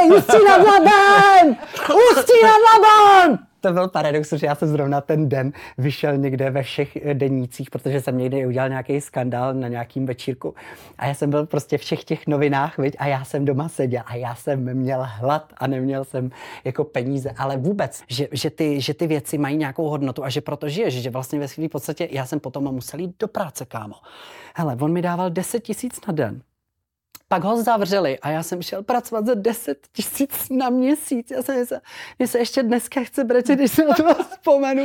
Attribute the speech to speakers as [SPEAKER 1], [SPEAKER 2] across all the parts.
[SPEAKER 1] Ústí nad Labem! Ústí nad Labem! To byl paradox, že já jsem zrovna ten den vyšel někde ve všech denících, protože jsem někde udělal nějaký skandál na nějakým večírku. A já jsem byl prostě v všech těch novinách, viď? A já jsem doma seděl a já jsem měl hlad a neměl jsem jako peníze. Ale vůbec, že ty věci mají nějakou hodnotu a že proto žiješ, že vlastně ve své podstatě já jsem potom musel jít do práce, kámo. Hele, on mi dával 10 000 na den. Pak ho zavřeli a já jsem šel pracovat za 10 000 na měsíc. Já jsem myslel, že se ještě dneska chce brečet, když se na to vzpomenu.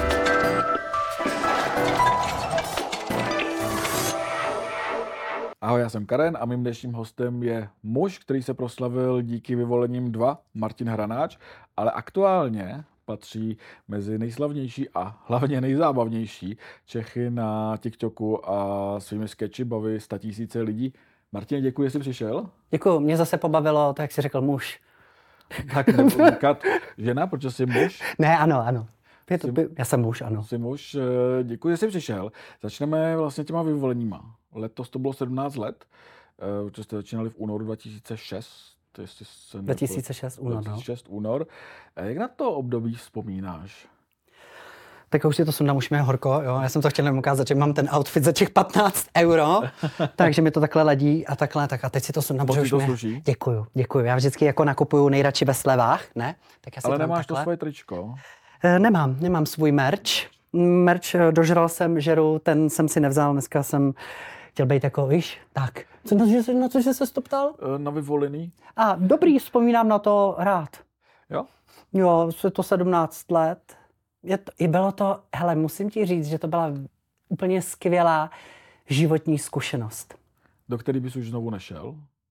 [SPEAKER 2] Ahoj, já jsem Karen a mým dnešním hostem je muž, který se proslavil díky Vyvolením 2, Martin Hranáč, ale aktuálně patří mezi nejslavnější a hlavně nejzábavnější Čechy na TikToku a svými sketchy baví 100 000 lidí. Martin, děkuji, že jsi přišel.
[SPEAKER 1] Děkuji, mě zase pobavilo to, jak jsi řekl muž.
[SPEAKER 2] Tak nebudu říkat žena, protože jsi muž.
[SPEAKER 1] Ne, ano. Já jsem muž, ano.
[SPEAKER 2] Jsi muž, děkuji, že jsi přišel. Začneme vlastně těma vyvoleníma. Letos to bylo 17 let, protože jste začínali v únoru 2006.
[SPEAKER 1] 2006 únor,
[SPEAKER 2] 2006 únor. Jak na to období vzpomínáš?
[SPEAKER 1] Tak už si to sundám, už mi je horko, jo. Já jsem to chtěl jenom ukázat, že mám ten outfit za těch 15 €, takže mi to takhle ladí a takhle, tak a teď si to sundám,
[SPEAKER 2] protože už to sluší.
[SPEAKER 1] Děkuju. Já vždycky jako nakupuju nejradši ve slevách, ne? Tak já si
[SPEAKER 2] ale nemáš
[SPEAKER 1] takhle.
[SPEAKER 2] To svoje tričko?
[SPEAKER 1] Nemám svůj merch. Dožral jsem, žeru, ten jsem si nevzal, dneska jsem chtěl být jako, víš, tak. Na co jsi se to ptal?
[SPEAKER 2] Na Vyvolený.
[SPEAKER 1] Dobrý, vzpomínám na to rád.
[SPEAKER 2] Jo?
[SPEAKER 1] Jo, je to 17 let. Bylo to, hele, musím ti říct, že to byla úplně skvělá životní zkušenost.
[SPEAKER 2] Do který bys už znovu nešel?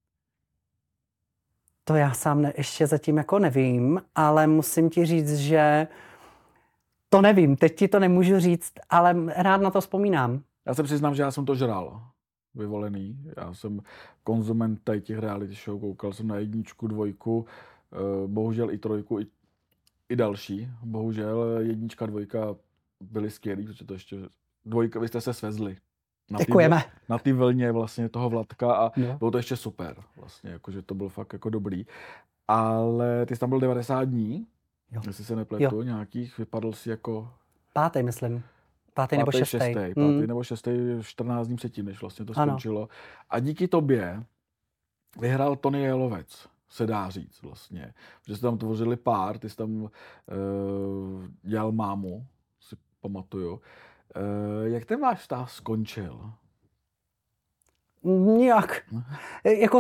[SPEAKER 1] To já sám ještě zatím jako nevím, ale musím ti říct, že to nevím, teď ti to nemůžu říct, ale rád na to vzpomínám.
[SPEAKER 2] Já se přiznám, že já jsem to žral. Vyvolený. Já jsem konzument těch reality show, koukal jsem na 1, 2, bohužel i 3, i další. Bohužel 1, 2 byly skvělý, protože to ještě 2, vy jste se svezli.
[SPEAKER 1] Děkujeme.
[SPEAKER 2] Na té vlně vlastně toho Vladka a bylo to ještě super. Vlastně, jakože to bylo fakt jako dobrý. Ale ty jsi tam byl 90 dní, jestli se nepletu, nějakých, vypadl si jako...
[SPEAKER 1] 5. myslím. 5. nebo 6.
[SPEAKER 2] 5. nebo 6. 14 dní předtím, než vlastně to skončilo. A díky tobě vyhrál Tony Jelovec, se dá říct vlastně. Protože jste tam tvořili pár, ty jsi tam dělal mámu, si pamatuju. Jak ten váš vztah skončil?
[SPEAKER 1] Nijak. Jako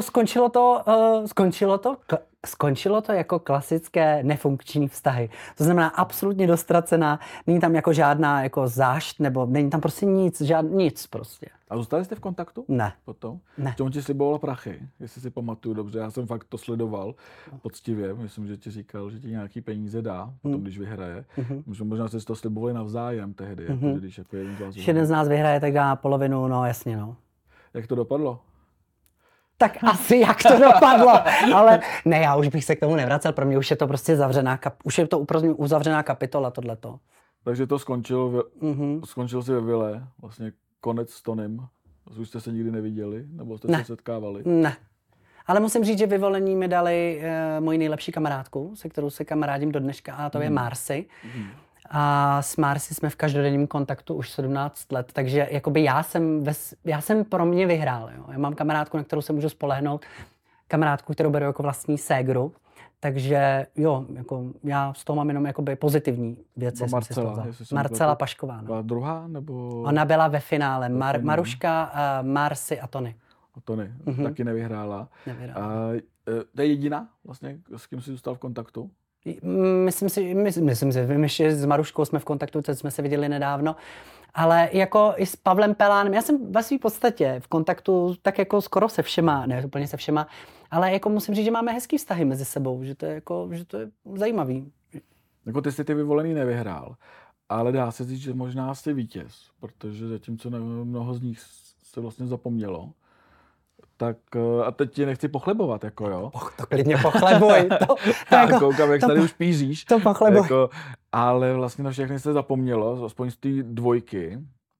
[SPEAKER 1] skončilo to jako klasické nefunkční vztahy. To znamená absolutně dostracená, není tam jako žádná jako zášť, nebo není tam prostě nic prostě.
[SPEAKER 2] A zůstali jste v kontaktu?
[SPEAKER 1] Ne.
[SPEAKER 2] Potom?
[SPEAKER 1] Ne.
[SPEAKER 2] Čemu ti sliboval prachy, jestli si pamatuju dobře. Já jsem fakt to sledoval poctivě. Myslím, že ti říkal, že ti nějaký peníze dá, potom když vyhraje. Možná jste si to slibovali navzájem tehdy, jako, když jako
[SPEAKER 1] jeden z nás vyhraje, tak dá polovinu, no jasně, no.
[SPEAKER 2] Jak to dopadlo?
[SPEAKER 1] Tak asi jak to dopadlo, ale ne, já už bych se k tomu nevracel, pro mě už je to prostě uzavřená kapitola tohleto.
[SPEAKER 2] Takže to skončilo, skončil si ve vile, vlastně konec s Tonym, už jste se nikdy neviděli, nebo jste se setkávali?
[SPEAKER 1] Ne, ale musím říct, že Vyvolení mi dali moji nejlepší kamarádku, se kterou se kamarádím do dneška, a to je Marcy. A s Marcy jsme v každodenním kontaktu už 17 let, takže jakoby já jsem pro mě vyhrál. Jo. Já mám kamarádku, na kterou se můžu spolehnout, kamarádku, kterou beru jako vlastní ségru, takže jo, jako já z toho mám jenom jakoby pozitivní věci. Marcela Pašková. No.
[SPEAKER 2] A druhá, nebo?
[SPEAKER 1] Ona byla ve finále, Maruška, Marcy a Tony.
[SPEAKER 2] A Tony, taky nevyhrála. To je jediná vlastně, s kým jsi zůstal v kontaktu?
[SPEAKER 1] Myslím si, že s Maruškou jsme v kontaktu, teď jsme se viděli nedávno, ale jako i s Pavlem Pelánem, já jsem ve své podstatě v kontaktu tak jako skoro se všema, ne úplně se všema, ale jako musím říct, že máme hezký vztahy mezi sebou, že to je zajímavý.
[SPEAKER 2] Jako ty jsi ty Vyvolený nevyhrál, ale dá se říct, že možná jsi vítěz, protože zatímco mnoho z nich se vlastně zapomnělo, tak a teď ti nechci pochlebovat, jako jo.
[SPEAKER 1] To klidně pochlebuj.
[SPEAKER 2] Já koukám, jak tady už píříš.
[SPEAKER 1] To pochlebuj.
[SPEAKER 2] Jako, ale vlastně na všechny se zapomnělo, aspoň z té 2,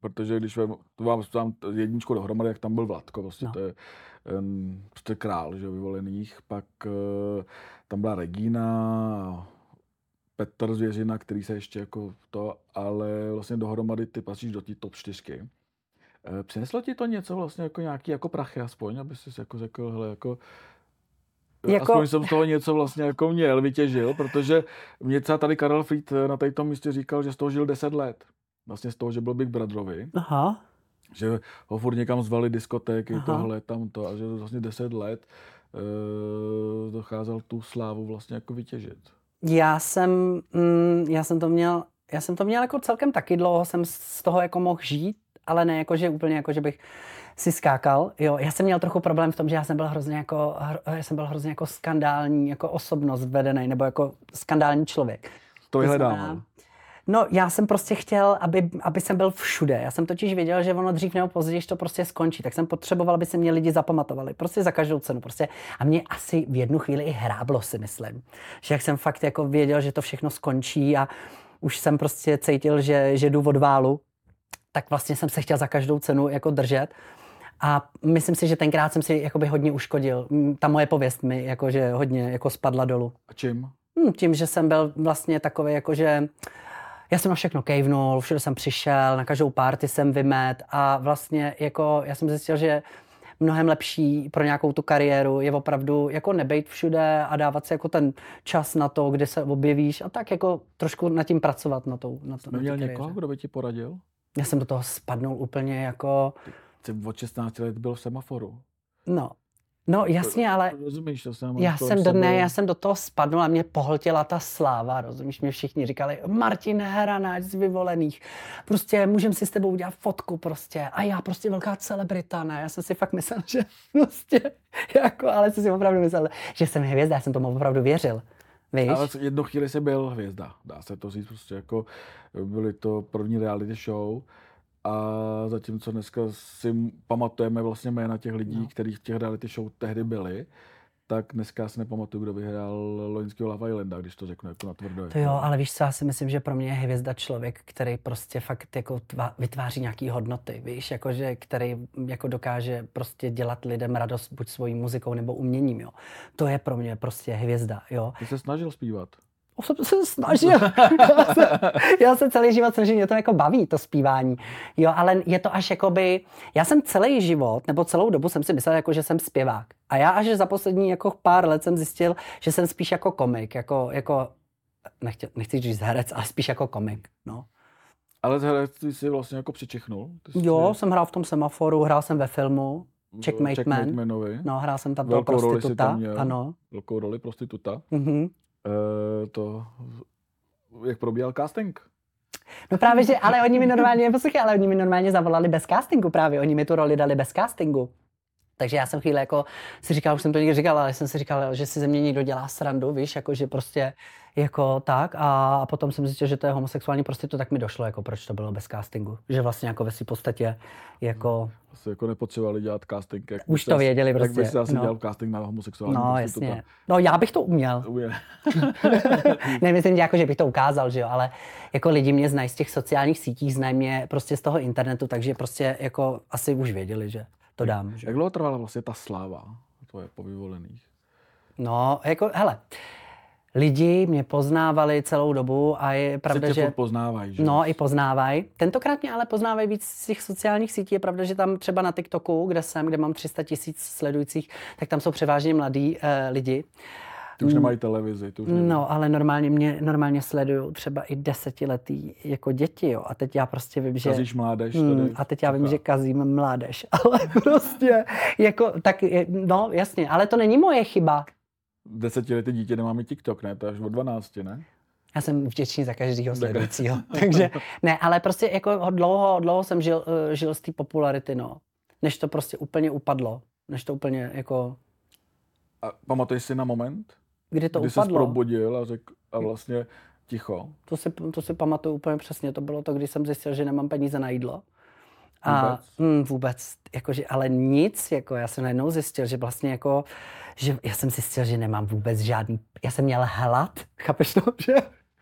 [SPEAKER 2] protože když vám jedničku dohromady, jak tam byl Vladko, vlastně to je prostě král, že vyvolených, pak tam byla Regína, Petr Zvěřina, který se ještě jako to, ale vlastně dohromady ty patříš do té top 4. Přineslo ti to něco vlastně jako nějaký jako prachy aspoň, aby jsi jako řekl, hele, jako aspoň jsem z toho něco vlastně jako měl, vytěžil, protože mě třeba tady Karel Fried na této místě říkal, že z toho žil 10 let. Vlastně z toho, že byl Big Brotherovi.
[SPEAKER 1] Aha.
[SPEAKER 2] Že ho furt někam zvali diskotéky, tohle, tamto a že vlastně 10 let docházel tu slávu vlastně jako vytěžit.
[SPEAKER 1] Já jsem to měl jako celkem taky dlouho, jsem z toho jako mohl žít, ale ne jako, že úplně jako, že bych si skákal. Jo, já jsem měl trochu problém v tom, že já jsem byl hrozně jako skandální jako osobnost vedený, nebo jako skandální člověk.
[SPEAKER 2] To vyhledával.
[SPEAKER 1] No, já jsem prostě chtěl, aby jsem byl všude. Já jsem totiž věděl, že ono dřív nebo později to prostě skončí. Tak jsem potřeboval, aby se mě lidi zapamatovali. Prostě za každou cenu. Prostě. A mě asi v jednu chvíli i hráblo, si myslím. Že jak jsem fakt jako věděl, že to všechno skončí a už jsem prostě cítil, že jdu od válu, tak vlastně jsem se chtěl za každou cenu jako držet. A myslím si, že tenkrát jsem si jakoby hodně uškodil. Ta moje pověst mi jakože hodně jako spadla dolů.
[SPEAKER 2] A čím?
[SPEAKER 1] Tím, že jsem byl vlastně takový jakože já jsem na všechno kejvnul, všude jsem přišel, na každou party jsem vymet a vlastně jako já jsem zjistil, že mnohem lepší pro nějakou tu kariéru je opravdu jako nebejt všude a dávat si jako ten čas na to, kde se objevíš a tak jako trošku nad tím pracovat na to.
[SPEAKER 2] Měl někoho, kdo by ti poradil?
[SPEAKER 1] Já jsem do toho spadnul úplně jako...
[SPEAKER 2] Ty od 16 let byl v Semaforu.
[SPEAKER 1] No jasně, ale
[SPEAKER 2] rozumíš, to
[SPEAKER 1] já jsem do toho spadnul a mě pohltila ta sláva, rozumíš, mě všichni říkali Martin Hranáč z Vyvolených, prostě můžem si s tebou udělat fotku prostě a já prostě velká celebrita, ne, já jsem si fakt myslel, že prostě jako, ale jsem si opravdu myslel, že jsem hvězda, já jsem tomu opravdu věřil. Víš?
[SPEAKER 2] Ale jednu chvíli jsi byl hvězda, dá se to říct, prostě jako byly to první reality show. A zatímco dneska si pamatujeme vlastně jména těch lidí, kteří v těch reality show tehdy byli, tak dneska si nepamatuju, kdo vyhrál loňského Love Islanda, když to řeknu jako natvrdo.
[SPEAKER 1] To jo, ale víš co, já si myslím, že pro mě je hvězda člověk, který prostě fakt jako vytváří nějaký hodnoty, víš, jakože který jako dokáže prostě dělat lidem radost buď svojí muzikou nebo uměním, jo. To je pro mě prostě hvězda, jo.
[SPEAKER 2] Ty se snažil zpívat.
[SPEAKER 1] Jsem se snažil. Já se celý život snažím, mě to jako baví, to zpívání. Jo, ale je to až jakoby... Já jsem celý život, nebo celou dobu jsem si myslel, jako, že jsem zpěvák. A já až za poslední jako pár let jsem zjistil, že jsem spíš jako komik, jako nechci říct herec, ale spíš jako komik, no.
[SPEAKER 2] Ale z herec ty jsi vlastně jako přičichnul?
[SPEAKER 1] Jo, jsem hrál v tom Semaforu, hrál jsem ve filmu Checkmate Man. No, hrál jsem tam toho prostituta. Ano.
[SPEAKER 2] Velkou roli prostituta.
[SPEAKER 1] Mhm.
[SPEAKER 2] Jak probíhal casting?
[SPEAKER 1] No právě, že, ale oni mi normálně zavolali bez castingu právě, oni mi tu roli dali bez castingu. Takže já jsem chvíli jako si říkal, už jsem to někdy říkal, ale jsem si říkal, že si ze mě někdo dělá srandu, víš, jako že prostě jako tak a potom jsem zjistil, že to je homosexuální prostitut, tak mi došlo, jako proč to bylo bez castingu. Že vlastně jako ve své podstatě jako...
[SPEAKER 2] Asi jako nepotřebovali dělat casting.
[SPEAKER 1] Už to věděli prostě.
[SPEAKER 2] Jak by si asi dělal casting na homosexuální prostituta.
[SPEAKER 1] Jasně. No já bych to uměl. Nemyslím, jako, že bych to ukázal, že jo, ale jako lidi mě znají z těch sociálních sítích, znají mě prostě z toho internetu, takže prostě jako asi už věděli, že to dám. Že?
[SPEAKER 2] Jak dlouho trvala vlastně ta sláva tvoje po Vyvolených?
[SPEAKER 1] No, jako, hele, lidi mě poznávali celou dobu a je pravda, že...
[SPEAKER 2] poznávají, že?
[SPEAKER 1] No, i poznávají. Tentokrát mě ale poznávají víc z těch sociálních sítí. Je pravda, že tam třeba na TikToku, kde mám 300 000 sledujících, tak tam jsou převážně mladí lidi.
[SPEAKER 2] Ty už nemají televizi.
[SPEAKER 1] No, ale normálně sledují třeba i 10letý jako děti, jo. A teď já prostě vím, že...
[SPEAKER 2] Kazíš mládež tady.
[SPEAKER 1] A teď já vím, že kazím mládež. Ale prostě, jako, tak, no, jasně. Ale to není moje chyba.
[SPEAKER 2] 10letý dítě nemá mít TikTok, ne? To až od 12, ne?
[SPEAKER 1] Já jsem vděčný za každého sledujícího. Takže, ne, ale prostě jako dlouho jsem žil z té popularity, no. Než to prostě úplně upadlo. Než to úplně jako...
[SPEAKER 2] A pamatuješ si na moment?
[SPEAKER 1] Kdy to
[SPEAKER 2] upadlo? Kdy jsi probudil a řekl a vlastně ticho?
[SPEAKER 1] To si pamatuju úplně přesně. To bylo to, když jsem zjistil, že nemám peníze na jídlo. A vůbec, jakože, ale nic, jako já jsem najednou zjistil, že vlastně jako, že já jsem zjistil, že nemám vůbec žádný, já jsem měl hlad, chápeš to, že?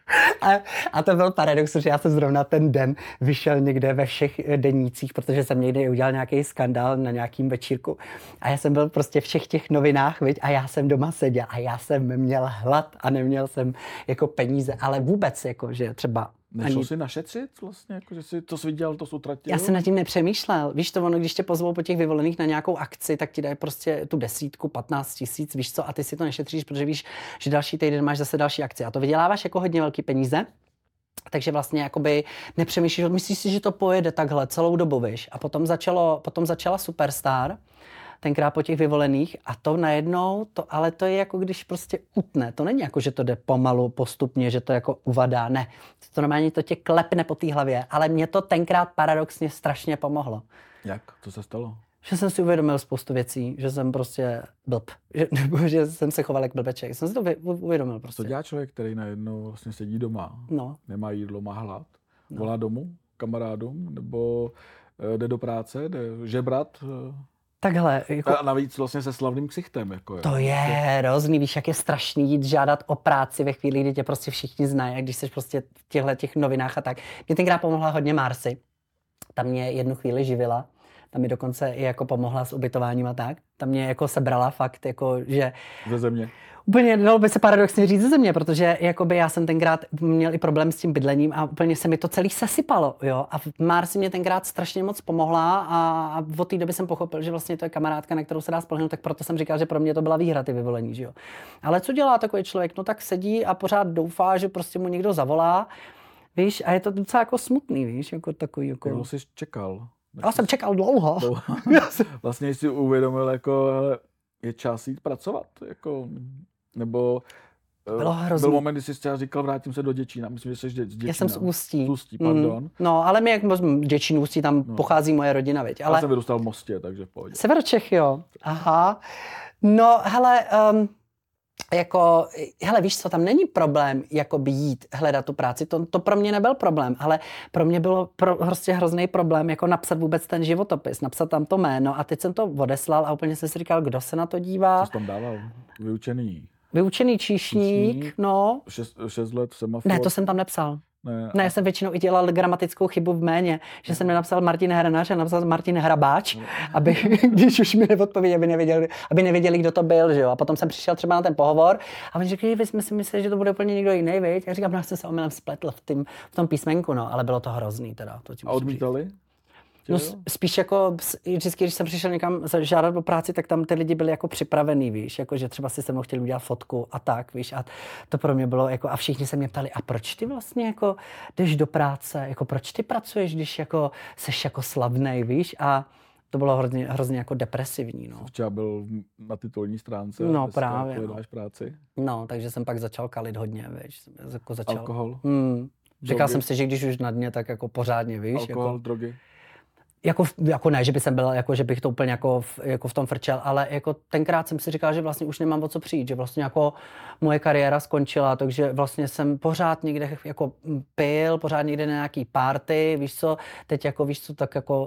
[SPEAKER 1] A to byl paradox, že já jsem zrovna ten den vyšel někde ve všech denících, protože jsem někde udělal nějaký skandál na nějakým večírku. A já jsem byl prostě v všech těch novinách, viď? A já jsem doma seděl a já jsem měl hlad a neměl jsem jako peníze, ale vůbec jako, že třeba...
[SPEAKER 2] Nešlo si našetřit vlastně, jako, že si to jsi viděl, to jsi utratil?
[SPEAKER 1] Já jsem nad tím nepřemýšlel. Víš to, ono, když tě pozvou po těch vyvolených na nějakou akci, tak ti dají prostě tu 10, 15 tisíc, víš co, a ty si to nešetříš, protože víš, že další týden máš zase další akci. A to vyděláváš jako hodně velký peníze, takže vlastně jakoby nepřemýšlíš, myslíš si, že to pojede takhle celou dobu, víš. A potom začala Superstar, tenkrát po těch vyvolených a to najednou, ale to je jako když prostě utne. To není jako, že to jde pomalu, postupně, že to jako uvadá, ne. To normálně to tě klepne po té hlavě, ale mě to tenkrát paradoxně strašně pomohlo.
[SPEAKER 2] Jak? Co se stalo?
[SPEAKER 1] Že jsem si uvědomil spoustu věcí, že jsem prostě blb, nebo že jsem se choval jak blbeček. Jsem si to uvědomil prostě.
[SPEAKER 2] Co dělá člověk, který najednou vlastně sedí doma, nemá jídlo, má hlad, volá domů, kamarádům, nebo jde do práce, jde žebrat?
[SPEAKER 1] Takhle. Jako...
[SPEAKER 2] A navíc vlastně se slavným ksichtem. Jako,
[SPEAKER 1] to je hrozný, víš, jak je strašný jít žádat o práci ve chvíli, kdy tě prostě všichni znají, a když jsi prostě v těch novinách a tak. Mě tenkrát pomohla hodně Marcy. Ta mě jednu chvíli živila. Ta mi dokonce i jako pomohla s ubytováním a tak. Ta mě jako sebrala fakt, jako, že...
[SPEAKER 2] Ze země.
[SPEAKER 1] Úplně, dalo by se paradoxně říct ze země, protože jakoby já jsem tenkrát měl i problém s tím bydlením a úplně se mi to celý sesypalo, jo. A Marcy mě tenkrát strašně moc pomohla a od té doby jsem pochopil, že vlastně to je kamarádka, na kterou se dá spolehnout, tak proto jsem říkal, že pro mě to byla výhra ty vyvolení, že jo. Ale co dělá takový člověk? No tak sedí a pořád doufá, že prostě mu někdo zavolá, víš, a je to docela jako smutný, víš, jako takový jako...
[SPEAKER 2] Jak jsi čekal?
[SPEAKER 1] Já jsem čekal dlouho.
[SPEAKER 2] Vlastně jsi uvědomil, jako je čas jít pracovat, jako... Nebo byl moment, kdy jsi třeba říkal, vrátím se do Děčína. Myslím, že jsi z Děčína.
[SPEAKER 1] Já jsem z Ústí.
[SPEAKER 2] Z Ústí, pardon.
[SPEAKER 1] No, ale my jak Děčín, Ústí, tam pochází moje rodina, viď. Ale...
[SPEAKER 2] Já jsem vyrůstal v Mostě, takže v pohodě.
[SPEAKER 1] Severočech, jo. Aha. No, hele, hele, víš co, tam není problém jakoby jít hledat tu práci, to pro mě nebyl problém, ale pro mě bylo prostě hrozný problém jako napsat vůbec ten životopis, napsat tam to jméno a teď jsem to odeslal a úplně jsem si říkal, kdo se na to dívá.
[SPEAKER 2] Co jsi tam dával?
[SPEAKER 1] Vyučený číšník, no.
[SPEAKER 2] 6 let semafor.
[SPEAKER 1] Ne, to jsem tam nepsal. Ne, já jsem většinou i dělal gramatickou chybu v jméně, že jsem nenapsal Martin Hranač a napsal Martin Hrabáč, aby, když už mi neodpověděli, aby nevěděli, kdo to byl, že jo. A potom jsem přišel třeba na ten pohovor a oni řekli, vy jsme si mysleli, že to bude úplně někdo jiný, viď? Já říkám, no, já jsem se omylem spletl v tom písmenku, no, ale bylo to hrozný teda. To
[SPEAKER 2] a odmítali?
[SPEAKER 1] No spíš jako vždycky, když jsem přišel někam žádat o práci, tak tam ty lidi byli jako připravený, víš, jako že třeba si se mnou chtěli udělat fotku a tak, víš, a to pro mě bylo jako, a všichni se mě ptali, a proč ty vlastně jako jdeš do práce, jako proč ty pracuješ, když jako seš jako slavnej, víš, a to bylo hrozně jako depresivní, no.
[SPEAKER 2] Včera byl na titulní stránce.
[SPEAKER 1] No právě,
[SPEAKER 2] no. Práci.
[SPEAKER 1] No, takže jsem pak začal kalit hodně, víš, jako začal.
[SPEAKER 2] Alkohol?
[SPEAKER 1] Říkal jsem si, že když už na dně, tak jako pořádně, víš.
[SPEAKER 2] Alkohol,
[SPEAKER 1] jako,
[SPEAKER 2] drogy?
[SPEAKER 1] Jako ne, že by jsem byl, jako, že bych to úplně jako v tom frčel, ale jako tenkrát jsem si říkal, že vlastně už nemám o co přijít, že vlastně jako moje kariéra skončila, takže vlastně jsem pořád někde jako pil, pořád někde na nějaký party, víš co, teď jako víš co, tak jako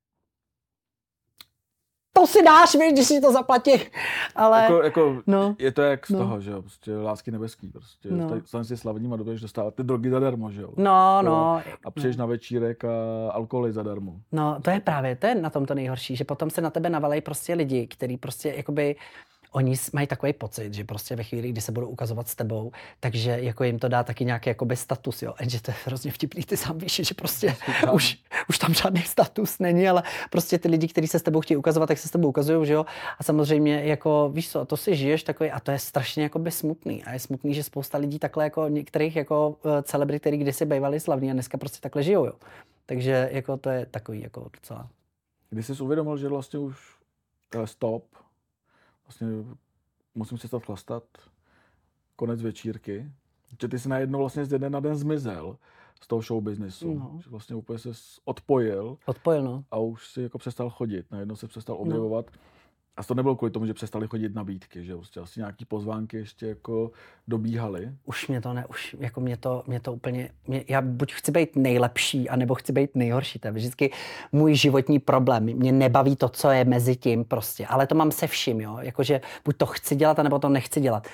[SPEAKER 1] to si dáš, víš, když si to zaplatí, ale...
[SPEAKER 2] No, je to jak z toho, že jo, prostě Lásky nebeský, prostě stane si slavním a dobře dostávat ty drogy zadarmo, že jo.
[SPEAKER 1] No.
[SPEAKER 2] A přijdeš na večírek a alkoholy zadarmo.
[SPEAKER 1] No, to je na tom to nejhorší, že potom se na tebe navalejí prostě lidi, kteří prostě jakoby... Oni mají takový pocit, že prostě ve chvíli, kdy se budou ukazovat s tebou, takže jako jim to dá taky nějaký jakoby status, jo. Jenže to je hrozně vtipný, ty sám víš, že prostě už tam žádný status není, ale prostě ty lidi, kteří se s tebou chtějí ukazovat, tak se s tebou ukazují, že jo. A samozřejmě jako víš co, to si žiješ takový a to je strašně jakoby smutný. A je smutný, že spousta lidí takhle jako některých jako celebrit, který kdysi bývali slavní a dneska prostě takhle žijou, jo. Takže jako to je takový jako docela.
[SPEAKER 2] Když jsi uvědomil, že vlastně už stop, vlastně musím se chlastat, konec večírky, že ty jsi najednou vlastně z den na den zmizel z toho show businessu, že vlastně úplně se odpojil,
[SPEAKER 1] no.
[SPEAKER 2] A už si jako přestal chodit, najednou se přestal objevovat. A to nebylo kvůli tomu, že přestali chodit nabídky, že prostě asi nějaký pozvánky ještě jako dobíhaly.
[SPEAKER 1] Už mě to úplně, já buď chci být nejlepší, anebo chci být nejhorší. To je vždycky můj životní problém. Mě nebaví to, co je mezi tím prostě, ale to mám se vším, jo, jakože buď to chci dělat, anebo to nechci dělat.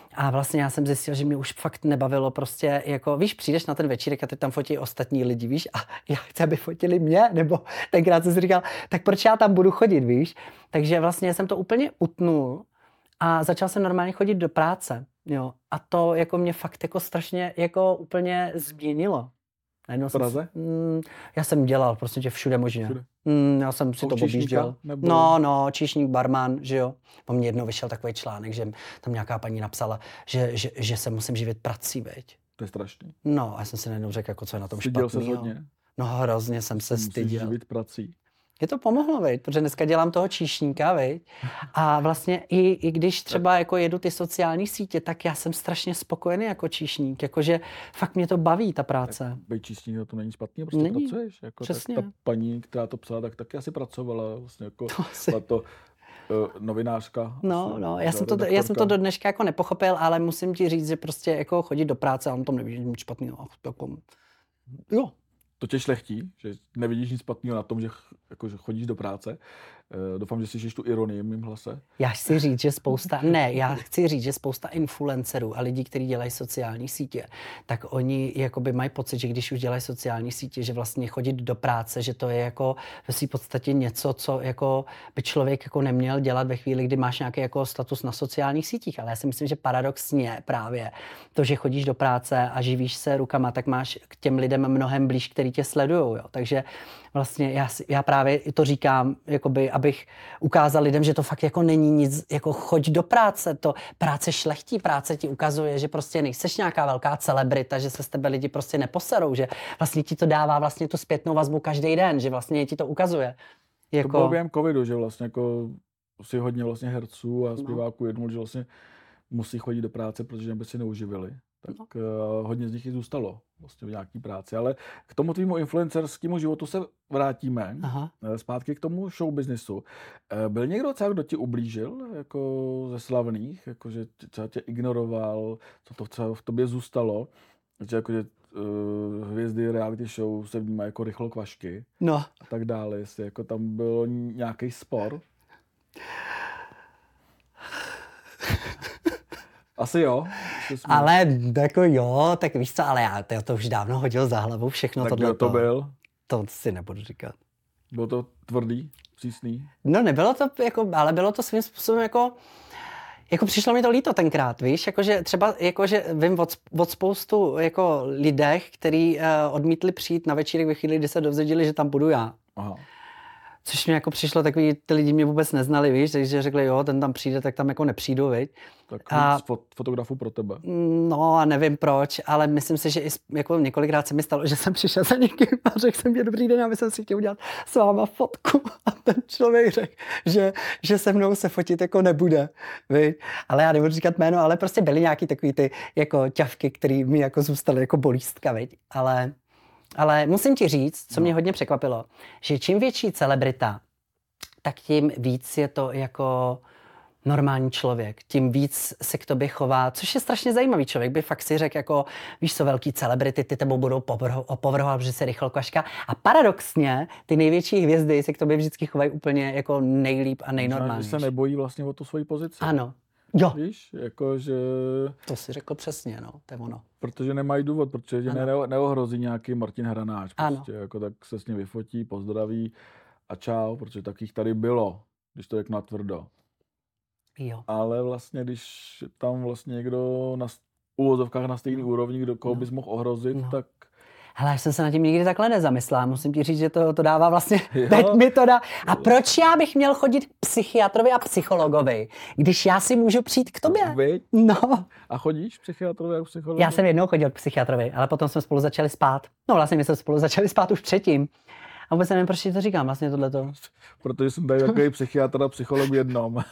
[SPEAKER 1] A vlastně já jsem zjistil, že mě už fakt nebavilo prostě, jako víš, přijdeš na ten večírek a teď tam fotí ostatní lidi, víš, a já chci, aby fotili mě, nebo tenkrát jsem si říkal, tak proč já tam budu chodit, víš. Takže vlastně jsem to úplně utnul a začal jsem normálně chodit do práce, jo. A to jako mě fakt jako strašně jako úplně změnilo.
[SPEAKER 2] V Praze?
[SPEAKER 1] Já jsem dělal prostě tě všude možně.
[SPEAKER 2] Všude.
[SPEAKER 1] Já jsem si to
[SPEAKER 2] Číšníka,
[SPEAKER 1] objížděl.
[SPEAKER 2] nebo-
[SPEAKER 1] No, číšník, barman, že jo. Po mně jednou vyšel takový článek, že tam nějaká paní napsala, že se musím živit prací, veď.
[SPEAKER 2] To je strašný.
[SPEAKER 1] No, a já jsem si najednou řekl, jako co je na tom
[SPEAKER 2] Styděl
[SPEAKER 1] špatného.
[SPEAKER 2] ses hodně?
[SPEAKER 1] No hrozně jsem se
[SPEAKER 2] Musíš
[SPEAKER 1] styděl.
[SPEAKER 2] živit prací.
[SPEAKER 1] Je to pomohlo, veď, protože dneska dělám toho číšníka, veď. A vlastně i když třeba jako jedu ty sociální sítě, tak já jsem strašně spokojený jako číšník, jakože fakt mě to baví, ta práce.
[SPEAKER 2] Bejt číšník, to není špatný, prostě
[SPEAKER 1] Není,
[SPEAKER 2] pracuješ. Jako,
[SPEAKER 1] přesně.
[SPEAKER 2] Tak ta paní, která to psala, tak taky asi pracovala. Vlastně jako,
[SPEAKER 1] asi.
[SPEAKER 2] byla to novinářka.
[SPEAKER 1] No, já jsem to
[SPEAKER 2] redaktorka.
[SPEAKER 1] do dneška jako nepochopil, ale musím ti říct, že prostě jako chodit do práce a on tom nevidí nic špatného. Jako, jo.
[SPEAKER 2] To tě šlechtí, že nevidíš nic špatného na tom, že chodíš do práce. Doufám, že slyšíš tu ironii v mým hlase.
[SPEAKER 1] Já chci říct, že spousta influencerů a lidí, kteří dělají sociální sítě, tak oni jakoby mají pocit, že když už dělají sociální sítě, že vlastně chodit do práce, že to je jako ve svým podstatě něco, co jako by člověk jako neměl dělat ve chvíli, kdy máš nějaký jako status na sociálních sítích. Ale já si myslím, že paradoxně právě to, že chodíš do práce a živíš se rukama, tak máš k těm lidem mnohem blíž, který tě sledujou. Jo. Takže vlastně já právě to říkám, jakoby, abych ukázal lidem, že to fakt jako není nic, jako choď do práce, to práce šlechtí, práce ti ukazuje, že prostě nejseš nějaká velká celebrita, že se z tebe lidi prostě neposerou, že vlastně ti to dává vlastně tu zpětnou vazbu každý den, že vlastně ti to ukazuje.
[SPEAKER 2] To bylo během covidu, že vlastně jako si hodně vlastně herců a zpěváků jednou, že vlastně musí chodit do práce, protože by si neuživili. Tak hodně z nich i zůstalo vlastně v nějaký práci. Ale k tomu tvému influencerskému životu se vrátíme.
[SPEAKER 1] Aha.
[SPEAKER 2] Zpátky k tomu show businessu. Byl někdo třeba, kdo ti ublížil jako ze slavných, jako že třeba tě ignoroval, co to třeba v tobě zůstalo? Že jako, že hvězdy reality show se vnímají jako rychlokvašky
[SPEAKER 1] No.
[SPEAKER 2] a tak dále. Jestli jako tam byl nějaký spor? Asi jo.
[SPEAKER 1] Ale jako jo, tak víš co, ale já to už dávno hodil za hlavu všechno
[SPEAKER 2] tak
[SPEAKER 1] tohle.
[SPEAKER 2] to byl?
[SPEAKER 1] To si nebudu říkat.
[SPEAKER 2] Bylo to tvrdý, přísný?
[SPEAKER 1] No nebylo to jako, ale bylo to svým způsobem jako přišlo mi to líto tenkrát, víš, jakože třeba, jakože vím od spoustu jako lidech, kteří odmítli přijít na večírek ve chvíli, kdy se dozvěděli, že tam budu já.
[SPEAKER 2] Aha.
[SPEAKER 1] Což mi jako přišlo takový, ty lidi mě vůbec neznali, víš, takže řekli, jo, ten tam přijde, tak tam jako nepřijdu, viď.
[SPEAKER 2] Tak fotografu pro tebe.
[SPEAKER 1] No a nevím proč, ale myslím si, že i jako několikrát se mi stalo, že jsem přišel za někým a řekl jsem mě dobrý den, aby jsem si chtěl udělat s váma fotku a ten člověk řekl, že se mnou se fotit jako nebude, viď. Ale já nebudu říkat jméno, ale prostě byly nějaký takový ty jako ťavky, který mi jako zůstaly jako bolístka, viď. Ale musím ti říct, co mě hodně překvapilo, že čím větší celebrita, tak tím víc je to jako normální člověk, tím víc se k tobě chová, což je strašně zajímavý. Člověk by fakt si řekl, jako, víš co, velký celebrity, ty tebou budou opovrhovat, protože jsi rychlokvaška. A paradoxně, ty největší hvězdy se k tobě vždycky chovají úplně jako nejlíp a nejnormálnější.
[SPEAKER 2] Že se nebojí vlastně o tu svoji pozici.
[SPEAKER 1] Ano. Jo.
[SPEAKER 2] Víš, jakože...
[SPEAKER 1] To si řekl přesně, no, to je ono.
[SPEAKER 2] Protože nemají důvod, protože tě neohrozí nějaký Martin Hranáč. Prostě, jako, tak se s ním vyfotí, pozdraví a čau, protože takých tady bylo, když to řeknu natvrdo.
[SPEAKER 1] Jo.
[SPEAKER 2] Ale vlastně, když tam vlastně někdo na uvozovkách na stejný úrovni, koho bys mohl ohrozit, tak...
[SPEAKER 1] Hele, já jsem se na tím nikdy takhle nezamyslela. Musím ti říct, že to dává vlastně... Teď mi to dá... A proč já bych měl chodit k psychiatrovi a psychologovi, když já si můžu přijít k tobě? No.
[SPEAKER 2] A chodíš k psychiatrovi a psychologovi?
[SPEAKER 1] Já jsem jednou chodil k psychiatrovi, ale potom jsme spolu začali spát. No vlastně my jsme spolu začali spát už předtím. A vůbec nevím, proč ti to říkám vlastně tohleto.
[SPEAKER 2] Protože jsem tady takový psychiatr a psycholog v jednom.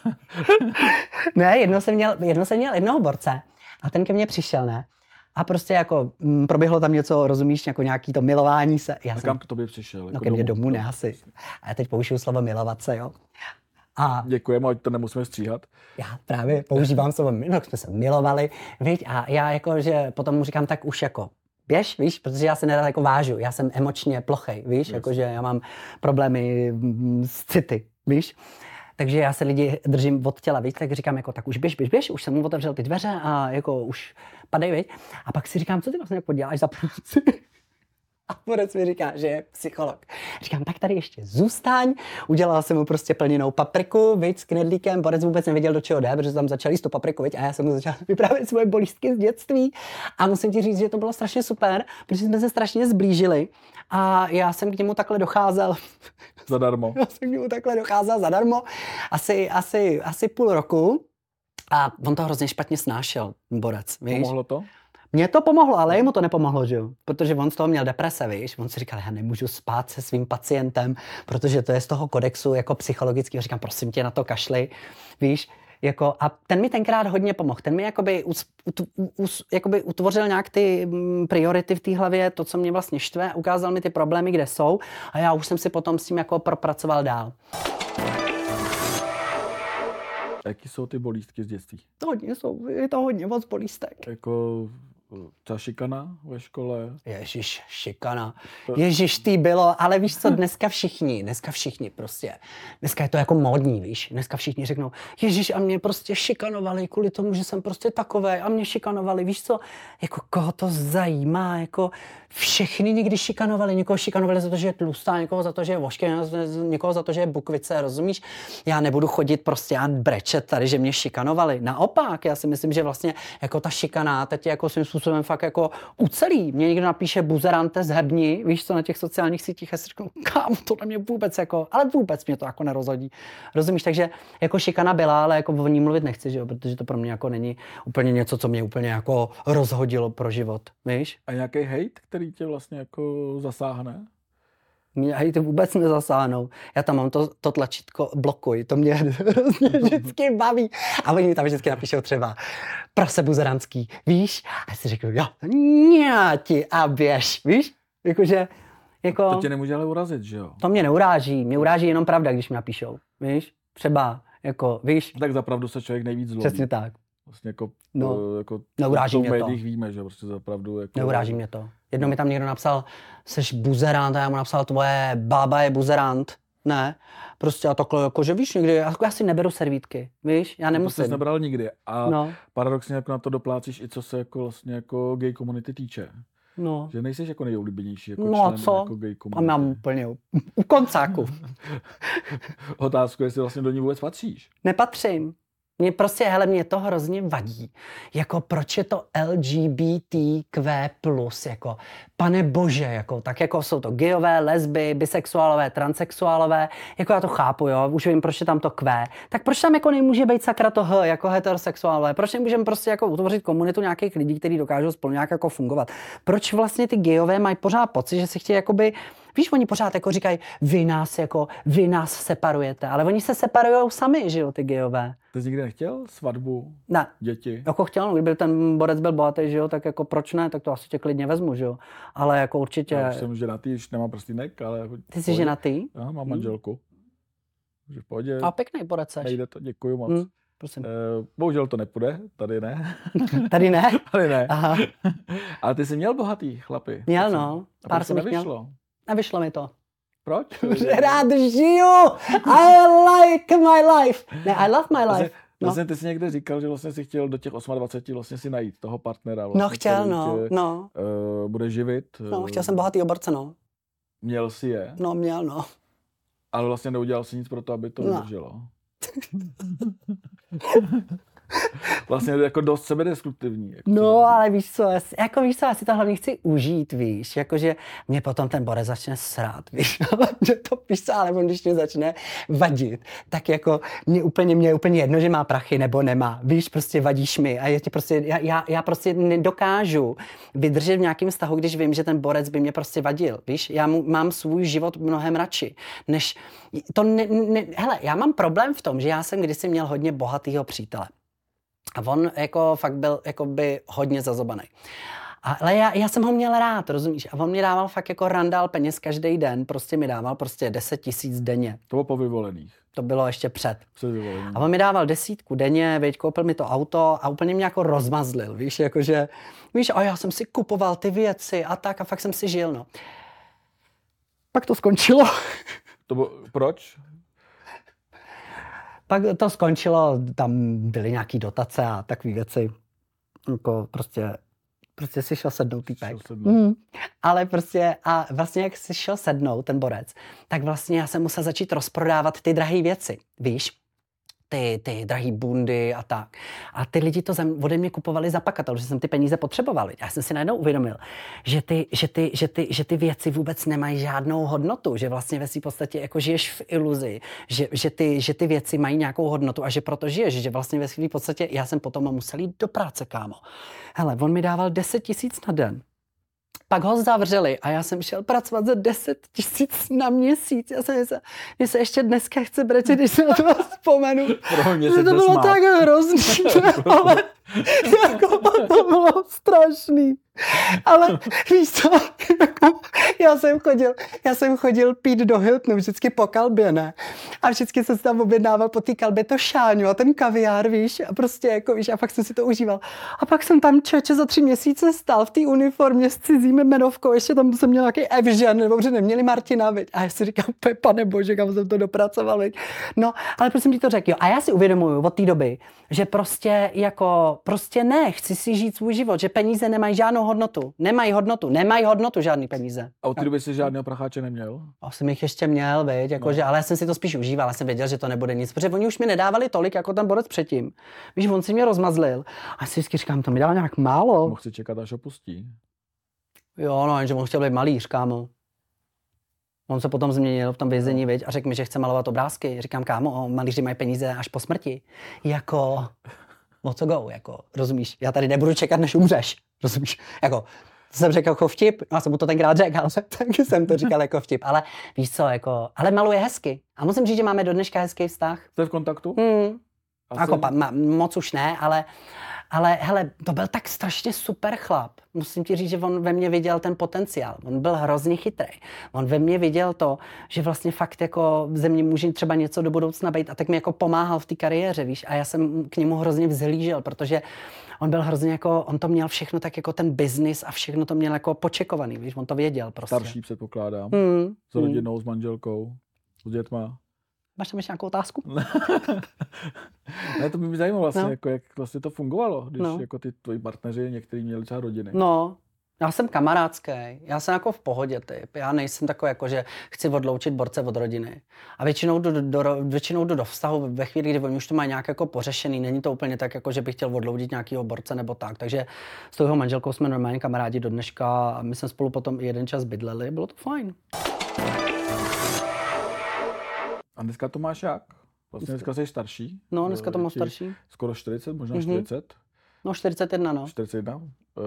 [SPEAKER 1] Ne, jednou jsem měl jednoho borce a ten ke mně přišel, ne? A prostě jako proběhlo tam něco, rozumíš, jako nějaký to milování se.
[SPEAKER 2] A kam k tobě přišel?
[SPEAKER 1] No ke mně domů, ne asi. A já teď použiju slovo milovat se, jo. A
[SPEAKER 2] děkujeme, ať to nemusíme stříhat.
[SPEAKER 1] Já právě používám slovo, no jsme se milovali, viď? A já jako, že potom mu říkám, tak už jako běž, víš, protože já se nerad jako vážu, já jsem emočně plochej, víš, jakože já mám problémy s city, víš. takže já se lidi držím od těla, víc, tak říkám jako, tak už běž, už jsem mu otevřel ty dveře a jako už padej, viď? A pak si říkám, co ty vlastně jako děláš za práci? A Borec mi říká, že je psycholog. Říkám, tak tady ještě zůstaň. Udělala jsem mu prostě plněnou papriku, viď, s knedlíkem. Borec vůbec nevěděl, do čeho jde, protože tam začal jíst tu papriku, viď, a já jsem mu začal vyprávět svoje bolístky z dětství. A musím ti říct, že to bylo strašně super, protože jsme se strašně zblížili. A já jsem k němu takhle docházel.
[SPEAKER 2] Zadarmo.
[SPEAKER 1] Já jsem k němu takhle docházel zadarmo. Asi půl roku. A on to hrozně špatně snášel, Borec, víš.
[SPEAKER 2] Pomohlo to?
[SPEAKER 1] Mně to pomohlo, ale jemu to nepomohlo, že jo? Protože on z toho měl deprese, víš? On si říkal, já nemůžu spát se svým pacientem, protože to je z toho kodexu jako psychologického. Říkám, prosím tě, na to kašli, víš? Jako, a ten mi tenkrát hodně pomohl. Ten mi jakoby utvořil nějak ty priority v té hlavě, to, co mě vlastně štve, ukázal mi ty problémy, kde jsou, a já už jsem si potom s tím jako propracoval dál.
[SPEAKER 2] Jaký jsou ty bolístky z dětství?
[SPEAKER 1] Je to hodně moc bolístek.
[SPEAKER 2] Jako ta šikana ve škole?
[SPEAKER 1] Ježiš, šikana. Ježiš, ty bylo, ale víš co, dneska všichni prostě. Dneska je to jako módní, víš. Dneska všichni řeknou, ježiš, a mě prostě šikanovali kvůli tomu, že jsem prostě takovej, a mě šikanovali, víš co, jako koho to zajímá, jako všechny někdy šikanovali, někoho šikanovali za to, že je tlustá, někoho za to, že je voškem, někoho za to, že je bukvice, rozumíš? Já nebudu chodit prostě a brečet tady, že mě šikanovali. Naopak, já si myslím, že vlastně jako ta šikana teď je jako svým způsobem fakt jako ucelí. Mě někdo napíše buzerante zhebni, víš co, na těch sociálních sítích, a si řeknu, kámo, to na mě vůbec jako, ale vůbec mě to jako nerozhodí. Rozumíš? Takže jako šikana byla, ale jako o ní mluvit nechci, že jo, protože to pro mě jako není úplně něco, co mě úplně jako rozhodilo pro život, víš?
[SPEAKER 2] A nějaký hejt, který tě vlastně jako zasáhne?
[SPEAKER 1] Mě hejty vůbec nezasáhnou. Já tam mám to tlačítko blokuj, to mě hrozně vždycky baví. A oni mi tam vždycky napíšou třeba prase buzerantský, víš? A já si řeknu, jo, ti a běž, víš? Jakože, jako...
[SPEAKER 2] To tě nemůže ale urazit, že jo?
[SPEAKER 1] To mě neuráží, mě uráží jenom pravda, když mi napíšou, víš? Třeba, jako, víš?
[SPEAKER 2] Tak za pravdu se člověk nejvíc zlobí.
[SPEAKER 1] Přesně tak.
[SPEAKER 2] Vlastně jako,
[SPEAKER 1] jako neuráží mě to.
[SPEAKER 2] V médiích víme, že prostě za pravdu jako...
[SPEAKER 1] Neuráží mě to. Jednou mi tam někdo napsal, seš buzerant, a já mu napsal, tvoje bába je buzerant. Ne, prostě a takhle, jako, že víš někdy, já si neberu servítky, víš, já nemusím.
[SPEAKER 2] To jsi nebral nikdy a paradoxně jako na to doplácíš i co se jako vlastně jako gay komunity týče.
[SPEAKER 1] No.
[SPEAKER 2] Že nejseš jako nejoblíbenější jako člen jako gay komunity.
[SPEAKER 1] A mám úplně u koncáku.
[SPEAKER 2] Otázku, jestli vlastně do ní vůbec patříš.
[SPEAKER 1] Nepatřím. Mě to hrozně vadí. Jako proč je to LGBTQ+, jako pane bože, jako tak jako jsou to gayové, lesby, bisexuálové, transsexuálové, jako já to chápu, jo, už vím, proč je tam to Q. Tak proč tam jako nemůže být sakra to H, jako heterosexuálové? Proč nemůžeme prostě jako utvořit komunitu nějakých lidí, kteří dokážou spolu nějak jako fungovat? Proč vlastně ty gayové mají pořád pocit, že si chtějí jakoby, víš, oni pořád jako říkají, vy nás separujete, ale oni se separujou sami, že jo, ty gayové.
[SPEAKER 2] Ty jsi nikdy nechtěl svatbu?
[SPEAKER 1] Ne.
[SPEAKER 2] Děti?
[SPEAKER 1] Jako chtěl, no, kdyby ten Borec byl bohatý, že jo, tak jako proč ne, tak to asi tě klidně vezmu, že jo. Ale jako určitě...
[SPEAKER 2] Já už jsem ženatý, už nemám prstýnek, ale... Jako
[SPEAKER 1] ty jsi ženatý?
[SPEAKER 2] Já mám manželku. Takže v pohodě.
[SPEAKER 1] A pěkný Borec seš.
[SPEAKER 2] Nejde to, děkuju moc.
[SPEAKER 1] Prosím.
[SPEAKER 2] Bohužel to nepůjde, tady ne.
[SPEAKER 1] Tady ne?
[SPEAKER 2] Tady ne.
[SPEAKER 1] Aha.
[SPEAKER 2] Ale ty jsi měl bohatý chlapy.
[SPEAKER 1] Měl, no.
[SPEAKER 2] Pár se nevyšlo.
[SPEAKER 1] Nevyšlo mi to.
[SPEAKER 2] Proč?
[SPEAKER 1] Rád žiju! I like my life! Ne, I love my life.
[SPEAKER 2] Vlastně ty jsi někde říkal, že vlastně si chtěl do těch 28 vlastně si najít toho partnera. Vlastně,
[SPEAKER 1] no chtěl, no.
[SPEAKER 2] Bude živit.
[SPEAKER 1] No, chtěl jsem bohatý oborce, no.
[SPEAKER 2] Měl si je?
[SPEAKER 1] No, měl, no.
[SPEAKER 2] Ale vlastně neudělal si nic pro to, aby to vydrželo. Vlastně jako dost sebedestruktivní. Jako
[SPEAKER 1] no, ale víš co, já si to hlavně chci užít, víš, jakože mě potom ten Borec začne srát, víš, že to víš co, ale on když mě začne vadit, tak jako mě je úplně jedno, že má prachy nebo nemá, víš, prostě vadíš mi a já prostě nedokážu vydržet v nějakém vztahu, když vím, že ten Borec by mě prostě vadil, víš, já mám svůj život mnohem radši, než to hele, já mám problém v tom, že já jsem kdysi měl hodně bohatýho přítele. A on jako fakt byl jakoby hodně zazobaný. Ale já jsem ho měl rád, rozumíš? A on mi dával fakt jako randál peněz každý den, prostě mi dával prostě 10 000 denně.
[SPEAKER 2] To bylo po vyvolených.
[SPEAKER 1] To bylo ještě před.
[SPEAKER 2] vyvolených.
[SPEAKER 1] A on mi dával 10 denně, veď, koupil mi to auto a úplně mě jako rozmazlil, víš, jakože, víš, a já jsem si kupoval ty věci a tak a fakt jsem si žil, no. Pak to skončilo.
[SPEAKER 2] To bylo, proč?
[SPEAKER 1] Pak to skončilo, tam byly nějaký dotace a takové věci. Jako prostě si šel sednout týpek. Ale prostě, a vlastně jak si šel sednout ten borec, tak vlastně já jsem musel začít rozprodávat ty drahé věci, víš? Ty drahý bundy a tak. A ty lidi to ode mě kupovali za pakatel, že jsem ty peníze potřeboval. Já jsem si najednou uvědomil, že ty věci vůbec nemají žádnou hodnotu, že vlastně ve svým podstatě jako žiješ v iluzi, že ty věci mají nějakou hodnotu a že proto žiješ, že vlastně ve svým podstatě já jsem potom musel jít do práce, kámo. Hele, on mi dával 10 000 na den. Pak ho zavřeli a já jsem šel pracovat za 10 000 na měsíc. Mně se ještě dneska chce brečet, když se na to vzpomenu. Že to bylo tak hrozný, ale jako, to bylo strašný. Ale víš co, jako, já jsem chodil pít do Hiltonu vždycky po kalbě, ne? A vždycky jsem si tam objednával po té kalbě to šáňu a ten kaviár, víš? A prostě jako, víš, a pak jsem si to užíval. A pak jsem tam čeče za 3 měsíce stál v té uniformě s cizím jmenovkou, ještě tam jsem měl nějaký Evžen, nebo že neměli Martina, viď? A já si říkám, pane bože, kam jsem to dopracoval, viď? No, ale prostě ti to řekl, jo. A já si uvědomuju od té doby, že prostě jako, prostě ne, chci si žít svůj život, že peníze nemají žádnou hodnotu. Nemají hodnotu žádný peníze.
[SPEAKER 2] A od té doby jsi žádného pracháče neměl?
[SPEAKER 1] A jsem jich ještě měl, viď, jako, že, ale já jsem si to spíš užíval, já jsem věděl, že to nebude nic, protože oni už mi nedávali tolik, jako ten borec předtím. Víš, on si mě rozmazlil a si vždycky říkám, to mi dal nějak málo.
[SPEAKER 2] Mohl si čekat, až opustí.
[SPEAKER 1] Jo, no, jenže on chtěl být malíř, kámo. On se potom změnil v tom vězení, viď, a řekl mi, že chce malovat obrázky. Říkám, kámo, malíři mají peníze až po smrti. Jako, no co go, jako, rozumíš? Já tady nebudu čekat, než umřeš, rozumíš? Jako, to jsem řekl jako vtip, já jsem mu to tenkrát řekl, ale taky jsem to říkal jako vtip. Ale víš co, jako, ale maluje hezky. A musím říct, že máme do dneška hezký vztah.
[SPEAKER 2] Jste v kontaktu?
[SPEAKER 1] Jako, moc už ne, ale hele, to byl tak strašně super chlap. Musím ti říct, že on ve mně viděl ten potenciál. On byl hrozně chytrý. On ve mně viděl to, že vlastně fakt jako ze mě může třeba něco do budoucna být a tak mi jako pomáhal v té kariéře, víš. A já jsem k němu hrozně vzhlížel, protože on byl hrozně jako, on to měl všechno tak jako ten biznis a všechno to měl jako počekovaný, víš. On to věděl prostě.
[SPEAKER 2] Starší předpokládám. S rodinou, s manželkou, s dětma.
[SPEAKER 1] Máš tam ještě nějakou otázku?
[SPEAKER 2] Ne, to by mě zajímalo vlastně, jako, jak vlastně to fungovalo, když jako ty tvoji partneři, někteří měli třeba rodiny.
[SPEAKER 1] No, já jsem kamarádský, já jsem jako v pohodě typ, já nejsem takový jako, že chci odloučit borce od rodiny. A většinou jdu do vztahu ve chvíli, kdy oni už to mají nějak jako pořešený, není to úplně tak, jako, že bych chtěl odloudit nějakýho borce nebo tak. Takže s tou jeho manželkou jsme normálně kamarádi do dneška a my jsme spolu potom i jeden čas bydleli, bylo to fajn.
[SPEAKER 2] A dneska to máš jak? Vlastně dneska jsi starší?
[SPEAKER 1] No, dneska to mám starší.
[SPEAKER 2] Skoro 40, možná 40?
[SPEAKER 1] No, 41, no.
[SPEAKER 2] 41.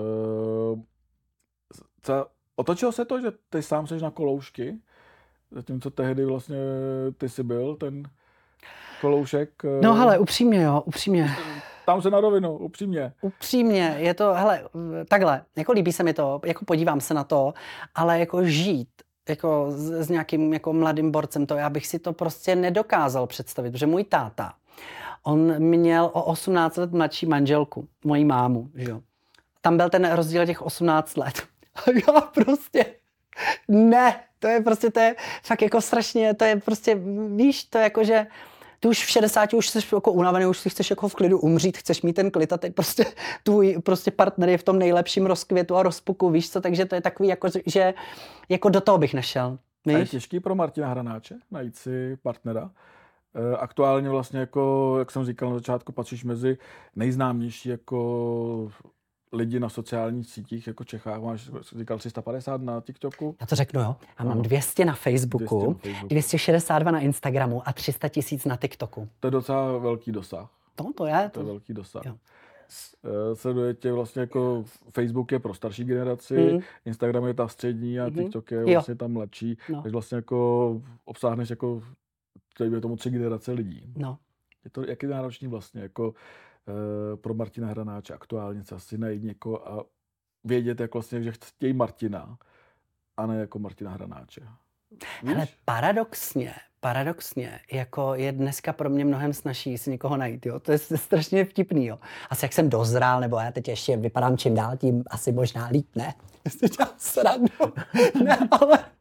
[SPEAKER 2] Otočilo se to, že ty sám seš na koloušky? Zatímco tehdy vlastně ty jsi byl ten koloušek?
[SPEAKER 1] No hele, upřímně.
[SPEAKER 2] Tam se na rovinu, upřímně.
[SPEAKER 1] Upřímně, je to, hele, takhle, jako líbí se mi to, jako podívám se na to, ale jako žít jako s nějakým jako mladým borcem, to já bych si to prostě nedokázal představit, protože můj táta, on měl o 18 let mladší manželku, moji mámu, že jo. Tam byl ten rozdíl těch 18 let. A já prostě, ne, to je fakt jako strašně, to je prostě, víš, to je jako, že ty už v 60 už jsi jako unavený, už si chceš jako v klidu umřít, chceš mít ten klid a teď prostě tvůj prostě partner je v tom nejlepším rozkvětu a rozpuku, víš co, takže to je takový jako, že jako do toho bych nešel. Víš?
[SPEAKER 2] A je těžký pro Martina Hranáče najít si partnera? Aktuálně vlastně jako, jak jsem říkal na začátku, patříš mezi nejznámější jako lidi na sociálních sítích, jako Čechách, máš, říkal 350 na TikToku.
[SPEAKER 1] Já to řeknu, jo. Já mám 200 na Facebooku, 262 na Instagramu a 300 000 na TikToku.
[SPEAKER 2] To je docela velký dosah.
[SPEAKER 1] To je.
[SPEAKER 2] To je velký dosah. Sleduje tě vlastně jako Facebook je pro starší generaci, Instagram je ta střední a TikTok je vlastně tam mladší. No. Takže vlastně jako obsáhneš jako tady tomu 3 generace lidí.
[SPEAKER 1] No.
[SPEAKER 2] Jak je to náročný vlastně jako pro Martina Hranáče aktuálně se asi najít někoho a vědět, jak vlastně, že chtějí Martina a ne jako Martina Hranáče.
[SPEAKER 1] Ale paradoxně, jako je dneska pro mě mnohem snazší si někoho najít, jo. To je strašně vtipný, jo. Asi jak jsem dozrál, nebo já teď ještě vypadám čím dál, tím asi možná líp, ne? Jste dělal srandu. Ne,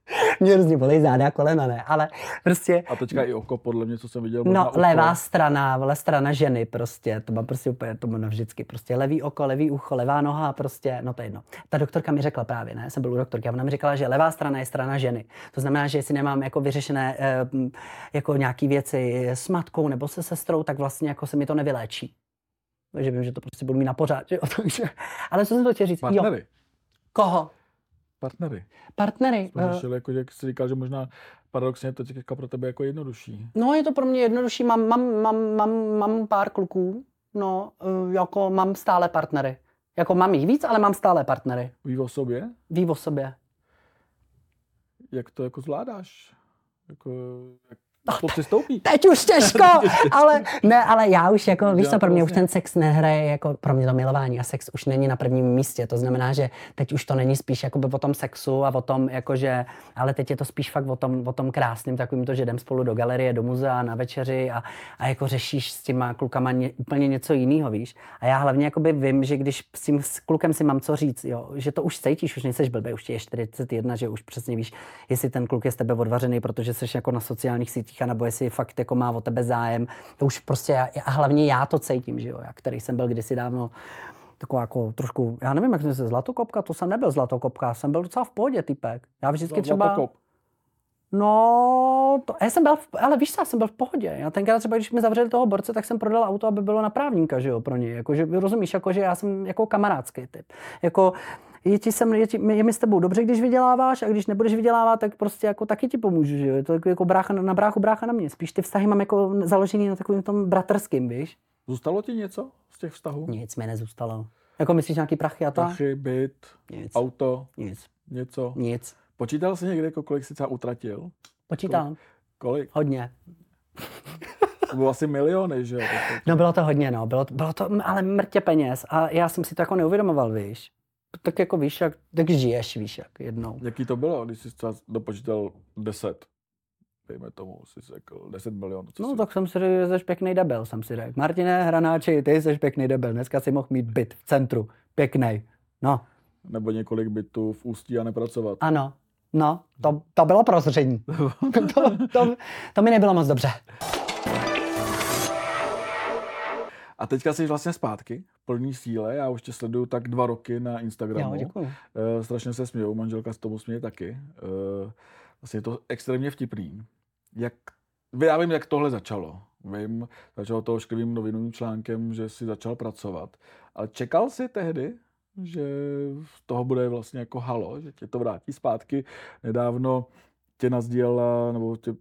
[SPEAKER 1] Mě hrozně bolej záda a kolena, ne, ale prostě...
[SPEAKER 2] A teďka i oko, podle mě, co jsem viděl.
[SPEAKER 1] No, levá strana ženy prostě, to mám prostě úplně, to mám navždycky, prostě levý oko, levý ucho, levá noha, prostě, no to je jedno. Ta doktorka mi řekla právě, ne, jsem byl u doktorky a ona mi říkala, že levá strana je strana ženy. To znamená, že jestli nemám jako vyřešené jako nějaký věci s matkou nebo se sestrou, tak vlastně jako se mi to nevyléčí. Takže vím, že to prostě budu mít na pořád, že jo, takže... Ale co jsem to chtěl říct?
[SPEAKER 2] Partnery.
[SPEAKER 1] Jo. Koho? Partnery.
[SPEAKER 2] Řešili, jako, jak jsi říkal, že možná paradoxně to teďka pro tebe jako jednodušší.
[SPEAKER 1] No, je to pro mě jednodušší. Mám pár kluků, no, jako mám stále partnery. Jako mám jich víc, ale mám stále partnery.
[SPEAKER 2] Ví o sobě?
[SPEAKER 1] Ví o sobě.
[SPEAKER 2] Jak to jako zvládáš? Jako, jak to přistoupí?
[SPEAKER 1] Teď už těžko, ale já už jako, víš co, pro mě už ten sex nehraje, jako pro mě to milování a sex už není na prvním místě, to znamená, že teď už to není spíš jakoby o tom sexu a o tom, jakože, ale teď je to spíš fakt o tom krásným, takovým to, že jdem spolu do galerie, do muzea, na večeři a jako řešíš s těma klukama úplně něco jiného, víš. A já hlavně jakoby vím, že když s klukem si mám co říct, jo, že to už cítíš, už nejseš blbý, už ti je 41, že už přesně víš, jestli ten kluk je z tebe odvařený, protože jsi jako na sociálních sítích, nebo jestli fakt jako má o tebe zájem. To už prostě, a hlavně já to cítím, že jo, já, který jsem byl kdysi dávno taková jako trošku, já nevím, jak jsem se zlatokopka, to jsem nebyl zlatokopka, jsem byl docela v pohodě typek. Já vždycky třeba...
[SPEAKER 2] Zlatokop.
[SPEAKER 1] No, já jsem byl, ale víš co, já jsem byl v pohodě. Já tenkrát třeba, když mi zavřeli toho borce, tak jsem prodal auto, aby bylo na právníka, že jo, pro něj. Jakože, rozumíš, jakože já jsem jako kamarádský typ. Jako, je mi s tebou dobře, když vyděláváš, a když nebudeš vydělávat, tak prostě jako taky ti pomůžu, že jo. Je to jako brácha na bráchu, brácha na mě. Spíš ty vztahy mám jako založený na takovým tom bratrským, víš.
[SPEAKER 2] Zůstalo ti něco z těch vztahů?
[SPEAKER 1] Nic mi nezůstalo. Jako myslíš nějaký prachy a to?
[SPEAKER 2] Prachy, byt,
[SPEAKER 1] Nic.
[SPEAKER 2] auto,
[SPEAKER 1] Nic.
[SPEAKER 2] něco?
[SPEAKER 1] Nic.
[SPEAKER 2] Počítal jsi někdy, jako kolik jsi třeba utratil?
[SPEAKER 1] Počítám.
[SPEAKER 2] Kolik?
[SPEAKER 1] Hodně.
[SPEAKER 2] To bylo asi miliony, že jo?
[SPEAKER 1] No bylo to hodně, no. Bylo to ale mrtě peněz. A já jsem si to jako neuvědomoval, víš. Tak jako víš, tak žiješ, víš, jak jednou.
[SPEAKER 2] Jaký to bylo, když jsi třeba dopočítal 10? Dejme tomu, jsi řekl 10 milionů.
[SPEAKER 1] No tak jsem si řekl, že jsi pěkný debil, jsem si řekl. Martine Hranáči, ty jsi pěkný debil. Dneska si mohl mít byt v centru. Pěkný. No.
[SPEAKER 2] Nebo několik bytů v Ústí a nepracovat.
[SPEAKER 1] Ano. No, to bylo prozření. to mi nebylo moc dobře.
[SPEAKER 2] A teďka jsi vlastně zpátky, v plný síle. Já už tě sleduju tak 2 roky na Instagramu.
[SPEAKER 1] Jo, děkuju.
[SPEAKER 2] Strašně se smějou, manželka s tomu směje taky. Vlastně je to extrémně vtipný. Já vím, jak tohle začalo. Začalo to ošklivým novinovým článkem, že jsi začal pracovat. Ale čekal jsi tehdy, že z toho bude vlastně jako halo, že tě to vrátí zpátky? Nedávno tě nasdílela, nebo tě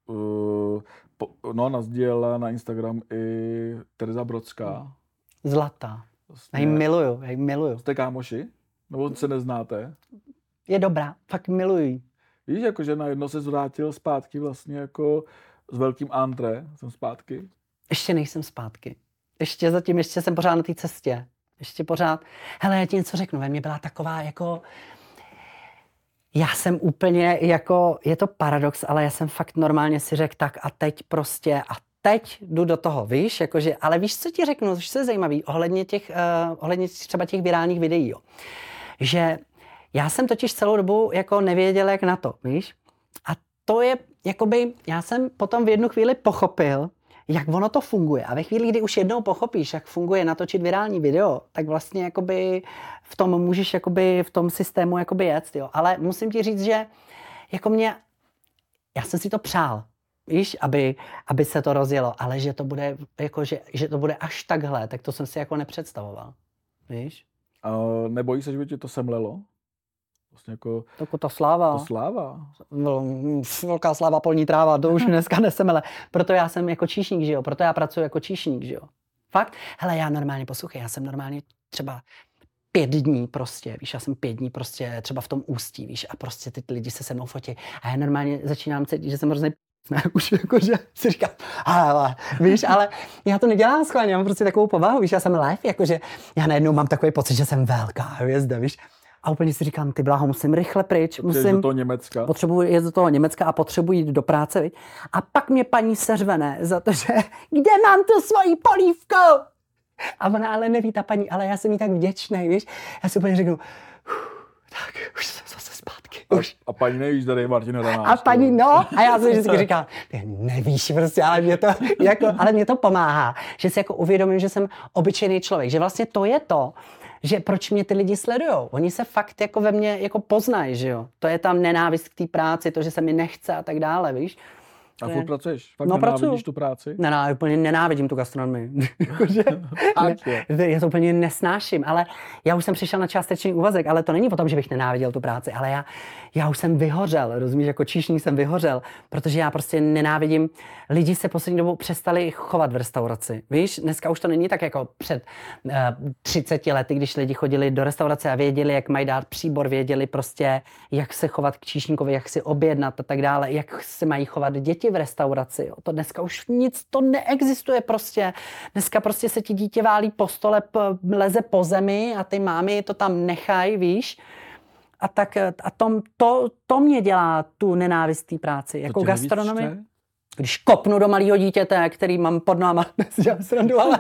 [SPEAKER 2] nasdílela na Instagram i Tereza Brodská.
[SPEAKER 1] Zlatá.
[SPEAKER 2] Vlastně,
[SPEAKER 1] Já ji miluju.
[SPEAKER 2] Jste kámoši? Nebo se neznáte?
[SPEAKER 1] Je dobrá, fakt miluji.
[SPEAKER 2] Víš, jakože najednou se zvrátil zpátky vlastně jako s velkým antré. Jsem zpátky.
[SPEAKER 1] Ještě nejsem zpátky. Ještě jsem pořád na té cestě. Ještě pořád. Hele, já ti něco řeknu. Ve mně byla taková jako... Já jsem úplně jako... Je to paradox, ale já jsem fakt normálně si řekl tak a teď jdu do toho, víš? Jakože, ale víš, co ti řeknu, což je zajímavý, ohledně třeba těch virálních videí, jo. Že já jsem totiž celou dobu jako nevěděl, jak na to, víš? A to je, jakoby, já jsem potom v jednu chvíli pochopil, jak ono to funguje. A ve chvíli, kdy už jednou pochopíš, jak funguje natočit virální video, tak vlastně jakoby v tom můžeš jakoby v tom systému jakoby jet, jo. Ale musím ti říct, že jako já jsem si to přál, víš, aby se to rozjelo, ale že to bude jako, že to bude až takhle, tak to jsem si jako nepředstavoval, víš.
[SPEAKER 2] Nebojíš se, že by tě to semlelo? Vlastně jako...
[SPEAKER 1] Ta sláva.
[SPEAKER 2] To sláva.
[SPEAKER 1] Velká sláva, polní tráva, to už dneska nesemele. Proto já jsem jako číšník, že jo? Proto já pracuji jako číšník, že jo? Fakt? Hele, já normálně, poslouchej, já jsem normálně třeba 5 dní prostě, víš, já jsem 5 dní prostě třeba v tom Ústí, víš, a prostě ty lidi se mnou fotí. A já normálně začínám cítit, že jsem hrozně už jakože si říkám, víš, ale já to nedělám schválně, já mám prostě takovou povahu, víš, já jsem live, jakože já najednou mám takový pocit, že jsem velká hvězda, víš. A úplně si říkám, ty bláho, musím rychle pryč,
[SPEAKER 2] do toho Německa.
[SPEAKER 1] Potřebuji jít do toho Německa a potřebuji jít do práce, viď? A pak mě paní seřvene za to, že kde mám tu svoji polívku? A ona ale neví, ta paní, ale já jsem jí tak vděčnej, víš? Já si úplně řeknu, tak, už jsem zase zpátky.
[SPEAKER 2] A paní nevíš, tady je Martin Hranáč.
[SPEAKER 1] A paní, no, a já jsem vždycky říkal, ty nevíš prostě, ale mě to pomáhá, že si jako uvědomím, že jsem obyčejný člověk, že vlastně to je to, že proč mě ty lidi sledujou. Oni se fakt jako ve mně jako poznají, že jo. To je tam nenávist k té práci, to, že se mi nechce a tak dále, víš.
[SPEAKER 2] A furt pracuješ? Fakt
[SPEAKER 1] No,
[SPEAKER 2] nenávidíš tu práci?
[SPEAKER 1] Ne, úplně nenávidím tu gastronomii. Já to úplně nesnáším, ale já už jsem přišel na částečný úvazek, ale to není o tom, že bych nenáviděl tu práci, ale já už jsem vyhořel, rozumíš, jako číšník jsem vyhořel, protože já prostě nenávidím, lidi se poslední dobou přestali chovat v restauraci, víš, dneska už to není tak jako před 30 lety, když lidi chodili do restaurace a věděli, jak mají dát příbor, věděli prostě, jak se chovat k číšníkovi, jak si objednat a tak dále, jak se mají chovat děti v restauraci, jo. To dneska už nic, to neexistuje prostě. Dneska prostě se ti dítě válí po stole, leze po zemi a ty mámy to tam nechají, víš. A tak to mě dělá tu nenávist té práci. Jako gastronomie. Když kopnu do malého dítěte, který mám pod náma, dělám srandu, ale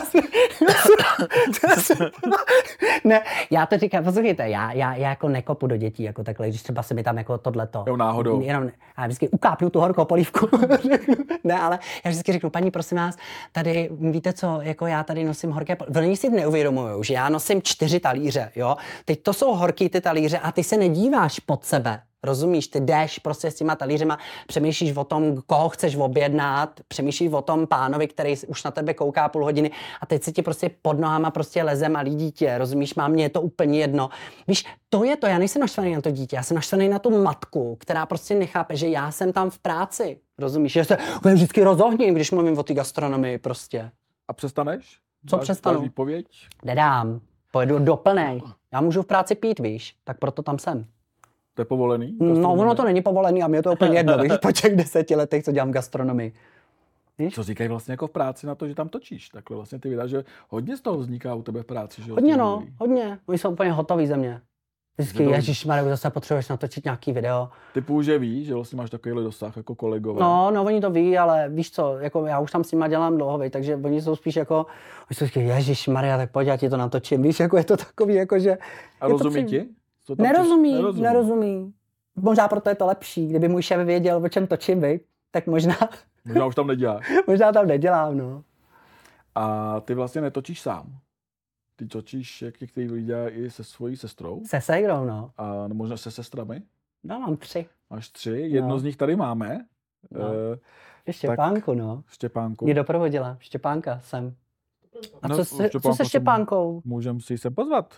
[SPEAKER 1] ne, já to říkám, poslouchejte, já jako nekopu do dětí, jako takhle, když třeba se mi tam jako tohleto.
[SPEAKER 2] Jo, náhodou.
[SPEAKER 1] Jenom, já vždycky ukápnu tu horkou polívku. Ne, ale já vždycky řeknu, paní, prosím vás, tady, víte co, jako já tady nosím horké polívky. Oni si neuvědomujou, že já nosím 4 talíře, jo. Teď to jsou horký ty talíře a ty se nedíváš pod sebe. Rozumíš, ty jdeš prostě s těma talířema, přemýšlíš o tom, koho chceš objednat, přemýšlíš o tom pánovi, který už na tebe kouká půl hodiny a teď se ti prostě pod nohama prostě leze malý dítě, rozumíš, mně je to úplně jedno. Víš, to je to, já nejsem naštvaný na to dítě, já jsem naštvaný na tu matku, která prostě nechápe, že já jsem tam v práci, rozumíš, že se vždycky rozohním, když mluvím o té gastronomii prostě.
[SPEAKER 2] A přestaneš?
[SPEAKER 1] Co přestanu?
[SPEAKER 2] Výpověď?
[SPEAKER 1] Nedám, pojedu do plnej. Já můžu v práci pít, víš, tak proto tam jsem.
[SPEAKER 2] To je povolený?
[SPEAKER 1] No, ono to není povolený a mě je to úplně jedno, víš, po těch 10 letech, co dělám gastronomii. Víš?
[SPEAKER 2] Co říkají vlastně jako v práci na to, že tam točíš? Takhle vlastně ty vydáš, že hodně z toho vzniká u tebe v práci, že?
[SPEAKER 1] Hodně, no, hodně. Oni jsou úplně hotoví ze mě. Vždycky, ježišmarja, zase potřebuješ natočit nějaký video.
[SPEAKER 2] Typu, že ví, že vlastně máš takovýhle dosah jako kolegové.
[SPEAKER 1] No, oni to ví, ale víš co, jako já už tam s nima dělám dlouho, takže oni jsou spíš jako, ježišmarja, tak pojď, já ti to natočím, víš, jako je to takový, jako že...
[SPEAKER 2] A rozumí ti?
[SPEAKER 1] Nerozumí. Možná proto je to lepší, kdyby můj šéf věděl, o čem točím, tak možná...
[SPEAKER 2] Možná už tam neděláš.
[SPEAKER 1] Možná tam nedělám, no.
[SPEAKER 2] A ty vlastně netočíš sám. Ty točíš, jak některý lidé, i se svojí sestrou.
[SPEAKER 1] Se ségrou, no.
[SPEAKER 2] A možná se sestrami.
[SPEAKER 1] No, mám 3.
[SPEAKER 2] Máš 3, jedno z nich tady máme.
[SPEAKER 1] No. Štěpánku, no.
[SPEAKER 2] Štěpánku.
[SPEAKER 1] Mě doprovodila, Štěpánka jsem. A co se Štěpánkou?
[SPEAKER 2] Můžeme si se pozvat.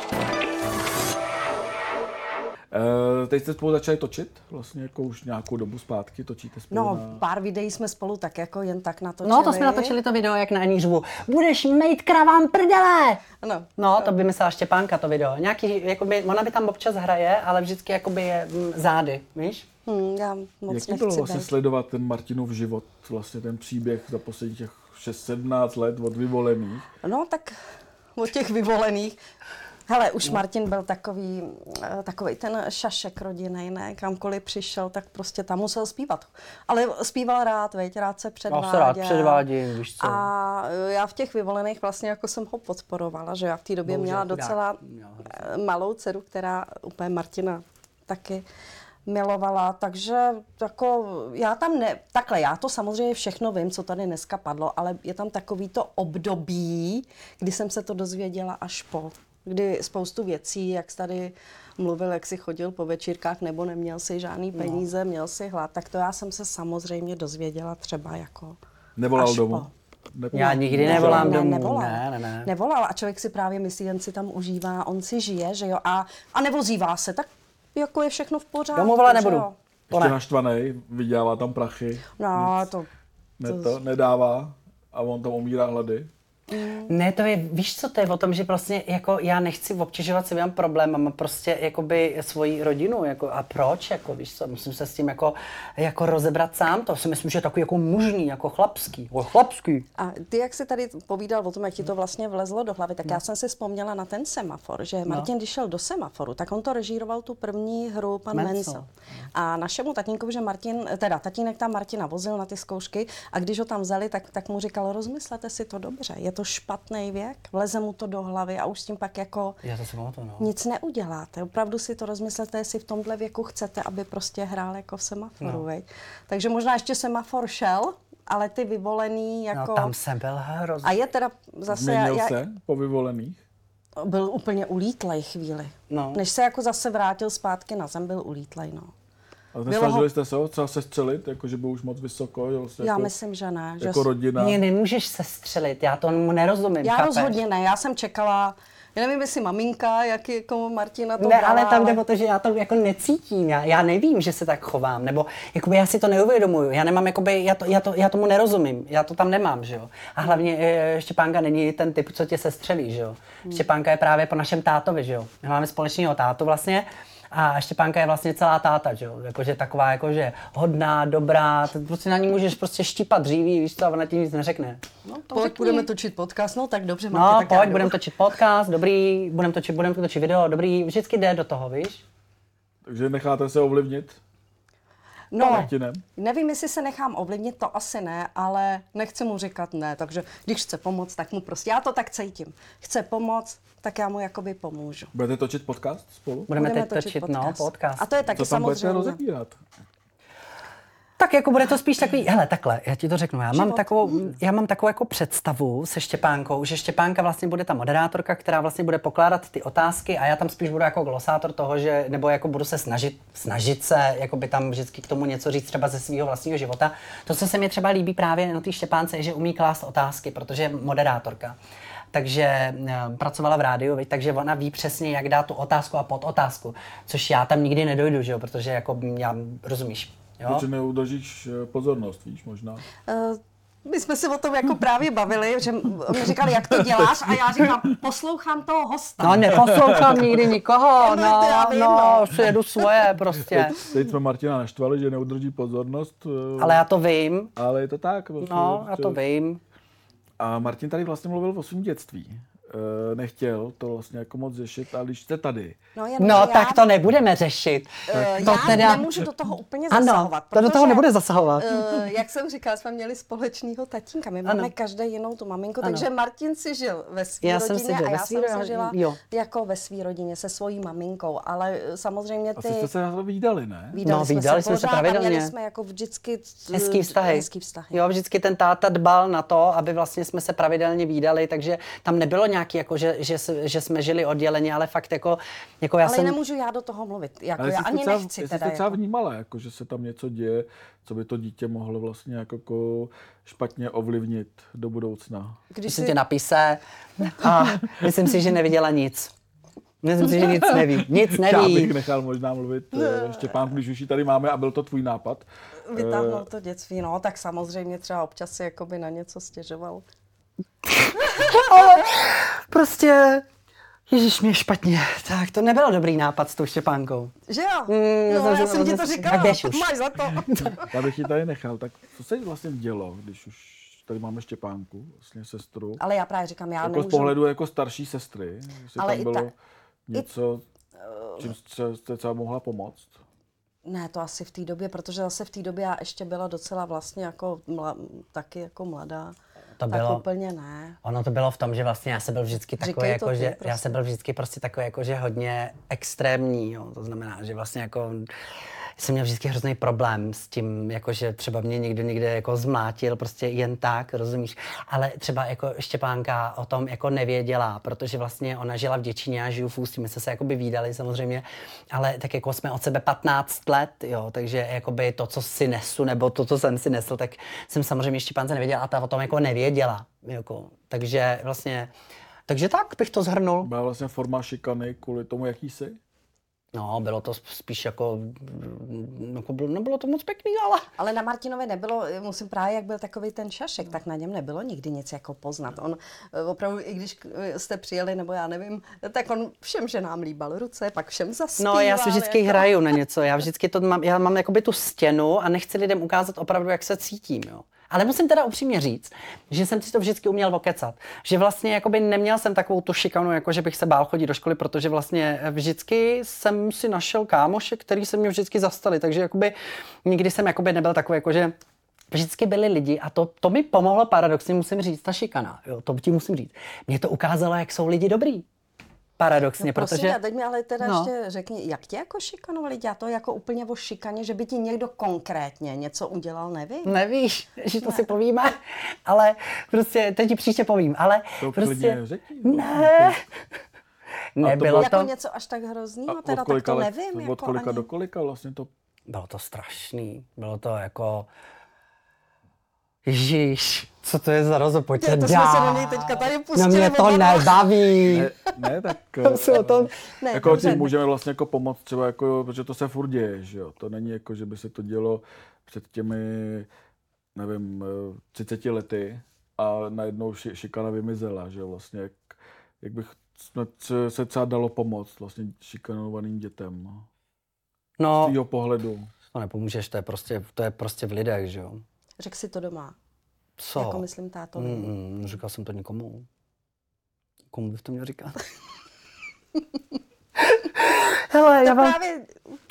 [SPEAKER 2] Teď jste spolu začali točit, vlastně jako už nějakou dobu zpátky točíte spolu.
[SPEAKER 3] No, pár videí jsme spolu tak jako jen tak natočili.
[SPEAKER 1] No, to jsme natočili to video, jak na ní řvu. Budeš mejt kravám prdele! No, to by myslela Štěpánka, to video. Nějaký, jakoby, ona by tam občas hraje, ale vždycky jakoby je zády, víš?
[SPEAKER 3] Já moc
[SPEAKER 2] jaký bylo vlastně sledovat ten Martinův život, vlastně ten příběh za posledních těch 6-17 let od vyvolených?
[SPEAKER 3] No, tak od těch vyvolených. Hele, už Martin byl takový ten šašek rodinnej, ne? Kamkoliv přišel, tak prostě tam musel zpívat. Ale zpíval rád, rád se předváděl.
[SPEAKER 1] Já se rád předvádím, víš co.
[SPEAKER 3] A já v těch vyvolených vlastně jako jsem ho podporovala, že já v té době měla docela malou dceru, která úplně Martina taky milovala, takže jako já to samozřejmě všechno vím, co tady dneska padlo, ale je tam takový to období, kdy jsem se to dozvěděla až kdy spoustu věcí, jak jsi tady mluvil, jak jsi chodil po večírkách nebo neměl si žádný peníze, měl si hlad, tak to já jsem se samozřejmě dozvěděla třeba jako
[SPEAKER 2] Nevolal domů?
[SPEAKER 1] Já nikdy nevolám domů.
[SPEAKER 3] Nevolal a člověk si právě myslí, jen si tam užívá, on si žije, že jo, a nevozívá se, tak jako je všechno v pořádku.
[SPEAKER 1] Domů volat nebudu.
[SPEAKER 2] Ještě naštvanej, vydělává tam prachy.
[SPEAKER 3] No,
[SPEAKER 2] to nedává a on tam umírá hlady.
[SPEAKER 1] Ne, to je, víš co, to je o tom, že prostě jako já nechci obtěžovat svým problémem, mám prostě jakoby svoji rodinu, jako a proč, jako víš co, musím se s tím jako rozebrat sám, to si myslím, že je takový jako mužný, jako chlapský.
[SPEAKER 3] A ty, jak jsi tady povídal o tom, jak ti to vlastně vlezlo do hlavy, tak já jsem si vzpomněla na ten semafor, že Martin, když šel do semaforu, tak on to režíroval tu první hru pan Mencel. A našemu tatínkovi, že tatínek tam Martina vozil na ty zkoušky a když ho tam vzali, tak mu říkal, rozmyslete si to dobře, je to špatný věk, vleze mu to do hlavy a už s tím pak jako nic neuděláte. Opravdu si to rozmyslete, jestli v tomhle věku chcete, aby prostě hrál jako v semaforu, veď. Takže možná ještě semafor šel, ale ty vyvolený jako...
[SPEAKER 1] No tam jsem byl hrozný.
[SPEAKER 3] A je teda zase...
[SPEAKER 2] Změnil se po vyvolených?
[SPEAKER 3] Byl úplně ulítlej chvíli. No. Než se jako zase vrátil zpátky na zem, byl ulítlej, no.
[SPEAKER 2] A nesnažili jste se ho třeba sestřelit, jako že byl už moc vysoko?
[SPEAKER 3] Já
[SPEAKER 2] jako,
[SPEAKER 3] myslím, že ne.
[SPEAKER 2] Jako rodina?
[SPEAKER 1] Mě nemůžeš sestřelit, já tomu nerozumím.
[SPEAKER 3] Já rozhodně ne, já jsem čekala, já nevím, jestli maminka, jak jako Martina to
[SPEAKER 1] ne,
[SPEAKER 3] brala,
[SPEAKER 1] ale tam jde o to, že já to jako necítím, já nevím, že se tak chovám, nebo jakoby já si to neuvědomuju, já nemám jakoby, já tomu nerozumím, já to tam nemám, že jo. A hlavně Štěpánka není ten typ, co tě sestřelí, že jo. Štěpánka je právě po našem tátovi, že jo. My máme společného tátu vlastně. A Štěpánka je vlastně celá táta, že jo, jakože taková jakože hodná, dobrá, prostě na ní můžeš prostě štípat dříví, víš co, a ona ti nic neřekne.
[SPEAKER 3] No, pojď, budeme točit podcast, no tak dobře,
[SPEAKER 1] no, tak pojď, budeme točit podcast, dobrý, budeme točit video, dobrý, vždycky jde do toho, víš.
[SPEAKER 2] Takže necháte se ovlivnit?
[SPEAKER 3] No, nevím, jestli se nechám ovlivnit, to asi ne, ale nechci mu říkat ne, takže když chce pomoct, tak mu prostě, já to tak cítím. Chce pomoct, tak já mu jakoby pomůžu.
[SPEAKER 2] Budete točit podcast spolu?
[SPEAKER 1] Budeme teď točit podcast.
[SPEAKER 3] A to je taky samozřejmě.
[SPEAKER 2] Co tam budete rozebírat?
[SPEAKER 1] Tak jako bude to spíš takový, hele, takhle, já ti to řeknu, já mám takovou jako představu se Štěpánkou, že Štěpánka vlastně bude ta moderátorka, která vlastně bude pokládat ty otázky a já tam spíš budu jako glosátor toho, že, nebo jako budu se snažit se, jako by tam vždycky k tomu něco říct třeba ze svého vlastního života. To, co se mi třeba líbí právě na té Štěpánce, je, že umí klást otázky, protože je moderátorka. Takže pracovala v rádiu, takže ona ví přesně, jak dát tu otázku a podotázku, což já tam nikdy nedojdu, že jo, protože jako já, rozumíš.
[SPEAKER 2] Protože neudržíš pozornost, víš, možná.
[SPEAKER 3] My jsme se o tom jako právě bavili, že mi říkali, jak to děláš a já říkám, poslouchám toho hosta.
[SPEAKER 1] No neposlouchám nikdy nikoho, no, jedu svoje prostě.
[SPEAKER 2] Teď jsme Martina naštvali, že neudrží pozornost.
[SPEAKER 1] Ale já to vím.
[SPEAKER 2] Ale je to tak. Vlastně,
[SPEAKER 1] no, já to vím.
[SPEAKER 2] A Martin tady vlastně mluvil o svém dětství. Nechtěl to vlastně jako moc řešit, ale když jste tady.
[SPEAKER 1] No tak to nebudeme řešit.
[SPEAKER 3] Já nemůžu do toho úplně zasahovat.
[SPEAKER 1] Ano, to do toho nebude zasahovat.
[SPEAKER 3] Jak jsem říkala, jsme měli společného tatínka. My máme každý jinou tu maminku, takže Martin si žil ve své rodině a já jsem si žila jako ve své rodině se svojí maminkou. Ale samozřejmě ty...
[SPEAKER 2] Asi jste se vídali, ne?
[SPEAKER 1] Vídali jsme se pravidelně.
[SPEAKER 3] Měli jsme jako vždycky
[SPEAKER 1] hezký vztahy. Jo, vždycky ten táta dbal na to, aby vlastně jsme se pravidelně vídali, takže tam nebylo nějaký, jako, že jsme žili odděleně, ale fakt jako já
[SPEAKER 3] ale
[SPEAKER 1] jsem...
[SPEAKER 3] nemůžu já do toho mluvit, jako já ani nechci.
[SPEAKER 2] Jestli jste třeba vnímala, jako, že se tam něco děje, co by to dítě mohlo vlastně jako špatně ovlivnit do budoucna.
[SPEAKER 1] Když si tě napíše a myslím si, že neviděla nic. Myslím si, že nic neví. Nic neví.
[SPEAKER 2] Já bych nechal možná mluvit Štěpánku, když už ji tady máme a byl to tvůj nápad.
[SPEAKER 3] Vytáhnout to dětství, no, tak samozřejmě třeba občas si jakoby na něco stěžoval.
[SPEAKER 1] Ale prostě, Ježíš, mě špatně. Tak to nebyl dobrý nápad s tou Štěpánkou.
[SPEAKER 3] Že jo? Já jsem ti to říkala, máš za to.
[SPEAKER 2] Já bych ji tady nechal. Tak co se vlastně dělo, když už tady máme Štěpánku, vlastně sestru?
[SPEAKER 3] Ale já právě říkám, já
[SPEAKER 2] jako
[SPEAKER 3] nemůžu...
[SPEAKER 2] z pohledu jako starší sestry, jestli ale tam bylo něco, čím jste třeba mohla pomoct?
[SPEAKER 3] Ne, to asi v té době, protože zase v té době já ještě byla docela vlastně jako taky jako mladá.
[SPEAKER 1] To bylo,
[SPEAKER 3] tak úplně ne.
[SPEAKER 1] Ono to bylo v tom, že vlastně já jsem byl vždycky takový, jako, že prostě. Já jsem byl vždycky prostě takový, jako, že hodně extrémní, jo. To znamená, že vlastně jako jsem měl vždycky hrozný problém s tím, jako, že třeba mě někde jako zmlátil, prostě jen tak, rozumíš. Ale třeba jako Štěpánka o tom jako nevěděla, protože vlastně ona žila v Děčíně, já žiju v Ústí, my jsme se jakoby vídali samozřejmě, ale tak jako jsme od sebe 15 let, jo, takže jakoby to, co si nesu, nebo to, co jsem si nesl, tak jsem samozřejmě Štěpánce nevěděla a ta o tom jako nevěděla, jako, takže vlastně, takže tak bych to shrnul.
[SPEAKER 2] Byla vlastně forma šikany kvůli tomu, jaký jsi?
[SPEAKER 1] No, bylo to spíš jako nebylo to moc pěkný, ale...
[SPEAKER 3] Ale na Martinovi nebylo, musím právě, jak byl takový ten šašek, tak na něm nebylo nikdy nic jako poznat. On opravdu, i když jste přijeli, nebo já nevím, tak on všem ženám líbal ruce, pak všem zaspíval.
[SPEAKER 1] No, já si vždycky hraju na něco, já vždycky to mám, já mám jakoby tu stěnu a nechci lidem ukázat opravdu, jak se cítím, jo. Ale musím teda upřímně říct, že jsem si to vždycky uměl okecat. Že vlastně jakoby neměl jsem takovou tu šikanu, jako že bych se bál chodit do školy, protože vlastně vždycky jsem si našel kámoše, který se mě vždycky zastali. Takže jakoby nikdy jsem jakoby nebyl takový, jako že vždycky byli lidi a to mi pomohlo paradoxně, musím říct, ta šikana, jo, to ti musím říct. Mě to ukázalo, jak jsou lidi dobrý. Paradoxně, protože...
[SPEAKER 3] A teď mi ale teda ještě řekni, jak tě jako šikanovali? Já to jako úplně o šikaně, že by ti někdo konkrétně něco udělal, nevím.
[SPEAKER 1] Nevíš, že to si povíme, ale prostě, teď ti příště povím, ale
[SPEAKER 2] to
[SPEAKER 1] prostě...
[SPEAKER 2] Ne.
[SPEAKER 1] Nebylo
[SPEAKER 3] jako něco až tak hroznýho, teda tak to nevím.
[SPEAKER 2] Od kolika do kolika vlastně to...
[SPEAKER 1] Bylo to strašný, bylo to jako... Ježíš, co to je za rozopočet?
[SPEAKER 3] To jsme se do něj teďka tady pustili.
[SPEAKER 1] No mě to nebaví.
[SPEAKER 2] Ne, tak...
[SPEAKER 1] Ne,
[SPEAKER 2] jako tím můžeme vlastně jako pomoct třeba, jako, protože to se furt děje, že jo. To není jako, že by se to dělo před těmi, nevím, 30 lety a najednou šikana vymizela, že jo. Vlastně, jak bych se třeba dalo pomoct vlastně šikanovaným dětem.
[SPEAKER 1] No,
[SPEAKER 2] z tvýho pohledu.
[SPEAKER 1] To nepomůžeš, to je prostě v lidech, že jo.
[SPEAKER 3] Řekl si to doma.
[SPEAKER 1] Co?
[SPEAKER 3] Jako myslím tátovi.
[SPEAKER 1] Říkal jsem to nikomu. Komu bych to měl říkat? Hele, já vám...
[SPEAKER 3] právě...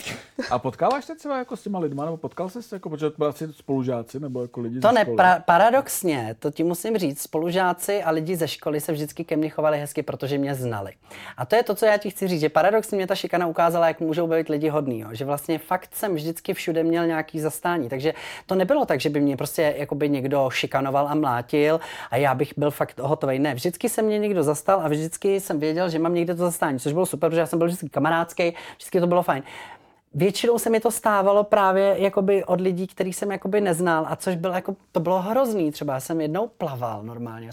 [SPEAKER 2] A potkáváš se třeba jako s těma lidma, nebo potkal jsi se jako, protože to asi spolužáci, nebo jako lidi
[SPEAKER 1] to
[SPEAKER 2] ze školy?
[SPEAKER 1] Paradoxně, to ti musím říct, spolužáci a lidi ze školy se vždycky ke mně chovali hezky, protože mě znali. A to je to, co já ti chci říct, že paradoxně mě ta šikana ukázala, jak můžou být lidi hodný, jo? Že vlastně fakt jsem vždycky všude měl nějaký zastání, takže to nebylo tak, že by mě prostě jakoby někdo šikanoval a mlátil a já bych byl fakt hotovej. Ne, vždycky se mě někdo zastal a vždycky jsem věděl, že mám někde to zastání, což bylo super, protože já jsem byl vždycky kamarádský, vždycky to bylo fajn. Většinou se mi to stávalo právě jakoby od lidí, kterých jsem jakoby neznal, a což bylo jako, to bylo hrozný. Třeba já jsem jednou plaval normálně,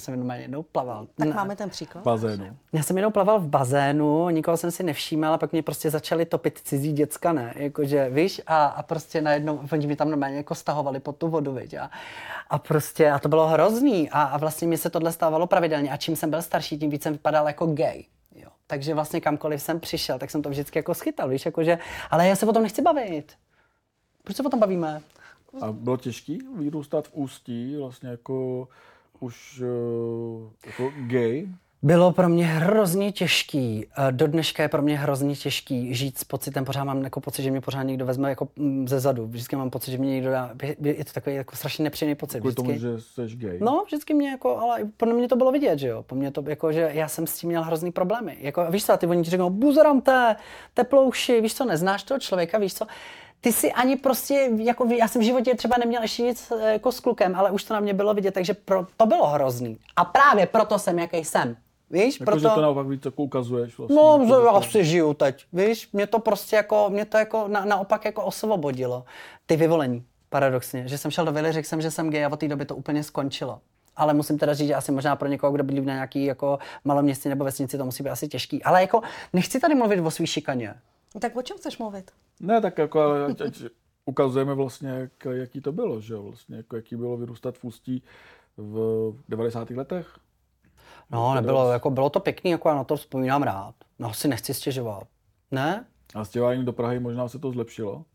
[SPEAKER 3] Tak máme ten příklad.
[SPEAKER 2] Bazénu.
[SPEAKER 1] Já jsem jednou plaval v bazénu, nikoho jsem si nevšímal a pak mě prostě začali topit cizí děcka, ne? Jakože, víš, a prostě najednou, oni mi tam normálně jako stahovali pod tu vodu, viď? A prostě, a to bylo hrozný a vlastně mi se tohle stávalo pravidelně a čím jsem byl starší, tím víc jsem vypadal jako gay. Takže vlastně kamkoliv jsem přišel, tak jsem to vždycky jako schytal, víš, jakože, ale já se o tom nechci bavit. Proč se o tom bavíme?
[SPEAKER 2] A bylo těžký vyrůstat v Ústí, vlastně jako už jako gay?
[SPEAKER 1] Bylo pro mě hrozně těžký, do dneška je pro mě hrozně těžký žít s pocitem, pořád mám jako pocit, že mě pořád někdo vezme jako ze zadu, vždycky mám pocit, že mě někdo dá, je to takový jako strašně nepříjemný pocit.
[SPEAKER 2] Kvůli tomu, že jsi gay?
[SPEAKER 1] No, vždycky mě jako, ale po mě to bylo vidět, že jo, po mně to jako, že já jsem s tím měl hrozný problémy, jako víš co, ty oni ti řeknou, buzerante, teplouši, víš co, neznáš toho člověka, víš co, ty si ani prostě, jako já jsem v životě třeba neměl ještě nic jako s klukem, ale už to na mě bylo vidět, takže to bylo hrozný a právě proto jsem, jaký jsem. Víš,
[SPEAKER 2] jako, že to naopak víc jako ukazuješ vlastně.
[SPEAKER 1] No,
[SPEAKER 2] jako
[SPEAKER 1] já si žiju teď, víš, mě to prostě jako, naopak jako osvobodilo. Ty vyvolení, paradoxně, že jsem šel do vily, řekl jsem, že jsem gay a od té doby to úplně skončilo. Ale musím teda říct, že asi možná pro někoho, kdo bydlí na nějaký jako maloměstě nebo vesnici, to musí být asi těžký. Ale jako nechci tady mluvit o svý šikaně.
[SPEAKER 3] Tak o čem chceš mluvit?
[SPEAKER 2] Ne, tak jako ale ať ukazujeme vlastně, jaký to bylo, že jo, vlastně, jako jaký bylo vyrůstat v Ústí v 90. letech.
[SPEAKER 1] No, nebylo, jako bylo to pěkný, jako já na to vzpomínám rád. No, si nechci stěžovat. Ne?
[SPEAKER 2] A stěhování do Prahy možná se to zlepšilo?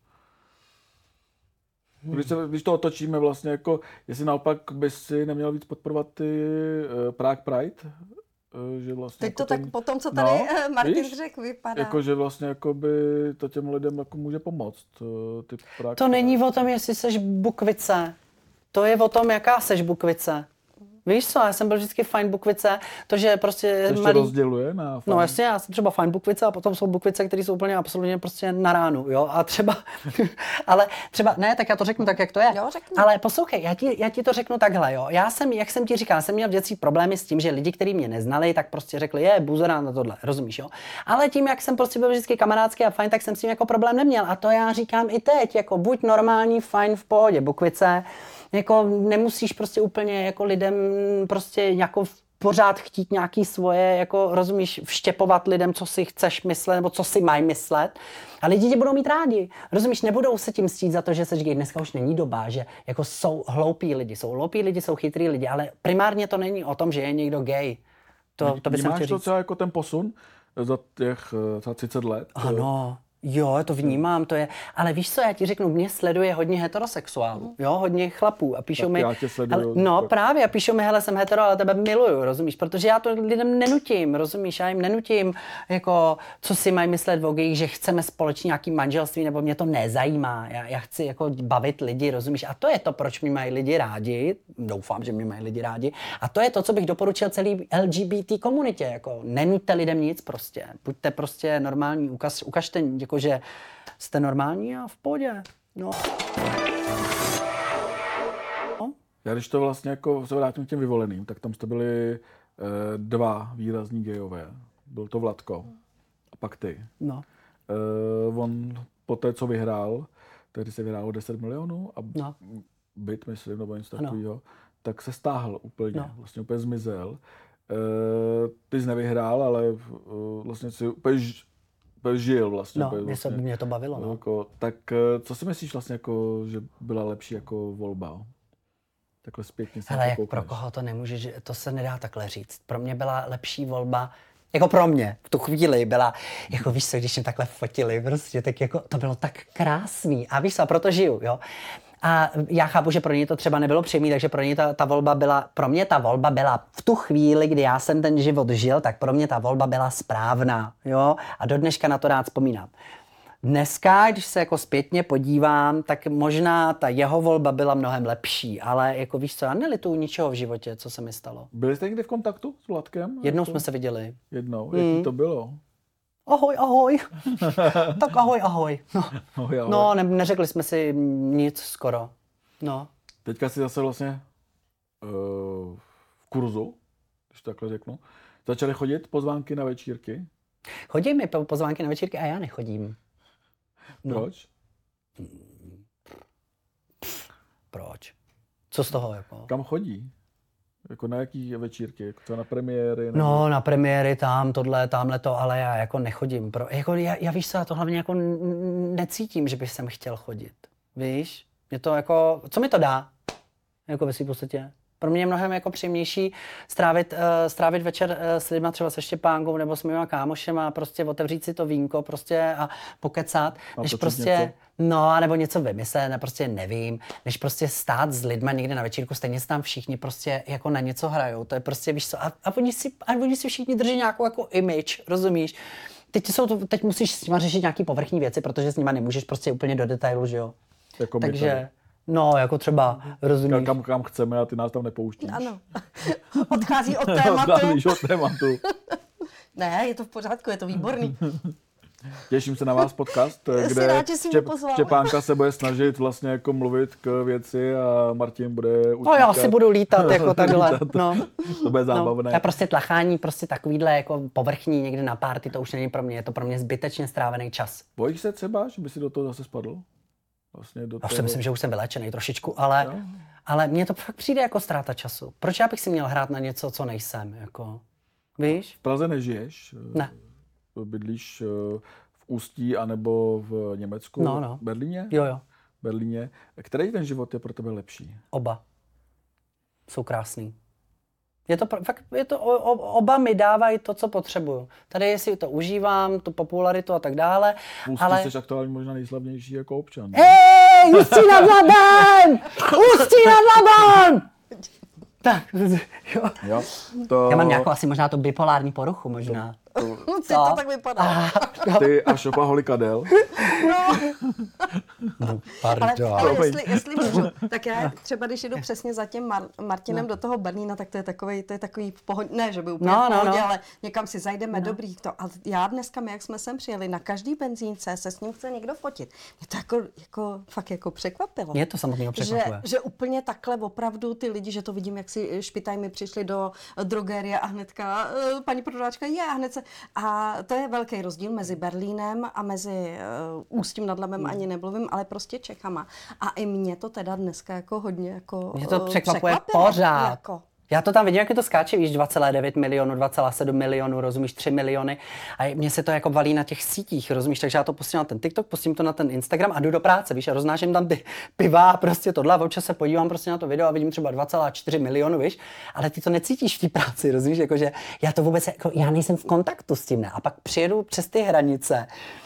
[SPEAKER 2] Když to otočíme vlastně, jako, jestli naopak bys si neměl víc podporovat ty Prague Pride, že vlastně...
[SPEAKER 3] Teď
[SPEAKER 2] jako
[SPEAKER 3] to tak po tom, co tady Martin řekl, vypadá.
[SPEAKER 2] Jako, že vlastně jako by to těm lidem jako může pomoct. Ty Prague
[SPEAKER 1] to není o tom, jestli seš bukvice. To je o tom, jaká seš bukvice. Víš co, já jsem byl vždycky fajn bukvice, to, že prostě
[SPEAKER 2] to ještě rozděluje na fajn.
[SPEAKER 1] No jasně, já jsem třeba fajn bukvice a potom jsou bukvice, které jsou úplně absolutně prostě na ránu, jo, a třeba, ale třeba, ne, tak já to řeknu tak, jak to je.
[SPEAKER 3] Jo, řekni.
[SPEAKER 1] Ale poslouchej, já ti to řeknu takhle, jo, já jsem, jak jsem ti říkal, jsem měl v dětství problémy s tím, že lidi, kteří mě neznali, tak prostě řekli, je, buzerán na tohle, rozumíš, jo, ale tím, jak jsem prostě byl vždycky kamarádský a fajn, tak jsem s tím jako problém neměl a to já říkám i teď, jako buď normální, fajn, v pohodě, bukvice, jako nemusíš prostě úplně jako lidem prostě jako pořád chtít nějaký svoje, jako rozumíš, vštěpovat lidem, co si chceš myslet, nebo co si mají myslet. A lidi tě budou mít rádi. Rozumíš, nebudou se tím ctít za to, že seš gay. Dneska už není doba, že jako jsou hloupí lidi, jsou chytrý lidi, ale primárně to není o tom, že je někdo gay. To by jsem chtěl říct.
[SPEAKER 2] Vnímáš to třeba jako ten posun za těch 30 let?
[SPEAKER 1] Ano. Jo, to vnímám, to je, ale víš co, já ti řeknu, mě sleduje hodně heterosexuálů, jo, hodně chlapů a píšou
[SPEAKER 2] tak
[SPEAKER 1] mi,
[SPEAKER 2] já tě sleduju,
[SPEAKER 1] no
[SPEAKER 2] tak.
[SPEAKER 1] právě, a píšou mi, hele, jsem hetero, ale tebe miluju, rozumíš, protože já to lidem nenutím, rozumíš, já jim nenutím, jako, co si mají myslet o gejích, že chceme společně nějaký manželství, nebo mě to nezajímá, já chci jako bavit lidi, rozumíš, a to je to, proč mě mají lidi rádi, doufám, že mě mají lidi rádi, a to je to, co bych doporučil celý LGBT komunitě, jako, nenuďte lidem nic prostě, buďte prostě normální, ukažte, jakože jste normální a v pohodě. No.
[SPEAKER 2] Já když to vlastně jako se vrátím k těm vyvoleným, tak tam jste byli dva výrazní gejové. Byl to Vladko a pak ty.
[SPEAKER 1] No.
[SPEAKER 2] On po té, co vyhrál, tehdy se vyhrálo 10 milionů a
[SPEAKER 1] No.
[SPEAKER 2] byt, myslím, nebo něco takového, tak se stáhl úplně, vlastně úplně zmizel. Ty jsi nevyhrál, ale vlastně si úplně žil vlastně.
[SPEAKER 1] No,
[SPEAKER 2] vlastně,
[SPEAKER 1] mě to bavilo. No.
[SPEAKER 2] Jako, tak co si myslíš vlastně, jako, že byla lepší jako volba? Takhle zpětně se
[SPEAKER 1] Ale jak pro koho to nemůže, to se nedá takhle říct. Pro mě byla lepší volba, jako pro mě, v tu chvíli byla, jako víš co, když mě takhle fotili, prostě, tak jako to bylo tak krásný. A víš co, a proto žiju, jo. A já chápu, že pro ně to třeba nebylo příjemný, takže pro ně ta volba byla, pro mě ta volba byla v tu chvíli, kdy já jsem ten život žil, tak pro mě ta volba byla správná, jo. A do dneška na to rád vzpomínám. Dneska, když se jako zpětně podívám, tak možná ta jeho volba byla mnohem lepší, ale jako víš co, já nelituju ničeho v životě, co se mi stalo.
[SPEAKER 2] Byli jste někdy v kontaktu s Vladkem?
[SPEAKER 1] Jednou jsme se viděli.
[SPEAKER 2] Jednou? Jaký to bylo?
[SPEAKER 1] Ahoj, ahoj. Tak ahoj, ahoj.
[SPEAKER 2] Ahoj.
[SPEAKER 1] No, neřekli jsme si nic skoro. No.
[SPEAKER 2] Teďka si zase vlastně v kurzu, když to takhle řeknu, začaly chodit pozvánky na večírky.
[SPEAKER 1] Chodí mi pozvánky na večírky a já nechodím. No.
[SPEAKER 2] Proč?
[SPEAKER 1] Proč? Co z toho? Jako?
[SPEAKER 2] Kam chodí? Jako na jaký večírky? Jako to na premiéry? Nebo...
[SPEAKER 1] No, na premiéry, tamhle to, ale já jako nechodím. Jako já víš co, já to hlavně jako necítím, že bych sem chtěl chodit. Víš? Mě to jako, co mi to dá? Jako ve svým podstatě. Pro mě je mnohem jako příjemnější strávit večer s lidma, třeba se Štěpánkou nebo s mýma kámošema a prostě otevřít si to vínko prostě a pokecat, než prostě, něco? No, nebo něco vymyslet, prostě nevím, než prostě stát s lidma někde na večírku, stejně se tam všichni prostě jako na něco hrajou, to je prostě, víš co, a oni si všichni drží nějakou jako image, rozumíš? Teď musíš s nima řešit nějaký povrchní věci, protože s nima nemůžeš prostě úplně do detailu, že jo?
[SPEAKER 2] Jako
[SPEAKER 1] takže... No, jako třeba, rozumíš.
[SPEAKER 2] Kam chceme a ty nás tam nepouštíš.
[SPEAKER 3] Ano. Odchází od tématu.
[SPEAKER 2] Odcházíš od tématu.
[SPEAKER 3] Ne, je to v pořádku, je to výborný.
[SPEAKER 2] Těším se na vás podcast, kde Štěpánka se bude snažit vlastně jako mluvit k věci a Martin bude utíkat.
[SPEAKER 1] No já si budu lítat jako takhle. No.
[SPEAKER 2] To bude zábavné.
[SPEAKER 1] No, a prostě tlachání, prostě takovýhle jako povrchní někde na party, to už není pro mě, je to pro mě zbytečně strávený čas.
[SPEAKER 2] Bojíš se třeba, že by si do toho zase spadl? Vlastně do toho...
[SPEAKER 1] Já si myslím, že už jsem vylečený trošičku, ale mně to fakt přijde jako ztráta času. Proč já bych si měl hrát na něco, co nejsem, jako, víš?
[SPEAKER 2] V Praze nežiješ?
[SPEAKER 1] Ne.
[SPEAKER 2] Bydlíš v Ústí anebo v Německu?
[SPEAKER 1] No.
[SPEAKER 2] Berlíně?
[SPEAKER 1] Jo.
[SPEAKER 2] Berlíně. Který ten život je pro tebe lepší?
[SPEAKER 1] Oba. Jsou krásný. Oba mi dávají to, co potřebuju. Tady si to užívám, tu popularitu a tak dále.
[SPEAKER 2] Ústí jsi aktuálně možná nejslavnější jako občan.
[SPEAKER 1] Hej, Ústí nad Labem! Ústí nad Labem! Tak, jo. Já mám nějakou asi možná to bipolární poruchu, možná.
[SPEAKER 3] Ty to tak vypadá.
[SPEAKER 2] Ty a šopaholik Adel.
[SPEAKER 1] No, pardon.
[SPEAKER 3] Ale jestli můžu, tak já třeba, když jdu přesně za tím Martinem do toho Berlína, tak to je takový v pohodě, ne, že by úplně v pohodě, ale někam si zajdeme dobrý. Ale já dneska, jak jsme sem přijeli, na každý benzínce se s ním chce někdo fotit. Mě to jako fakt jako překvapilo.
[SPEAKER 1] Mě to samotného překvapuje.
[SPEAKER 3] Že úplně takhle opravdu ty lidi, že to vidím, jak si špitaj mi přišli do drogerie a hnedka paní prodáčka je a hned se... A to je velký rozdíl mezi Berlínem a mezi Ústím nad Labem ani nemluvím, ale prostě Čechama. A i mě to teda dneska jako hodně jako
[SPEAKER 1] mě to překvapuje pořád. Jako. Já to tam vidím, jak je to skáče, víš, 2,9 milionu, 2,7 milionu, rozumíš, 3 miliony. A mně se to jako valí na těch sítích, rozumíš, takže já to pustím na ten TikTok, pustím to na ten Instagram a jdu do práce, víš, a roznáším tam ty piva, prostě tohle, a občas se podívám prostě na to video a vidím třeba 2,4 milionu, víš, ale ty to necítíš v té práci, rozumíš, jakože já to vůbec, jako, já nejsem v kontaktu s tím, ne, a pak přijedu přes ty hranice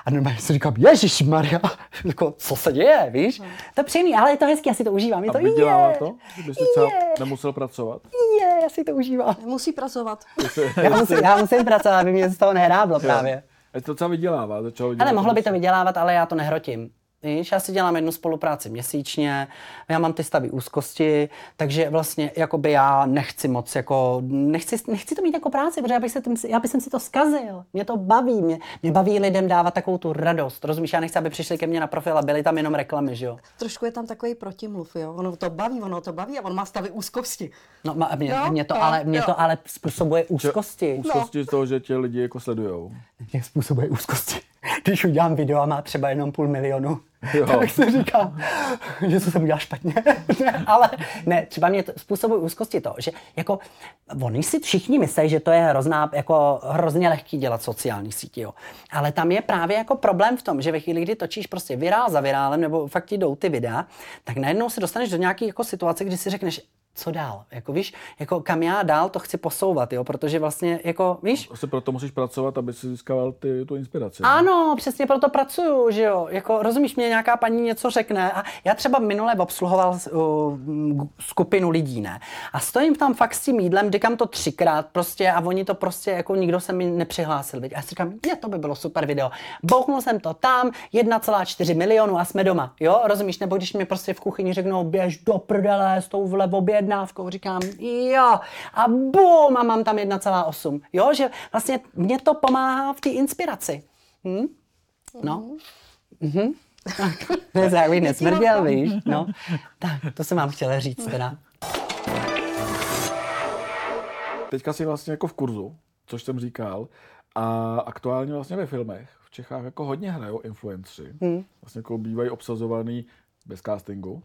[SPEAKER 1] A normálně si říkám, ježišmarja, jako, co se děje, víš? To je příjemný, ale je to hezký, já si to užívám. Je to,
[SPEAKER 2] vydělává to? Kdyby si třeba nemusel pracovat?
[SPEAKER 1] Já si to užívám.
[SPEAKER 3] Nemusí pracovat.
[SPEAKER 1] Já musím pracovat, aby mě z toho nehráblo právě.
[SPEAKER 2] A to třeba vydělává?
[SPEAKER 1] Ale mohlo by to vydělávat, ale já to nehrotím. Víš, já si dělám jednu spolupráci měsíčně, já mám ty stavy úzkosti, takže vlastně jakoby já nechci moc jako, nechci to mít jako práci, protože já bych si to zkazil. Mě to baví, mě baví lidem dávat takovou tu radost, rozumíš, já nechci, aby přišli ke mně na profil a byly tam jenom reklamy, že jo.
[SPEAKER 3] Trošku je tam takový protimluv, jo, ono to baví a on má stavy úzkosti.
[SPEAKER 1] No, mě to ale způsobuje úzkosti.
[SPEAKER 2] Úzkosti z toho, že tě lidi jako sledujou.
[SPEAKER 1] Mě způsobuje úzkosti. Když udělám video a má třeba jenom 500 000, tak si říkám, že co jsem udělal špatně. Ale ne, třeba mě způsobuje úzkosti to, že jako oni si všichni myslí, že to je hrozně lehký dělat sociální sítě, jo. Ale tam je právě jako problém v tom, že ve chvíli, kdy točíš prostě virál za virálem, nebo fakt ti jdou ty videa, tak najednou se dostaneš do nějaké jako situace, kdy si řekneš, co dál, jako víš, jako kam já dál to chci posouvat, jo, protože vlastně, jako víš.
[SPEAKER 2] Asi proto musíš pracovat, aby si získal tu inspiraci.
[SPEAKER 1] Ano, přesně proto pracuju, že jo, jako rozumíš, mě nějaká paní něco řekne a já třeba minule obsluhoval skupinu lidí, ne, a stojím tam fakt s tím jídlem, dykám to 3krát prostě a oni to prostě, jako nikdo se mi nepřihlásil, viď? A já si říkám, to by bylo super video, bouchnul jsem to tam, 1,4 milionu a jsme doma, jo, rozumíš, nebo když mi prostě v kuchyni řeknou, běž do prdele s tou objednávkou, říkám, jo, a bum, a mám tam 1,8. Jo, že vlastně mě to pomáhá v té inspiraci. No. Zároveň nesmrděl, víš, no. Tak, to jsem vám chtěla říct teda.
[SPEAKER 2] Teďka jsi vlastně jako v kurzu, což jsem říkal, a aktuálně vlastně ve filmech v Čechách jako hodně hrajou influenceri. Vlastně jako bývají obsazovaný bez castingu.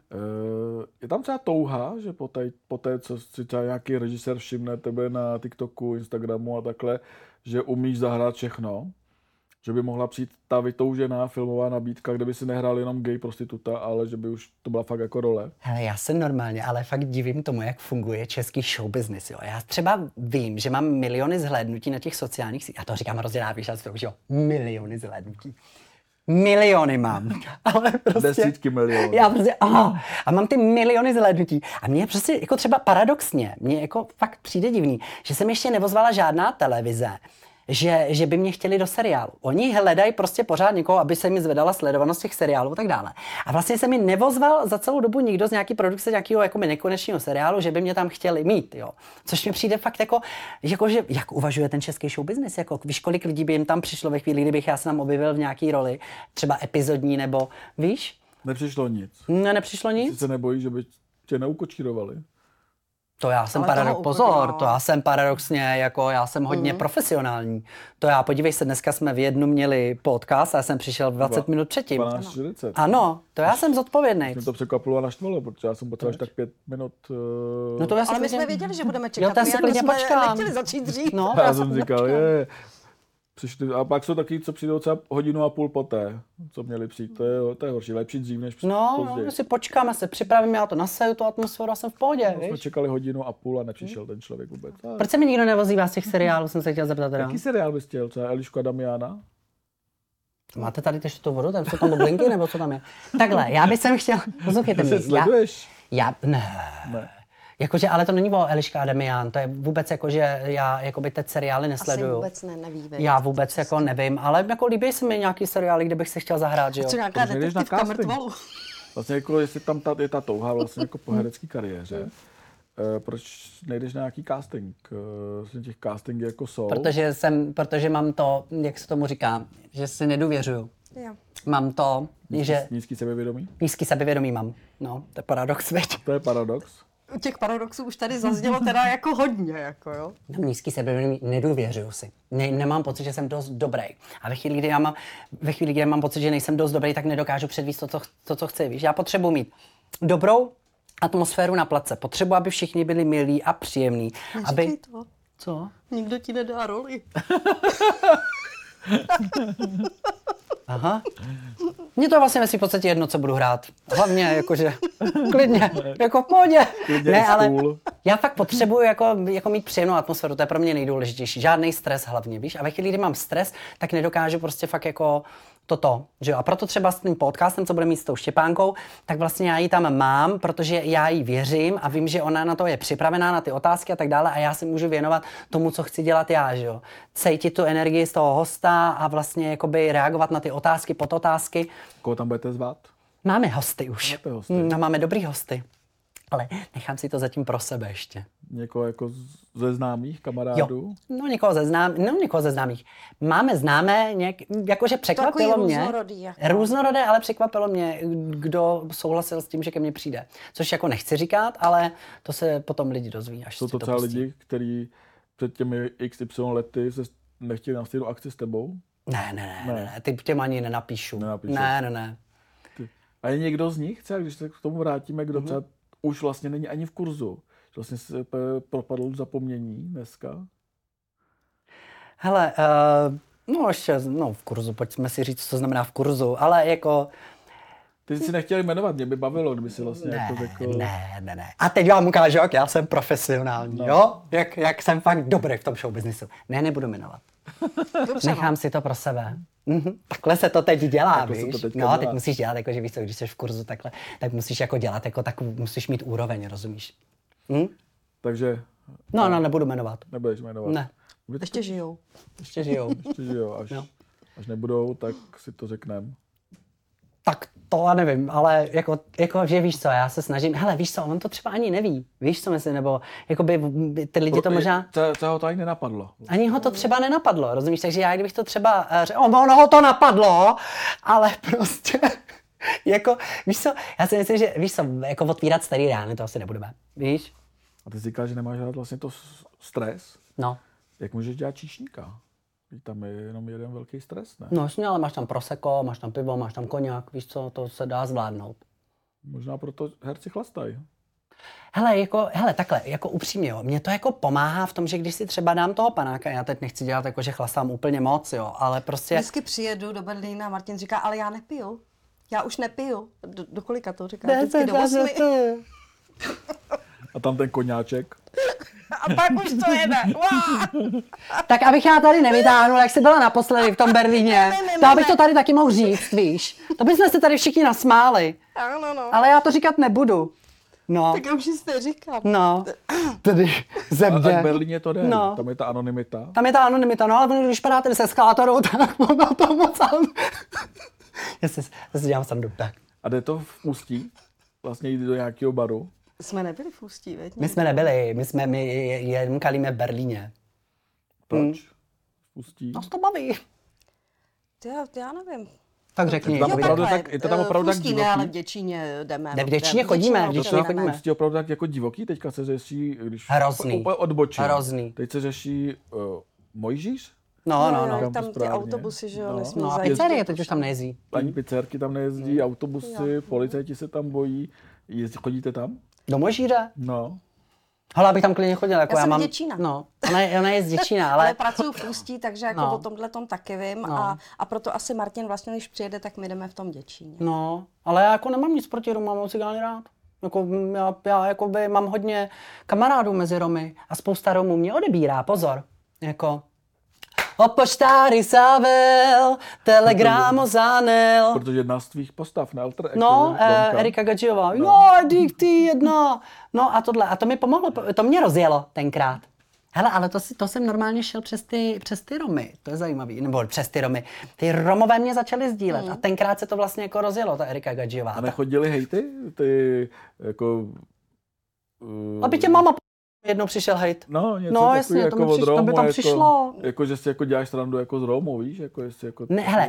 [SPEAKER 2] Je tam třeba touha, že po té, co si třeba nějaký režisér všimne tebe na TikToku, Instagramu a takhle, že umíš zahrát všechno, že by mohla přijít ta vytoužená filmová nabídka, kde by si nehrál jenom gay prostituta, ale že by už to byla fakt jako role?
[SPEAKER 1] Hele, já se normálně, ale fakt divím tomu, jak funguje český show business, jo. Já třeba vím, že mám miliony zhlédnutí na těch sociálních sítích. Já to říkám hrozně rád, víš, jo, miliony zhlédnutí. Miliony mám, ale prostě...
[SPEAKER 2] Desítky milionů.
[SPEAKER 1] Já prostě, a mám ty miliony zhlédnutí. A mně prostě jako třeba paradoxně, mně jako fakt přijde divný, že jsem ještě nevozvala žádná televize, že by mě chtěli do seriálu. Oni hledají prostě pořád někoho, aby se mi zvedala sledovanost těch seriálů a tak dále. A vlastně se mi nevozval za celou dobu nikdo z nějaký produkce nějakého jako nekonečného seriálu, že by mě tam chtěli mít, jo. Což mi přijde fakt jako že jak uvažuje ten český show business, jako víš, kolik lidí by jim tam přišlo ve chvíli, kdybych já se tam objevil v nějaký roli, třeba epizodní nebo, víš?
[SPEAKER 2] Nepřišlo nic.
[SPEAKER 1] Nepřišlo nic?
[SPEAKER 2] Ty se nebojí, že by tě neukočírovali?
[SPEAKER 1] To já jsem paradoxně, jako já jsem hodně profesionální. To já, podívej se, dneska jsme v jednu měli podcast a já jsem přišel 20 minut předtím.
[SPEAKER 2] 12:40.
[SPEAKER 1] Ano, to já jsem zodpovědný.
[SPEAKER 2] Mě to překvapilo a naštvalo, protože já jsem potřeboval tak 5 minut.
[SPEAKER 1] No to já
[SPEAKER 3] ale my jsme věděli, že budeme čekat.
[SPEAKER 1] Jo, to já si klidně počkám.
[SPEAKER 3] Nechtěli začít dřív.
[SPEAKER 1] No,
[SPEAKER 2] já jsem říkal, přišli, a pak jsou taky, co přijdou třeba 1,5 hodiny poté, co měli přijít. To je horší, lepší dřív než později.
[SPEAKER 1] No, si počkáme, se připravím, já to naseju, tu atmosféru a jsem v pohodě,
[SPEAKER 2] víš? Jsme čekali 1,5 hodiny a nepřišel ten člověk vůbec.
[SPEAKER 1] Proč se mi nikdo nevozívá z těch seriálů, jsem se chtěl zeptat teda.
[SPEAKER 2] Jaký seriál bys chtěl? Třeba Elišku a Damiana?
[SPEAKER 1] Máte tady teď tu vodu, tam jsou tam bublinky, nebo co tam je? Takhle, já bych sem chtěl, poslouchejte mě.
[SPEAKER 2] Sleduješ?
[SPEAKER 1] Ne. Jakože, ale to není o Eliška a Damian, to je vůbec jako, že já jakoby teď seriály nesleduju.
[SPEAKER 3] Asi vůbec neví.
[SPEAKER 1] Já vůbec jako nevím, ale jako líbí se mi nějaký seriály, kde bych si chtěl zahrát, že jo.
[SPEAKER 3] Co nějaká detektivka mrtvolu.
[SPEAKER 2] Vlastně jako, jestli tam je ta touha vlastně jako po herecké kariéře, proč nejdeš na nějaký casting? Vlastně těch castingů jako jsou.
[SPEAKER 1] Protože mám to, jak se tomu říká, že si nedůvěřuju.
[SPEAKER 3] Jo.
[SPEAKER 1] Mám to, že...
[SPEAKER 2] Nízký sebevědomí?
[SPEAKER 1] Nízký sebevědomí mám, no, to je paradox, veď.
[SPEAKER 2] To je paradox.
[SPEAKER 3] Těch paradoxů už tady zaznělo teda jako hodně, jako jo.
[SPEAKER 1] Mám nízký sebevědomí, nedůvěřuju si. Nemám pocit, že jsem dost dobrý. A ve chvíli, kdy mám pocit, že nejsem dost dobrý, tak nedokážu předvíst to, co chci, víš. Já potřebuji mít dobrou atmosféru na place. Potřebuji, aby všichni byli milí a příjemní.
[SPEAKER 3] Neříkej to.
[SPEAKER 1] Co?
[SPEAKER 3] Nikdo ti nedá roli.
[SPEAKER 1] Aha. Mně to vlastně ve svým podstatě jedno, co budu hrát. Hlavně jakože klidně, jako v pohodě. Ne, ale já fakt potřebuju jako mít příjemnou atmosféru, to je pro mě nejdůležitější. Žádný stres hlavně, víš? A ve chvíli, kdy mám stres, tak nedokážu prostě fakt jako toto, že jo. A proto třeba s tím podcastem, co bude mít s tou Štěpánkou, tak vlastně já ji tam mám, protože já jí věřím a vím, že ona na to je připravená, na ty otázky a tak dále a já se můžu věnovat tomu, co chci dělat já, že jo. Cítit tu energii z toho hosta a vlastně jakoby reagovat na ty otázky, podotázky.
[SPEAKER 2] Koho tam budete zvát?
[SPEAKER 1] Máme hosty už.
[SPEAKER 2] Máte hosty.
[SPEAKER 1] Máme dobrý hosty. Ale nechám si to zatím pro sebe ještě.
[SPEAKER 2] Někoho jako ze známých kamarádů?
[SPEAKER 1] Jo. No někoho ze známých. Máme známé, jakože překvapilo mě. Různorodé, ale překvapilo mě, kdo souhlasil s tím, že ke mně přijde. Což jako nechci říkat, ale to se potom lidi dozví, až
[SPEAKER 2] jsou to třeba lidi, kteří před těmi XY lety se nechtěli na stejnou akci s tebou?
[SPEAKER 1] Ne. Ty těm ani nenapíšu. Ne.
[SPEAKER 2] A je někdo z nich, třeba, když se k tomu vrátíme, kdo třeba už vlastně není ani v kurzu, vlastně se propadl v zapomnění dneska?
[SPEAKER 1] Hele, ještě v kurzu, pojďme si říct, co znamená v kurzu, ale jako...
[SPEAKER 2] Ty jsi si nechtěl jmenovat, mě by bavilo, kdyby si vlastně jako řekl...
[SPEAKER 1] Ne. A teď vám ukážu, jak já jsem profesionální, jo? Jak jsem fakt dobrý v tom showbiznisu. Nebudu jmenovat. Nechám si to pro sebe. Takhle se to teď dělá, víš? Teď musíš dělat, jako, že víš co, když jsi v kurzu takhle, tak musíš jako dělat, jako tak musíš mít úroveň, rozumíš?
[SPEAKER 2] Takže...
[SPEAKER 1] No, nebudu jmenovat.
[SPEAKER 2] Nebudeš jmenovat.
[SPEAKER 1] Ne.
[SPEAKER 3] Ještě žijou.
[SPEAKER 2] Až nebudou, tak si to řekneme.
[SPEAKER 1] Tak to já nevím, ale jako že víš co, já se snažím, hele víš co, on to třeba ani neví, víš co myslím, nebo jakoby ty lidi to možná...
[SPEAKER 2] To ho to ani nenapadlo.
[SPEAKER 1] Ani ho to třeba nenapadlo, rozumíš, takže já kdybych to třeba řekl, ono ho to napadlo, ale prostě, jako, víš co, já si myslím, že víš co, jako otvírat starý rány, to asi nebudeme, víš?
[SPEAKER 2] A ty si říkáš, že nemáš rád vlastně to stres?
[SPEAKER 1] No.
[SPEAKER 2] Jak můžeš dělat číšníka? Tam je jenom jeden velký stres, ne?
[SPEAKER 1] No jasně, ale máš tam prosecco, máš tam pivo, máš tam koněk, víš co, to se dá zvládnout.
[SPEAKER 2] Možná proto herci chlastají.
[SPEAKER 1] Hele, takhle, jako upřímně, jo, mě to jako pomáhá v tom, že když si třeba dám toho panáka, já teď nechci dělat jako, že chlastám úplně moc, jo, ale prostě...
[SPEAKER 3] Vždycky přijedu do Berlína a Martin říká, ale já nepiju. Já už nepiju. Do kolika to říká? Vždycky do 8.
[SPEAKER 2] A tam ten koňáček.
[SPEAKER 3] A pak už to jede.
[SPEAKER 1] Tak abych já tady nevytáhnul, jak jsi byla naposledy v tom Berlíně. To abych to tady taky mohl říct, víš. To bychom se tady všichni nasmáli.
[SPEAKER 3] Ano.
[SPEAKER 1] Ale já to říkat nebudu. No.
[SPEAKER 3] Tak už jsi to říkal.
[SPEAKER 1] No. Tedy země.
[SPEAKER 2] Tak v Berlíně to jde. No. Tam je ta anonymita.
[SPEAKER 1] No ale když padáte z eskalátoru, tak ono to moc... Já si dělám srandu. Tak.
[SPEAKER 2] A jde to v Ústí? Vlastně jít do nějakého baru?
[SPEAKER 3] Jsme nebyli v Ústí, veď?
[SPEAKER 1] My jsme nebyli, my jen kalíme v Berlíně.
[SPEAKER 2] Proč? V Ústí?
[SPEAKER 1] Nás to baví.
[SPEAKER 3] Já nevím.
[SPEAKER 1] Tak řekni.
[SPEAKER 2] Je to tam opravdu tak divoký?
[SPEAKER 3] Ne, ale v Děčíně jdeme.
[SPEAKER 1] Ne, v Děčíně chodíme.
[SPEAKER 2] V Ústí opravdu tak jako divoký? Teďka se řeší, když
[SPEAKER 1] hrozný.
[SPEAKER 2] Odbočím.
[SPEAKER 1] Hrozný.
[SPEAKER 2] Teď se řeší
[SPEAKER 1] No.
[SPEAKER 3] Tam ty autobusy, že jo, nesmí
[SPEAKER 1] zajít. No a pizzerie teď už tam nejezdí.
[SPEAKER 2] Ani pizzerky tam nejezdí, autobusy, policajti se tam bojí. Chodíte tam?
[SPEAKER 1] Do Možíře?
[SPEAKER 2] No.
[SPEAKER 1] Hele, abych tam klidně chodil. Jako
[SPEAKER 3] já jsem Děčína.
[SPEAKER 1] No, ona je z Děčína, ale
[SPEAKER 3] pracuji v Ústí, takže jako o tomhle tom taky vím a proto asi Martin vlastně, když přijede, tak my jdeme v tom Děčíně.
[SPEAKER 1] No, ale já jako nemám nic proti Romům, mám cigálně rád. Jako, já jakoby mám hodně kamarádů mezi Romy a spousta Romů mě odebírá, pozor. Jako... O poštáři Savel, telegramo zanel.
[SPEAKER 2] Protože jedna z tvých postav na Alter Ego.
[SPEAKER 1] No, Erika Gadžiová. No. Jo, dík ty jedna. No a tohle. A to mi pomohlo, to mě rozjelo tenkrát. Hele, ale to jsem normálně šel přes ty Romy. To je zajímavý. Nebo přes ty Romy. Ty Romové mě začaly sdílet. A tenkrát se to vlastně jako rozjelo, ta Erika Gadžiová.
[SPEAKER 2] A nechodili hejty? Ty jako...
[SPEAKER 1] Aby tě máma jednou přišel hejt.
[SPEAKER 2] No, něco takový,
[SPEAKER 1] jasně,
[SPEAKER 2] jako od Romu,
[SPEAKER 1] to by tam přišlo.
[SPEAKER 2] Jako, že si jako děláš srandu jako z Romou, víš? Jako, jestli jako...
[SPEAKER 1] Ne, hele,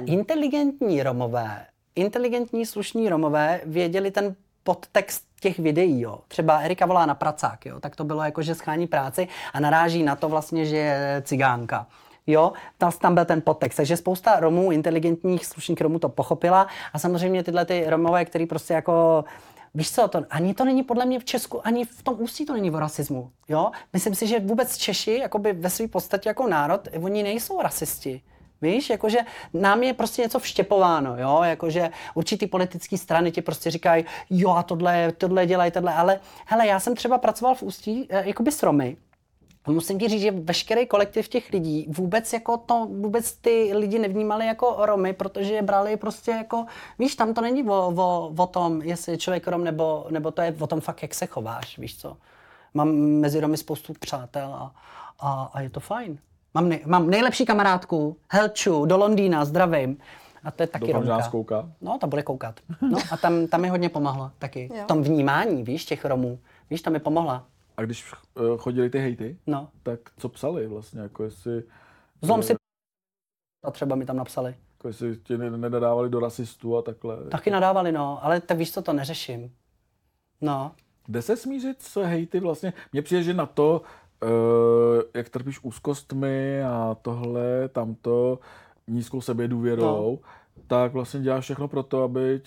[SPEAKER 1] inteligentní, slušní Romové věděli ten podtext těch videí, jo. Třeba Erika volá na pracák, jo. Tak to bylo jako, že schání práci a naráží na to vlastně, že je cigánka. Jo, tam byl ten podtext. Takže spousta Romů, inteligentních, slušných Romů to pochopila a samozřejmě tyhle ty Romové, který prostě jako... Víš co, ani to není podle mě v Česku, ani v tom Ústí to není o rasismu, jo? Myslím si, že vůbec Češi, jakoby ve své podstatě jako národ, oni nejsou rasisti, Víš, jakože nám je prostě něco vštěpováno, jo, jakože určitý politické strany ti prostě říkají, jo a tohle dělají, ale hele, já jsem třeba pracoval v Ústí jakoby s Romy. Musím ti říct, že veškerý kolektiv těch lidí vůbec ty lidi nevnímali jako Romy, protože je brali prostě jako, víš, tam to není o tom, jestli je člověk Rom, nebo to je o tom fakt, jak se chováš, víš co. Mám mezi Romy spoustu přátel a je to fajn. Mám nejlepší kamarádku, Helču, do Londýna, zdravím. A to je taky
[SPEAKER 2] Romka.
[SPEAKER 1] Romka.
[SPEAKER 2] Nás kouká.
[SPEAKER 1] No, ta bude koukat. No a tam mi hodně pomohla taky.
[SPEAKER 3] Jo.
[SPEAKER 1] V tom vnímání, víš, těch Romů. Víš, tam mi pomohla.
[SPEAKER 2] A když chodili ty hejty,
[SPEAKER 1] No.
[SPEAKER 2] tak co psali vlastně, jako jestli...
[SPEAKER 1] Zlom si a třeba mi tam napsali.
[SPEAKER 2] Jako jestli tě nedávali do rasistů a takhle.
[SPEAKER 1] Taky nadávali, no, ale tak víš co, to neřeším. No.
[SPEAKER 2] Jde se smířit s hejty vlastně? Mně přijde, že na to, jak trpíš úzkostmi a tohle, tamto, nízkou sebedůvěrou, tak vlastně děláš všechno pro to, aby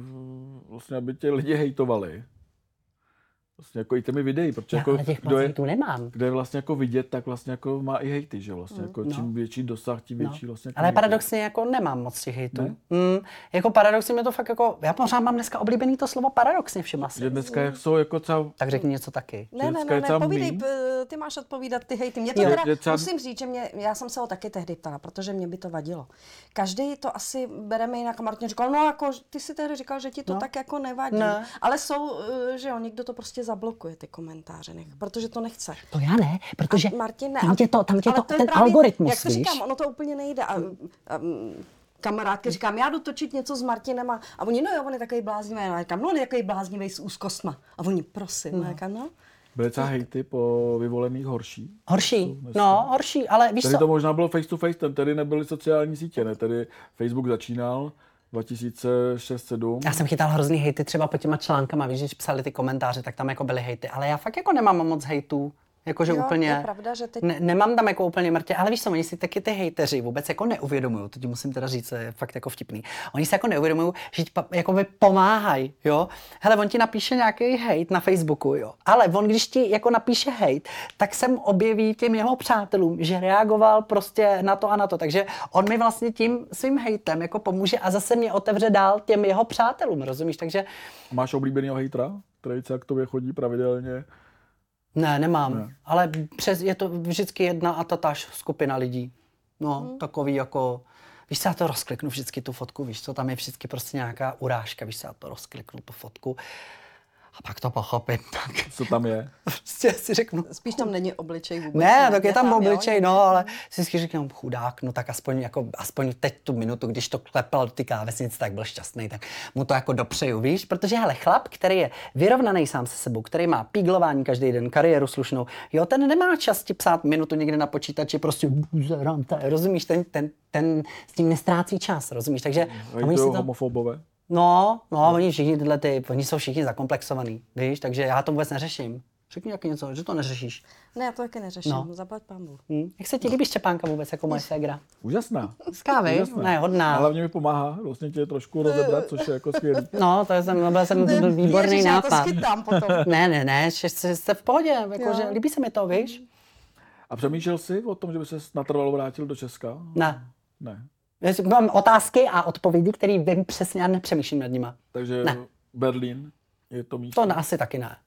[SPEAKER 2] tě lidi hejtovali. Vlastně jako i těmi videí, protože
[SPEAKER 1] Já
[SPEAKER 2] jako,
[SPEAKER 1] ale těch hejtů nemám.
[SPEAKER 2] kdo je vlastně jako vidět, tak vlastně jako má i hejty, že vlastně jako čím větší dosah, tím větší vlastně.
[SPEAKER 1] Ale paradoxně jako nemám moc těch hejtů. Jako paradoxně mě to fakt jako, já pořád mám dneska oblíbený to slovo paradoxně, všimla si.
[SPEAKER 2] Že dneska jsou jako třeba...
[SPEAKER 1] Tak řekni něco taky.
[SPEAKER 3] Ne, povídej, ty máš odpovídat ty hejty. Mě to musím říct, že já jsem se ho taky tehdy ptala, protože mě by to vadilo. Každý to asi bereme jinak. Martin říkal, no jako ty si tehdy říkal, že ti to tak jako nevadí. Ne. Ale jsou, že jo, někdo to prostě zablokuje ty komentáře, protože to nechce.
[SPEAKER 1] To já ne, protože
[SPEAKER 3] Martin,
[SPEAKER 1] tam tě to ten
[SPEAKER 3] právě,
[SPEAKER 1] algoritmus,
[SPEAKER 3] jak to
[SPEAKER 1] víš?
[SPEAKER 3] říkám, ono to úplně nejde. A kamarádky říkám, já jdu točit něco s Martinem a oni, no jo, on je takový bláznivý. A já říkám, no on je takový bláznivý s úzkostma. A oni, prosím, no. Říkám, no.
[SPEAKER 2] Byly třeba hejty po vyvolených horší?
[SPEAKER 1] Horší, ale víš
[SPEAKER 2] tady
[SPEAKER 1] co?
[SPEAKER 2] to možná bylo face to face, tady nebyly sociální sítě, ne? Tady Facebook začínal 2006-2007.
[SPEAKER 1] Já jsem chytal hrozný hejty třeba po těma článkama, víš, když psali ty komentáře, tak tam jako byly hejty, ale já fakt jako nemám moc hejtů. Jakože úplně,
[SPEAKER 3] je pravda, že teď...
[SPEAKER 1] nemám tam jako úplně mrtě, ale víš co, oni si taky ty hejteři vůbec jako neuvědomují, to ti musím teda říct, je fakt jako vtipný. Oni si jako neuvědomují, že ti jako pomáhají, jo. Hele, on ti napíše nějaký hejt na Facebooku, jo. Ale on, když ti jako napíše hejt, tak sem objeví těm jeho přátelům, že reagoval prostě na to a na to. Takže on mi vlastně tím svým hejtem jako pomůže a zase mě otevře dál těm jeho přátelům, rozumíš? Takže...
[SPEAKER 2] Máš oblíbenýho hejtra, který se k tobě chodí pravidelně?
[SPEAKER 1] Ne, nemám, ale je to vždycky jedna a tatáž skupina lidí. No, takový jako, víš co, já to rozkliknu vždycky tu fotku, víš co, tam je vždycky prostě nějaká urážka, víš co, já to rozkliknu tu fotku a pak to pochopím. Tak.
[SPEAKER 2] Co tam je?
[SPEAKER 1] Prostě si řeknu.
[SPEAKER 3] Spíš tam není obličej vůbec.
[SPEAKER 1] Ne, tak je tam obličej, no, ale si říkám, chudák, no tak aspoň teď tu minutu, když to klepal do ty klávesnice, tak byl šťastný, tak mu to jako dopřeju, víš, protože hele, chlap, který je vyrovnaný sám se sebou, který má píglování každý den, kariéru slušnou, jo, ten nemá čas ti psát minutu někde na počítači, prostě rozumíš, ten s tím nestrácí čas, rozumíš, takže...
[SPEAKER 2] Oni to homofobové?
[SPEAKER 1] No, oni všichni oni jsou všichni zakomplexovaný, víš, takže já to vůbec neřeším. Řekni nějaký něco, že to neřešíš.
[SPEAKER 3] Ne, já to taky neřeším, zaplať pánbu.
[SPEAKER 1] Jak se ti líbí Štěpánka vůbec jako moje ségra?
[SPEAKER 2] Úžasná.
[SPEAKER 1] Skávej, ne, hodná.
[SPEAKER 2] A hlavně mi pomáhá vlastně tě trošku rozebrat, což je jako skvělý.
[SPEAKER 1] No, to byl výborný nápad.
[SPEAKER 3] Já to schytám potom.
[SPEAKER 1] Ne, jste v pohodě, jakože líbí se mi to, víš?
[SPEAKER 2] A přemýšlel jsi o tom, že by se natrvalo vrátil do Česka?
[SPEAKER 1] Ne.
[SPEAKER 2] Ne.
[SPEAKER 1] Mám otázky a odpovědi, které vím přesně a nepřemýšlím nad nima.
[SPEAKER 2] Takže
[SPEAKER 1] ne.
[SPEAKER 2] Berlín je to místo?
[SPEAKER 1] To asi taky ne.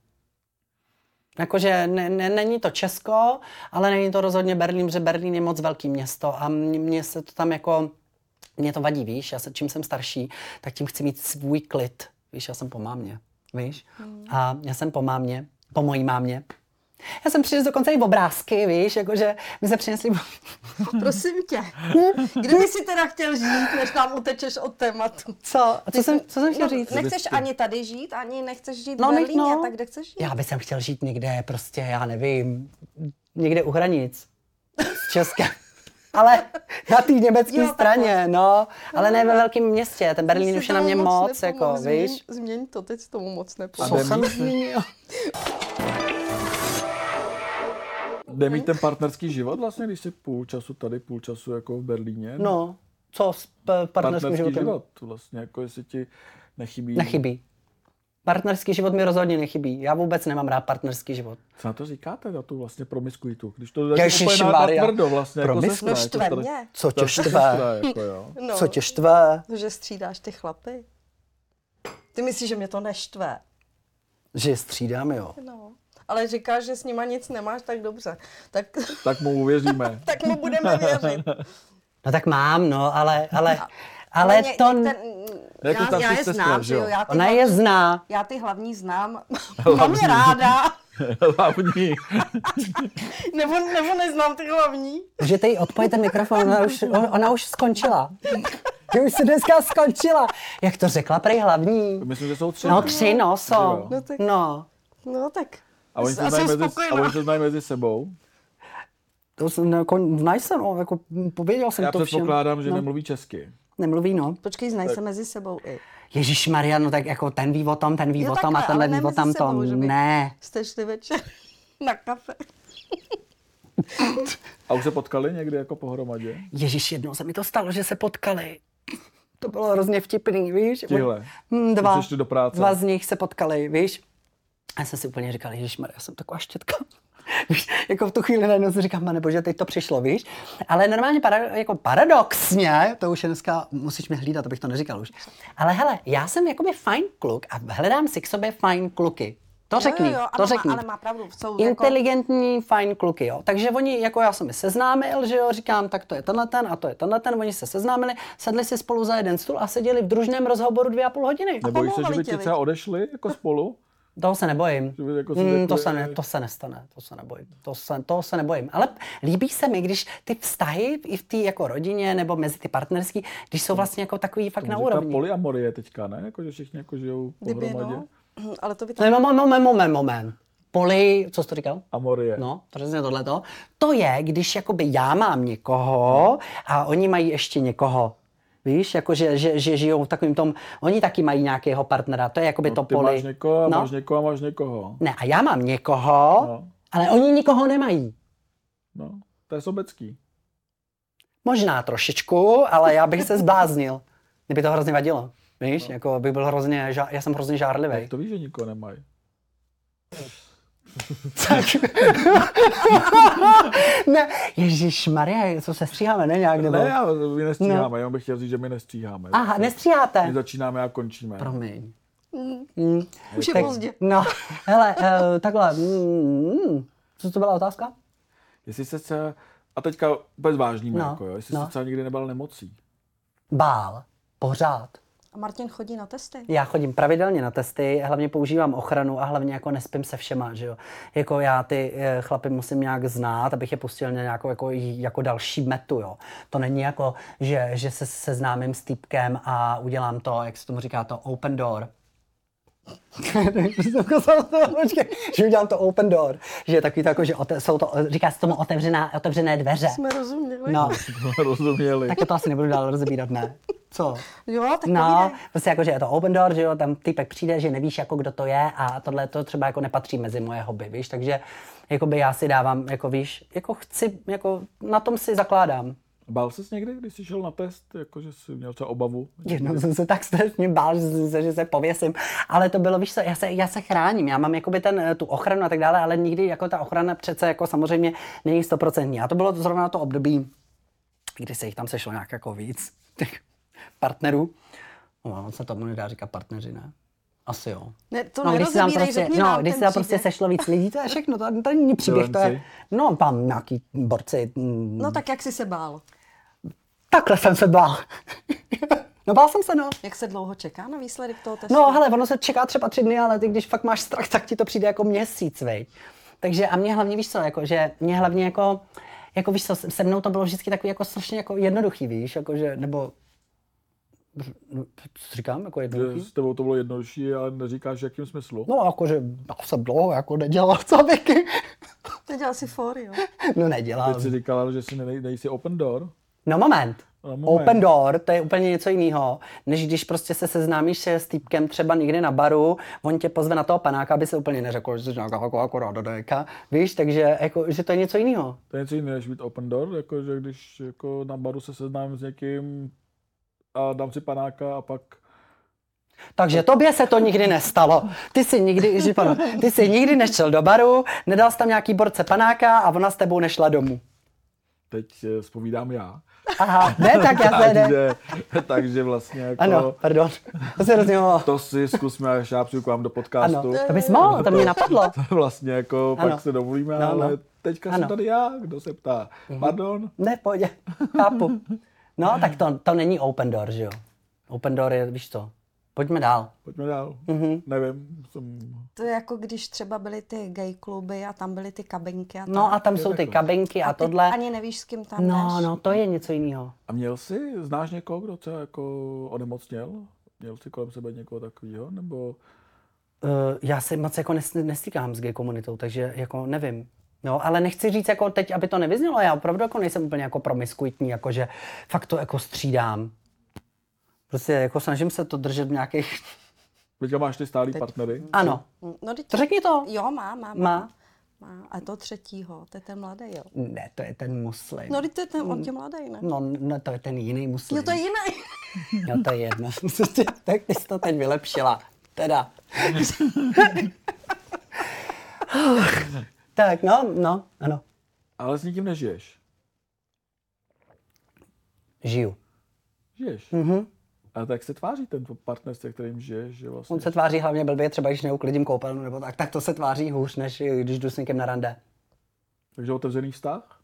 [SPEAKER 1] Jakože není to Česko, ale není to rozhodně Berlín, protože Berlín je moc velký město a mně se to tam jako, mě to vadí, víš, čím jsem starší, tak tím chci mít svůj klid, víš, já jsem po mámě, víš, a já jsem po mojí mámě. Já jsem přinesl dokonce i obrázky, víš, jakože mi se přinesli...
[SPEAKER 3] Prosím tě, kdyby si teda chtěl žít, než nám utečeš od tématu.
[SPEAKER 1] Co jsem chtěl říct?
[SPEAKER 3] Nechceš ani tady žít, ani nechceš žít v Berlíně, tak kde chceš žít?
[SPEAKER 1] Já bych chtěl žít někde, prostě, já nevím, někde u hranic s Českem. Ale na té německé straně, no. Ale ne ve velkém městě, ten Berlín už je na mě moc, jako, víš.
[SPEAKER 3] Změň to, teď tomu moc nepomůžu.
[SPEAKER 1] Co jsem zmínil?
[SPEAKER 2] Jde mít ten partnerský život vlastně, když jsi půl času tady, půl času jako v Berlíně?
[SPEAKER 1] No, co s partnerským životem?
[SPEAKER 2] Život vlastně, jako jestli ti nechybí.
[SPEAKER 1] Nechybí. Partnerský život mi rozhodně nechybí. Já vůbec nemám rád partnerský život.
[SPEAKER 2] Co na to říkáte, na tu vlastně promiskuitu? Když to dáš úplně
[SPEAKER 1] Ježišmarja.
[SPEAKER 2] tvrdo vlastně, jako sestra.
[SPEAKER 3] Štve mě.
[SPEAKER 1] Co tě štve?
[SPEAKER 2] Jako jo.
[SPEAKER 3] No,
[SPEAKER 1] Co tě štve?
[SPEAKER 3] že střídáš ty chlapy. Ty myslíš, že mě to neštve?
[SPEAKER 1] Že je střídám, jo.
[SPEAKER 3] No. Ale říkáš, že s nima nic nemáš, tak dobře.
[SPEAKER 2] Tak mu uvěříme.
[SPEAKER 3] Tak mu budeme věřit.
[SPEAKER 1] No tak mám, no, ale
[SPEAKER 2] Jako ta
[SPEAKER 3] já je
[SPEAKER 2] sestra,
[SPEAKER 3] znám,
[SPEAKER 2] že
[SPEAKER 3] že
[SPEAKER 2] jo?
[SPEAKER 3] jo.
[SPEAKER 1] ona je zná.
[SPEAKER 3] Já ty hlavní znám. Mám je ráda.
[SPEAKER 2] Hlavní.
[SPEAKER 3] Nebo neznám ty hlavní.
[SPEAKER 1] Můžete jí odpojit ten mikrofon, ona už skončila. Ty už si dneska skončila. Jak to řekla prej hlavní?
[SPEAKER 2] Myslím, že jsou 3.
[SPEAKER 1] No 3, no, jsou.
[SPEAKER 3] No tak-
[SPEAKER 1] No.
[SPEAKER 3] No tak.
[SPEAKER 2] A oni se znají mezi sebou.
[SPEAKER 1] To jsem, jako, znají se, no, jako pověděl jsem
[SPEAKER 2] Já
[SPEAKER 1] to všem.
[SPEAKER 2] předpokládám, že
[SPEAKER 1] No.
[SPEAKER 2] nemluví česky.
[SPEAKER 1] Nemluví, no.
[SPEAKER 3] Počkej, znají se mezi sebou i.
[SPEAKER 1] Ježišmarja, no tak jako ten ví o tom, ten ví
[SPEAKER 3] Jo,
[SPEAKER 1] o
[SPEAKER 3] tak,
[SPEAKER 1] tom a
[SPEAKER 3] ale
[SPEAKER 1] tenhle
[SPEAKER 3] ne
[SPEAKER 1] ví o
[SPEAKER 3] mezi
[SPEAKER 1] tam
[SPEAKER 3] sebou,
[SPEAKER 1] tom.
[SPEAKER 3] že by-
[SPEAKER 1] Ne.
[SPEAKER 3] Jste šli večer na kafe.
[SPEAKER 2] A už se potkali někdy jako pohromadě?
[SPEAKER 1] Ježíš, jednou se mi to stalo, že se potkali. To bylo hrozně vtipný, víš?
[SPEAKER 2] Tihle.
[SPEAKER 1] Dva.
[SPEAKER 2] Přišli do práce.
[SPEAKER 1] Dva z nich se potkali, víš? A já jsem si úplně říkal, ježišmarja, já jsem taková štětka. Víš, jako v tu chvíli najednou si říkám, panebože, teď to přišlo, víš? Ale normálně jako paradoxně, to už je dneska, musíš mě hlídat, abych to neříkal už. Ale hele, já jsem jakoby fajn kluk a hledám si k sobě fajn kluky. To řekni, to řekni.
[SPEAKER 3] Ale má pravdu. Jsou
[SPEAKER 1] Inteligentní, fajn kluky, jo. Takže oni, jako já jsem je seznámil, že jo, říkám, tak to je tenhle ten a to je tenhle ten, oni se seznámili, sedli si spolu za jeden stůl a seděli v družném rozhovoru 2,5 hodiny.
[SPEAKER 2] Nebojíš se, že by
[SPEAKER 3] pomovali
[SPEAKER 2] ti
[SPEAKER 3] tě,
[SPEAKER 2] třeba odešli jako spolu?
[SPEAKER 1] Toho se nebojím.
[SPEAKER 2] Že by jako si řekli,
[SPEAKER 1] To se nestane, to se nebojím. Toho se nebojím. Ale líbí se mi, když ty vztahy i v té jako rodině nebo mezi ty partnerský, když jsou vlastně jako takový fakt na úrovni.
[SPEAKER 2] Polyamorie teďka, ne? Jako, že všichni jako žijou pohromadě.
[SPEAKER 3] no. Ale to by tak...
[SPEAKER 1] Moment. Co jsi to říkal?
[SPEAKER 2] Amorie.
[SPEAKER 1] No, přesně tohleto. To je, když jakoby já mám někoho a oni mají ještě někoho. Víš, jako že žijou v takovým tom, oni taky mají nějakého partnera, to je jakoby to
[SPEAKER 2] Ty
[SPEAKER 1] poli.
[SPEAKER 2] máš někoho a
[SPEAKER 1] No.
[SPEAKER 2] máš někoho a máš někoho.
[SPEAKER 1] Ne, a já mám někoho,
[SPEAKER 2] No.
[SPEAKER 1] ale oni nikoho nemají.
[SPEAKER 2] No, to je sobecký.
[SPEAKER 1] Možná trošičku, ale já bych se zbláznil. Kdyby to hrozně vadilo. Víš, jako bych byl hrozně, já jsem hrozně žárlivý.
[SPEAKER 2] Jak to víš, že nikoho nemají?
[SPEAKER 1] Ne, ježišmarja, co se stříháme, ne nějak nebo?
[SPEAKER 2] Ne, my nestříháme, jenom bych chtěl říct, že my nestříháme.
[SPEAKER 1] Aha, nestříháte?
[SPEAKER 2] My začínáme a končíme.
[SPEAKER 1] Promiň.
[SPEAKER 3] Už je pozdě.
[SPEAKER 1] No, hele, takhle, co to byla otázka?
[SPEAKER 2] Jestli se, a teďka bez vážníme,
[SPEAKER 1] No,
[SPEAKER 2] jako, jo, jestli
[SPEAKER 1] no.
[SPEAKER 2] se třeba nikdy nebal nemocí.
[SPEAKER 1] Bál, pořád.
[SPEAKER 3] A Martin chodí na testy?
[SPEAKER 1] Já chodím pravidelně na testy, hlavně používám ochranu a hlavně jako nespím se všema, že jo. Jako já ty chlapy musím nějak znát, abych je pustil na nějakou jako další metu, jo. To není jako, že se seznámím s týpkem a udělám to, jak se tomu říká, to open door. že udělám to open door, že je takový to jako, že jsou to, říká se tomu otevřené dveře.
[SPEAKER 3] Jsme rozuměli.
[SPEAKER 1] No,
[SPEAKER 2] Rozuměli.
[SPEAKER 1] tak to asi nebudu dál rozebírat, ne? Co?
[SPEAKER 3] Jo, tak
[SPEAKER 1] No,
[SPEAKER 3] povídej.
[SPEAKER 1] prostě jako, že je to open door, že jo, tam typek přijde, že nevíš, jako kdo to je a tohle to třeba jako nepatří mezi moje hobby, víš, takže jakoby já si dávám, jako víš, jako chci, jako na tom si zakládám.
[SPEAKER 2] Bál ses někdy, když jsi šel na test, jako že jsi měl třeba obavu?
[SPEAKER 1] Jednou jsem se tak strašně bál, že se pověsím, ale to bylo, víš co, já se chráním, já mám jakoby tu ochranu a tak dále, ale nikdy jako ta ochrana přece jako samozřejmě není 100%. A to bylo zrovna to období, kdy se jich tam sešlo nějak jako víc, těch partnerů. No, se tomu nedá říkat partneři, ne? Asi jo.
[SPEAKER 3] Ne, to
[SPEAKER 1] No, když se tam
[SPEAKER 3] nerozebírej,
[SPEAKER 1] prostě,
[SPEAKER 3] řekni nám
[SPEAKER 1] když
[SPEAKER 3] ten
[SPEAKER 1] se tam prostě
[SPEAKER 3] příběh.
[SPEAKER 1] sešlo víc lidí, to je všechno, to není příběh, to je,
[SPEAKER 2] Šílenci.
[SPEAKER 1] no tam nějaký borci,
[SPEAKER 3] No tak jak jsi se bál?
[SPEAKER 1] takhle jsem se bál. No bál jsem se, no.
[SPEAKER 3] Jak se dlouho čeká na výsledek toho testu?
[SPEAKER 1] No hele, ono se čeká třeba 3 dny, ale ty když fakt máš strach, tak ti to přijde jako měsíc, veď. Takže a mě hlavně, víš co, jako, že mě hlavně jako víš co, se mnou to bylo vždycky takový jako strašně jako jednoduchý, víš, jakože, nebo co říkám, jako
[SPEAKER 2] Že
[SPEAKER 1] jednoduchý?
[SPEAKER 2] s tebou to bylo jednodušší, ale neříkáš, v jakém smyslu.
[SPEAKER 1] No jakože já jsem dlouho jako nedělal, co Vicky?
[SPEAKER 3] Ty dělal si for, jo?
[SPEAKER 1] No nedělal.
[SPEAKER 2] Teď jsi říkala, že jsi nejsi open door.
[SPEAKER 1] No moment.
[SPEAKER 2] No, moment.
[SPEAKER 1] Open door, to je úplně něco jiného, než když prostě se seznámíš s týpkem třeba někde na baru, on tě pozve na toho panáka, aby se úplně neřekl, že jsi nějaká jako ráda, víš, takže jako, že to je něco jiného.
[SPEAKER 2] To je něco jiného, než být open door, jako, že když jako na baru se seznámím s někým a dám si panáka a pak
[SPEAKER 1] Takže tobě se to nikdy nestalo. Ty jsi nikdy nešel do baru, nedal jsi tam nějaký borce panáka a ona s tebou nešla domů.
[SPEAKER 2] Teď zpovídám já.
[SPEAKER 1] Aha, ne, tak já se
[SPEAKER 2] takže vlastně jako...
[SPEAKER 1] Ano, pardon. To se rozdělilo.
[SPEAKER 2] To si zkusme, až já přijdu k vám do podcastu.
[SPEAKER 1] Ano, to bys mohl, to mě napadlo.
[SPEAKER 2] To vlastně jako
[SPEAKER 1] Ano.
[SPEAKER 2] pak se domluvíme,
[SPEAKER 1] No,
[SPEAKER 2] ale
[SPEAKER 1] no.
[SPEAKER 2] teďka
[SPEAKER 1] Ano.
[SPEAKER 2] jsem tady já, kdo se ptá. Pardon?
[SPEAKER 1] Ne, pojď, chápu. No, tak to není open door, že jo? Open door je, víš co, pojďme dál.
[SPEAKER 2] Pojďme dál. Nevím,
[SPEAKER 3] To je jako když třeba byly ty gay kluby a tam byly ty kabinky a tak.
[SPEAKER 1] No a tam jsou ty kabinky a
[SPEAKER 3] ty
[SPEAKER 1] tohle.
[SPEAKER 3] ani nevíš, s kým tam
[SPEAKER 1] No,
[SPEAKER 3] jdeš.
[SPEAKER 1] no, to je něco jiného.
[SPEAKER 2] A znáš někoho, kdo se jako onemocněl? Měl jsi kolem sebe někoho takového, nebo...
[SPEAKER 1] Já se moc jako nestýkám s gay komunitou, takže jako nevím. No, ale nechci říct jako teď, aby to nevyznělo, já opravdu jako nejsem úplně jako promiskuitní, jakože fakt to jako střídám. Prostě jako snažím se to držet v nějakých...
[SPEAKER 2] Teďka máš ty stálý partnery?
[SPEAKER 1] Ano.
[SPEAKER 3] No,
[SPEAKER 1] To řekni to.
[SPEAKER 3] Jo, má.
[SPEAKER 1] Má?
[SPEAKER 3] A to třetího, to je ten mladý, jo.
[SPEAKER 1] Ne, to je ten muslim.
[SPEAKER 3] No, to je ten od tě mladý, ne?
[SPEAKER 1] No, to je ten jiný muslim.
[SPEAKER 3] Jo, to je jiný.
[SPEAKER 1] Jo, to je jedno. Tak ty jsi to teď vylepšila. Teda. Tak, no, ano.
[SPEAKER 2] Ale s nikým nežiješ.
[SPEAKER 1] Žiju.
[SPEAKER 2] Žiješ. A tak se tváří ten partner, se kterým žiješ, že vlastně...
[SPEAKER 1] On se tváří hlavně blbě, třeba když neuklidím koupelnu nebo tak to se tváří hůř, než když jdu s někým na rande.
[SPEAKER 2] Takže otevřený vztah?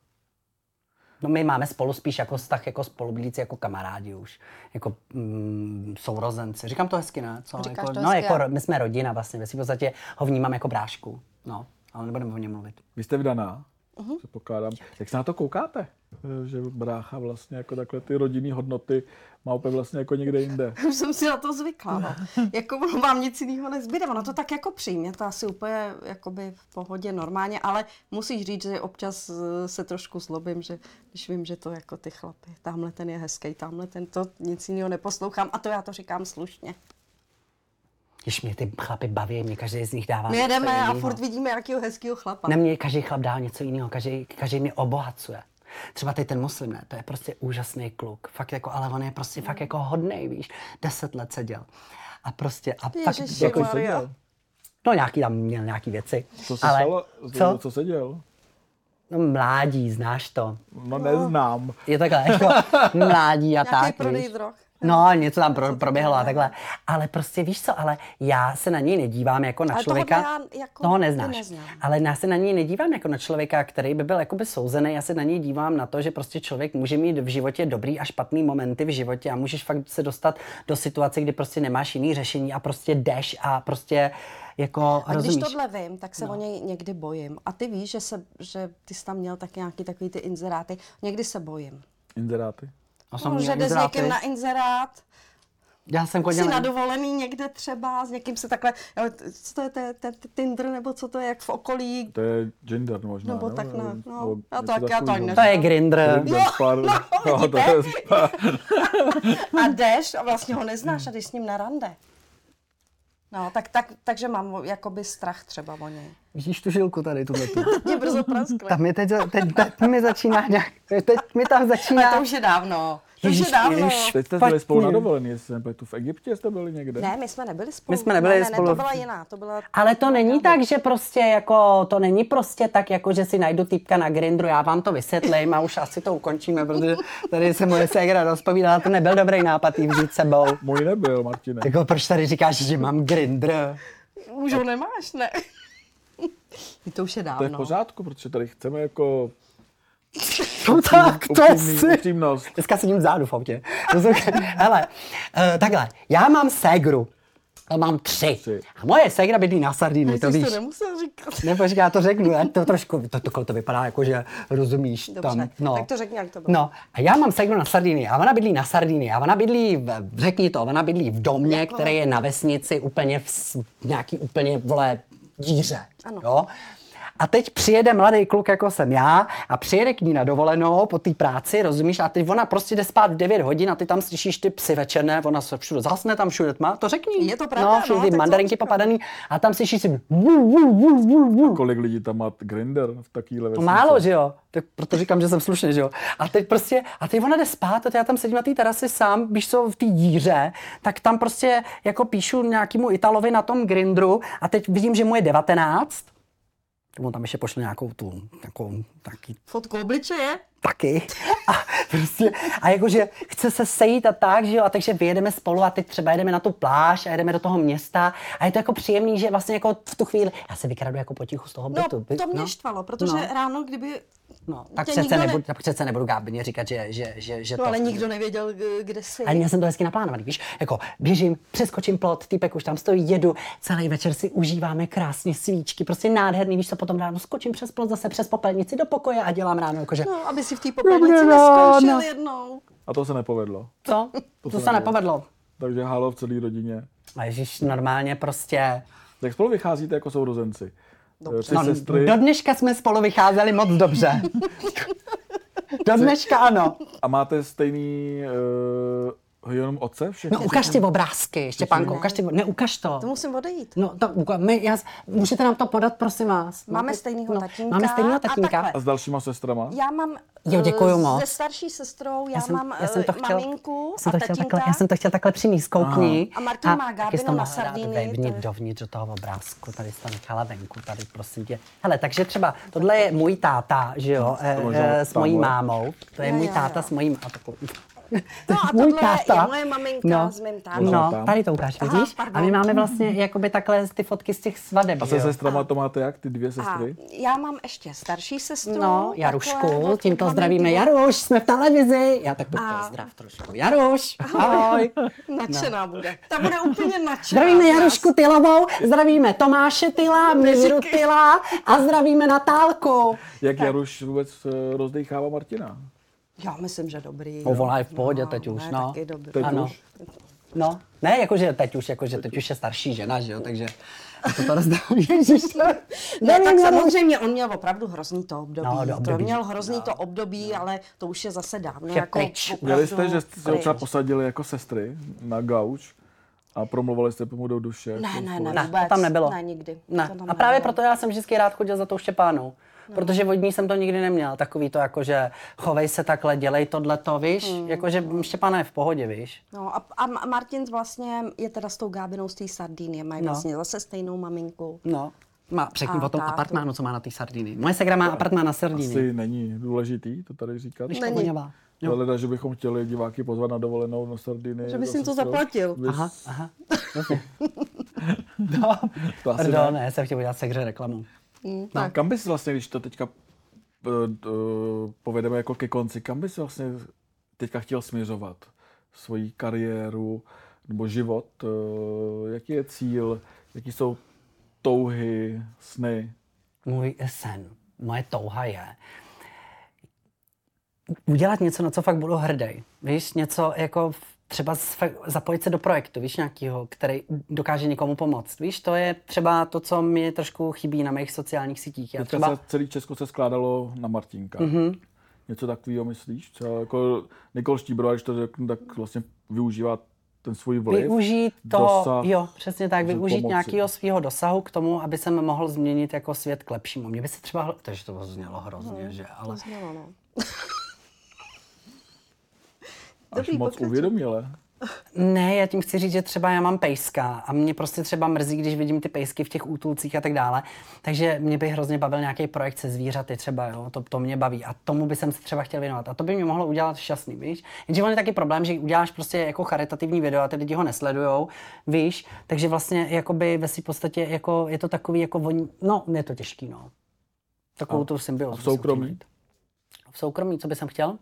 [SPEAKER 1] No my máme spolu spíš jako vztah, jako spolubydlící, jako kamarádi už, jako sourozenci. Říkám to hezky, ne? Co?
[SPEAKER 3] Říkáš
[SPEAKER 1] Jako,
[SPEAKER 3] to
[SPEAKER 1] no,
[SPEAKER 3] hezky,
[SPEAKER 1] jako
[SPEAKER 3] já.
[SPEAKER 1] my jsme rodina vlastně, v podstatě ho vnímám jako brášku, no, ale nebudeme o něm mluvit.
[SPEAKER 2] Vy jste vdaná, předpokládám. Jak se na to koukáte? Že brácha vlastně jako takhle ty rodinný hodnoty má úplně vlastně jako někde jinde.
[SPEAKER 3] Už jsem si na to zvykla, no. Jako vám nic jiného nezbyde, ono to tak jako přijmě, to asi úplně jakoby v pohodě normálně, ale musíš říct, že občas se trošku zlobím, že když vím, že to jako ty chlapy, tamhle ten je hezký, tamhle ten to, nic jiného neposlouchám a to já to říkám slušně.
[SPEAKER 1] Když mě ty chlapy baví, mě každý z nich dává
[SPEAKER 3] My
[SPEAKER 1] něco
[SPEAKER 3] jedeme a
[SPEAKER 1] jinýho.
[SPEAKER 3] furt vidíme jakýho hezkýho chlapa.
[SPEAKER 1] Na mě každý chlap dá něco jiného, každý mě obohacuje. Třeba teď ten muslim, ne, to je prostě úžasný kluk. Fakt jako, ale on je prostě fakt jako hodnej, víš. 10 let seděl. A prostě, a fakt
[SPEAKER 3] Ježiši
[SPEAKER 1] jako,
[SPEAKER 3] Maria.
[SPEAKER 1] no nějaký tam měl nějaký věci.
[SPEAKER 2] Co se
[SPEAKER 1] ale,
[SPEAKER 2] stalo? Co se děl?
[SPEAKER 1] No mládí, znáš to.
[SPEAKER 2] No neznám.
[SPEAKER 1] Je takhle, jako mládí a
[SPEAKER 3] Nějaký
[SPEAKER 1] tak,
[SPEAKER 3] prodej
[SPEAKER 1] víš.
[SPEAKER 3] drog.
[SPEAKER 1] No, něco tam proběhlo a takhle. Ale prostě víš co, ale já se na něj nedívám jako na
[SPEAKER 3] Ale
[SPEAKER 1] člověka.
[SPEAKER 3] tohle já jako
[SPEAKER 1] toho
[SPEAKER 3] ty
[SPEAKER 1] neznáš.
[SPEAKER 3] neznám.
[SPEAKER 1] Ale já se na něj nedívám jako na člověka, který by byl jakoby souzený. Já se na něj dívám na to, že prostě člověk může mít v životě dobrý a špatný momenty v životě a můžeš fakt se dostat do situace, kdy prostě nemáš jiný řešení a prostě jdeš a prostě jako
[SPEAKER 3] A
[SPEAKER 1] rozumíš.
[SPEAKER 3] když tohle vím, tak se o něj někdy bojím. A ty víš, že ty jsi tam měl tak nějaký takový ty inzeráty. Někdy se bojím.
[SPEAKER 2] Inzeráty.
[SPEAKER 1] No,
[SPEAKER 3] Že jde s někým na inzerát,
[SPEAKER 1] já jsem
[SPEAKER 3] jsi
[SPEAKER 1] chodil
[SPEAKER 3] na dovolený někde třeba, s někým se takhle, co to je, to je Tinder, nebo co to je, jak v okolí,
[SPEAKER 2] To je gender možná,
[SPEAKER 3] nebo
[SPEAKER 2] no?
[SPEAKER 3] tak ne,
[SPEAKER 2] Nebo
[SPEAKER 3] no. Já
[SPEAKER 2] něco
[SPEAKER 3] to ani
[SPEAKER 1] To je
[SPEAKER 3] neznám.
[SPEAKER 1] Grindr.
[SPEAKER 2] Grindr, Spar. No, to je Spar.
[SPEAKER 3] A jdeš a vlastně ho neznáš a jdeš s ním na rande. No, takže mám jakoby strach třeba o něj.
[SPEAKER 1] Vidíš tu žilku tady, tuhletu.
[SPEAKER 3] Mě brzo praskne.
[SPEAKER 1] Tam mi teď mi začíná nějak, teď mi tam
[SPEAKER 3] Ale
[SPEAKER 1] začíná.
[SPEAKER 3] to už je dávno. To už
[SPEAKER 1] Ježiš,
[SPEAKER 3] je dávno.
[SPEAKER 1] ježiš.
[SPEAKER 2] Teď jste byli
[SPEAKER 1] Špatně.
[SPEAKER 2] spolu na dovolený, jestli jsem pletu. V Egyptě jste byli někde?
[SPEAKER 3] Ne, my jsme nebyli spolu.
[SPEAKER 1] My jsme nebyli
[SPEAKER 3] ne,
[SPEAKER 1] spolu.
[SPEAKER 3] Ne, to byla jiná. To byla...
[SPEAKER 1] Ale to není tak, že prostě jako, to není prostě tak, jako že si najdu typka na Grindru, já vám to vysvětlím a už asi to ukončíme, protože tady se moje ségra rozpovídala, to nebyl dobrý nápad jí vzít sebou.
[SPEAKER 2] Můj nebyl, Martine.
[SPEAKER 1] Jako proč tady říkáš, že mám Grindr?
[SPEAKER 3] Už ho nemáš, ne? To už je
[SPEAKER 2] To je v
[SPEAKER 3] dávno.
[SPEAKER 2] pořádku, protože tady chceme jako
[SPEAKER 1] No tak to si.
[SPEAKER 2] upřímnost.
[SPEAKER 1] Dneska sedím vzadu v autě. Hele, takhle, já mám ségru. Mám 3. A moje ségra bydlí na Sardinii, to
[SPEAKER 3] Ty jsi
[SPEAKER 1] víš.
[SPEAKER 3] to nemusel říkat.
[SPEAKER 1] Nebo já to řeknu, ale to trošku, to vypadá jako, že rozumíš
[SPEAKER 3] Dobře,
[SPEAKER 1] tam. No.
[SPEAKER 3] tak to řekni, jak to bylo.
[SPEAKER 1] No, a já mám ségru na Sardinii a ona bydlí na Sardinii a ona bydlí, řekni to, ona bydlí v domě, který je na vesnici úplně v nějaký úplně, vole, díře,
[SPEAKER 3] Ano.
[SPEAKER 1] jo. A teď přijede mladý kluk, jako jsem já, a přijede k ní na dovolenou po té práci, rozumíš? A teď ona prostě jde spát v 9 hodin a ty tam slyšíš ty psy večerné, ona se všude zasne, tam všude tma, to řekni.
[SPEAKER 3] Je to pravda,
[SPEAKER 1] všude ty mandarinky popadaný a tam slyšíš si
[SPEAKER 2] Kolik lidí tam má Grindr v takovýhle vesnice?
[SPEAKER 1] málo, že jo? Tak proto říkám, že jsem slušný, že jo? A teď ona jde spát a já tam sedím na té terasy sám, víš co, v té díře, tak tam prostě jako píšu nějakému Italovi na tom Grindru a teď vidím, že mu je 19. Tomu tam ještě pošlu nějakou taky.
[SPEAKER 3] Fotku obličeje?
[SPEAKER 1] Taky. A jakože chce se sejít a tak, že jo, a takže vyjedeme spolu a teď třeba jedeme na tu pláž a jedeme do toho města a je to jako příjemný, že vlastně jako v tu chvíli, já se vykradu jako potichu z toho bytu.
[SPEAKER 3] No, to mě štvalo, protože ráno, kdyby
[SPEAKER 1] tak přece nebudu Gábině říkat, že
[SPEAKER 3] no, ale nikdo nevěděl, kde jsi.
[SPEAKER 1] Ale měl jsem to hezky naplánovaný, víš, jako běžím, přeskočím plot, týpek už tam stojí, jedu, celý večer si užíváme krásně svíčky, prostě nádherný, víš co, potom ráno skočím přes plot zase přes popelnici do pokoje a dělám ráno jakože.
[SPEAKER 3] No, aby si v té popelnici neskončil jednou.
[SPEAKER 2] A to se nepovedlo.
[SPEAKER 1] Co? To se nepovedlo.
[SPEAKER 2] Takže halo v celé rodině.
[SPEAKER 1] A ježiš, normálně prostě.
[SPEAKER 2] Jak spolu vycházíte jako sourozenci?
[SPEAKER 3] Dobře.
[SPEAKER 1] No, do dneška jsme spolu vycházeli moc dobře. Do dneška ano.
[SPEAKER 2] A máte stejný jenom otce všechny?
[SPEAKER 1] No ukaž ty obrázky, Štěpánko, ukaž to.
[SPEAKER 3] To musím odejít.
[SPEAKER 1] No to můžete nám to podat, prosím vás.
[SPEAKER 3] Máme stejného tatínka.
[SPEAKER 1] Máme stejného tatínka.
[SPEAKER 2] A s dalšíma sestrama?
[SPEAKER 3] Já mám
[SPEAKER 1] děkuju moc.
[SPEAKER 3] se starší sestrou, mám maminku
[SPEAKER 1] a tatínka. Já jsem to chtěl takhle přinést, koukni.
[SPEAKER 3] A Martin má Gábinu na Sardinii.
[SPEAKER 1] Dovnitř do toho obrázku, tady jsi to nechala venku, tady prosím tě. Hele, takže třeba tohle je můj táta, že jo, s mojí mámou. To je můj táta s mojí mámou.
[SPEAKER 3] No a tohle je moje maminka s mým tátou.
[SPEAKER 1] No, tady to ukáž, vidíš? A my máme vlastně jakoby takhle ty fotky z těch svadeb.
[SPEAKER 2] A se sestrama to máte jak, ty dvě sestry?
[SPEAKER 3] Já mám ještě starší sestru.
[SPEAKER 1] No, Jarušku, tímto zdravíme. Jaruš, jsme v televizi. Já tak pozdrav trošku. Jaruš, ahoj.
[SPEAKER 3] Nadšená bude. Ta bude úplně nadšená.
[SPEAKER 1] Zdravíme Jarušku Tylovou, zdravíme Tomáše Tyla, Míru Tyla a zdravíme Natálku.
[SPEAKER 2] Jak Jaruš vůbec rozdejchává Martina?
[SPEAKER 3] Já myslím, že dobrý.
[SPEAKER 1] Ona je v pohodě teď už, no.
[SPEAKER 3] Taky dobrý.
[SPEAKER 2] Teď
[SPEAKER 1] ano.
[SPEAKER 2] už?
[SPEAKER 1] No, ne, jakože teď už je starší žena, že jo, takže to rozdáví, ježiš.
[SPEAKER 3] Ne, tak samozřejmě on měl opravdu hrozný to období.
[SPEAKER 1] No,
[SPEAKER 3] to měl hrozný to období, ale to už je zase dávno. Jako
[SPEAKER 2] Měli jste, že jste se třeba posadili jako sestry na gauč a promluvali jste mu do duše?
[SPEAKER 3] Ne,
[SPEAKER 1] Ne,
[SPEAKER 3] vůbec.
[SPEAKER 1] to tam nebylo.
[SPEAKER 3] Ne, nikdy.
[SPEAKER 1] Ne. A právě proto já jsem vždycky rád chodil za tou Štěpánou. Protože od ní jsem to nikdy neměl. Takový to jako, že chovej se takhle, dělej tohleto, víš? Jakože Štěpána je v pohodě, víš?
[SPEAKER 3] No a Martin vlastně je teda s tou Gábinou z té Sardinie. Mají vlastně zase stejnou maminku.
[SPEAKER 1] No. Má řekni o tom apartmánu, co má na té Sardinii. Moje segra má apartmán na Sardinii.
[SPEAKER 2] Asi není důležitý to tady říkat.
[SPEAKER 3] Není.
[SPEAKER 2] Ale že bychom chtěli diváky pozvat na dovolenou na Sardinii.
[SPEAKER 3] Že bys jim to zaplatil.
[SPEAKER 1] Aha.
[SPEAKER 2] Pardon,
[SPEAKER 1] ne, jsem chtěl udělat segře reklamu.
[SPEAKER 2] No. Kam bys vlastně, když to teďka povedeme jako ke konci, kam bys vlastně teďka chtěl směřovat svoji kariéru nebo život? Jaký je cíl? Jaký jsou touhy, sny?
[SPEAKER 1] Můj sen, moje touha je udělat něco, na co fakt budu hrdý. Víš, něco jako třeba zapojit se do projektu, víš, nějakýho, který dokáže někomu pomoct. Víš, to je třeba to, co mi trošku chybí na mých sociálních sítích.
[SPEAKER 2] Celý Česko se skládalo na Martinka. Něco takového myslíš? Třeba jako Nikol Štíbrová, když to řeknu, tak vlastně využívá ten svůj vliv.
[SPEAKER 1] Využít to,
[SPEAKER 2] dosah,
[SPEAKER 1] jo, přesně tak, využít
[SPEAKER 2] pomoci.
[SPEAKER 1] nějakého svého dosahu k tomu, aby jsem mohl změnit jako svět k lepšímu. Mně by se třeba, takže to znělo hrozně, že, ale...
[SPEAKER 3] To znělo, no.
[SPEAKER 2] Až moc uvědoměle.
[SPEAKER 1] Ne, já tím chci říct, že třeba já mám pejska a mě prostě třeba mrzí, když vidím ty pejsky v těch útulcích a tak dále. Takže mě by hrozně bavil nějaký projekt se zvířaty třeba, jo, to mě baví a tomu by jsem se třeba chtěl věnovat. A to by mě mohlo udělat šťastný, víš? Jenže on je taky problém, že uděláš prostě jako charitativní video a ty lidi ho nesledujou, víš? Takže vlastně jakoby ve svým podstatě jako je to takový jako no, je to těžký, no. Takovou tu symbiozu.
[SPEAKER 2] V soukromí?
[SPEAKER 1] V soukromí, co by jsem chtěl?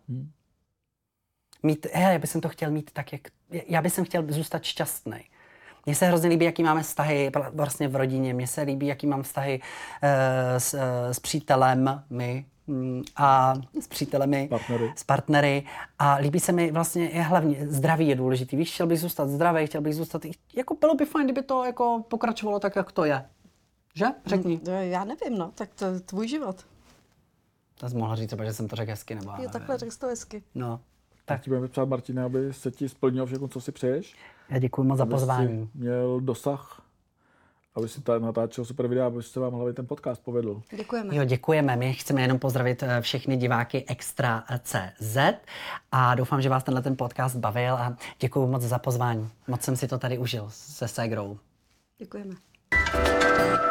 [SPEAKER 1] Já bych to chtěl mít tak, jak... Já bych chtěl zůstat šťastný. Mně se hrozně líbí, jaký máme vztahy vlastně v rodině. Mně se líbí, jaký mám vztahy s přítelem, a s přítelemi, s partnery. A líbí se mi vlastně, hlavně zdraví je důležitý. Víš, chtěl bych zůstat zdravý, chtěl bych zůstat... Jako bylo by fajn, kdyby to jako pokračovalo tak, jak to je. Že? Řekni.
[SPEAKER 3] Já nevím, no, tak to je tvůj život.
[SPEAKER 1] To jsi mohla říct třeba, že jsem to řekl hezky, nebo...
[SPEAKER 3] Jo, takhle řekl jsi to hezky.
[SPEAKER 1] No.
[SPEAKER 2] Tak ti budeme přát, Martine, aby se ti splnilo všechno, co si přeješ.
[SPEAKER 1] Já děkuji moc za pozvání.
[SPEAKER 2] Jsi měl dosah, aby si natáčel super videa, aby se vám hlavně ten podcast povedl.
[SPEAKER 3] Děkujeme.
[SPEAKER 1] Jo, děkujeme. My chceme jenom pozdravit všechny diváky Extra.cz a doufám, že vás ten podcast bavil a děkuji moc za pozvání. Moc jsem si to tady užil se ségrou.
[SPEAKER 3] Děkujeme.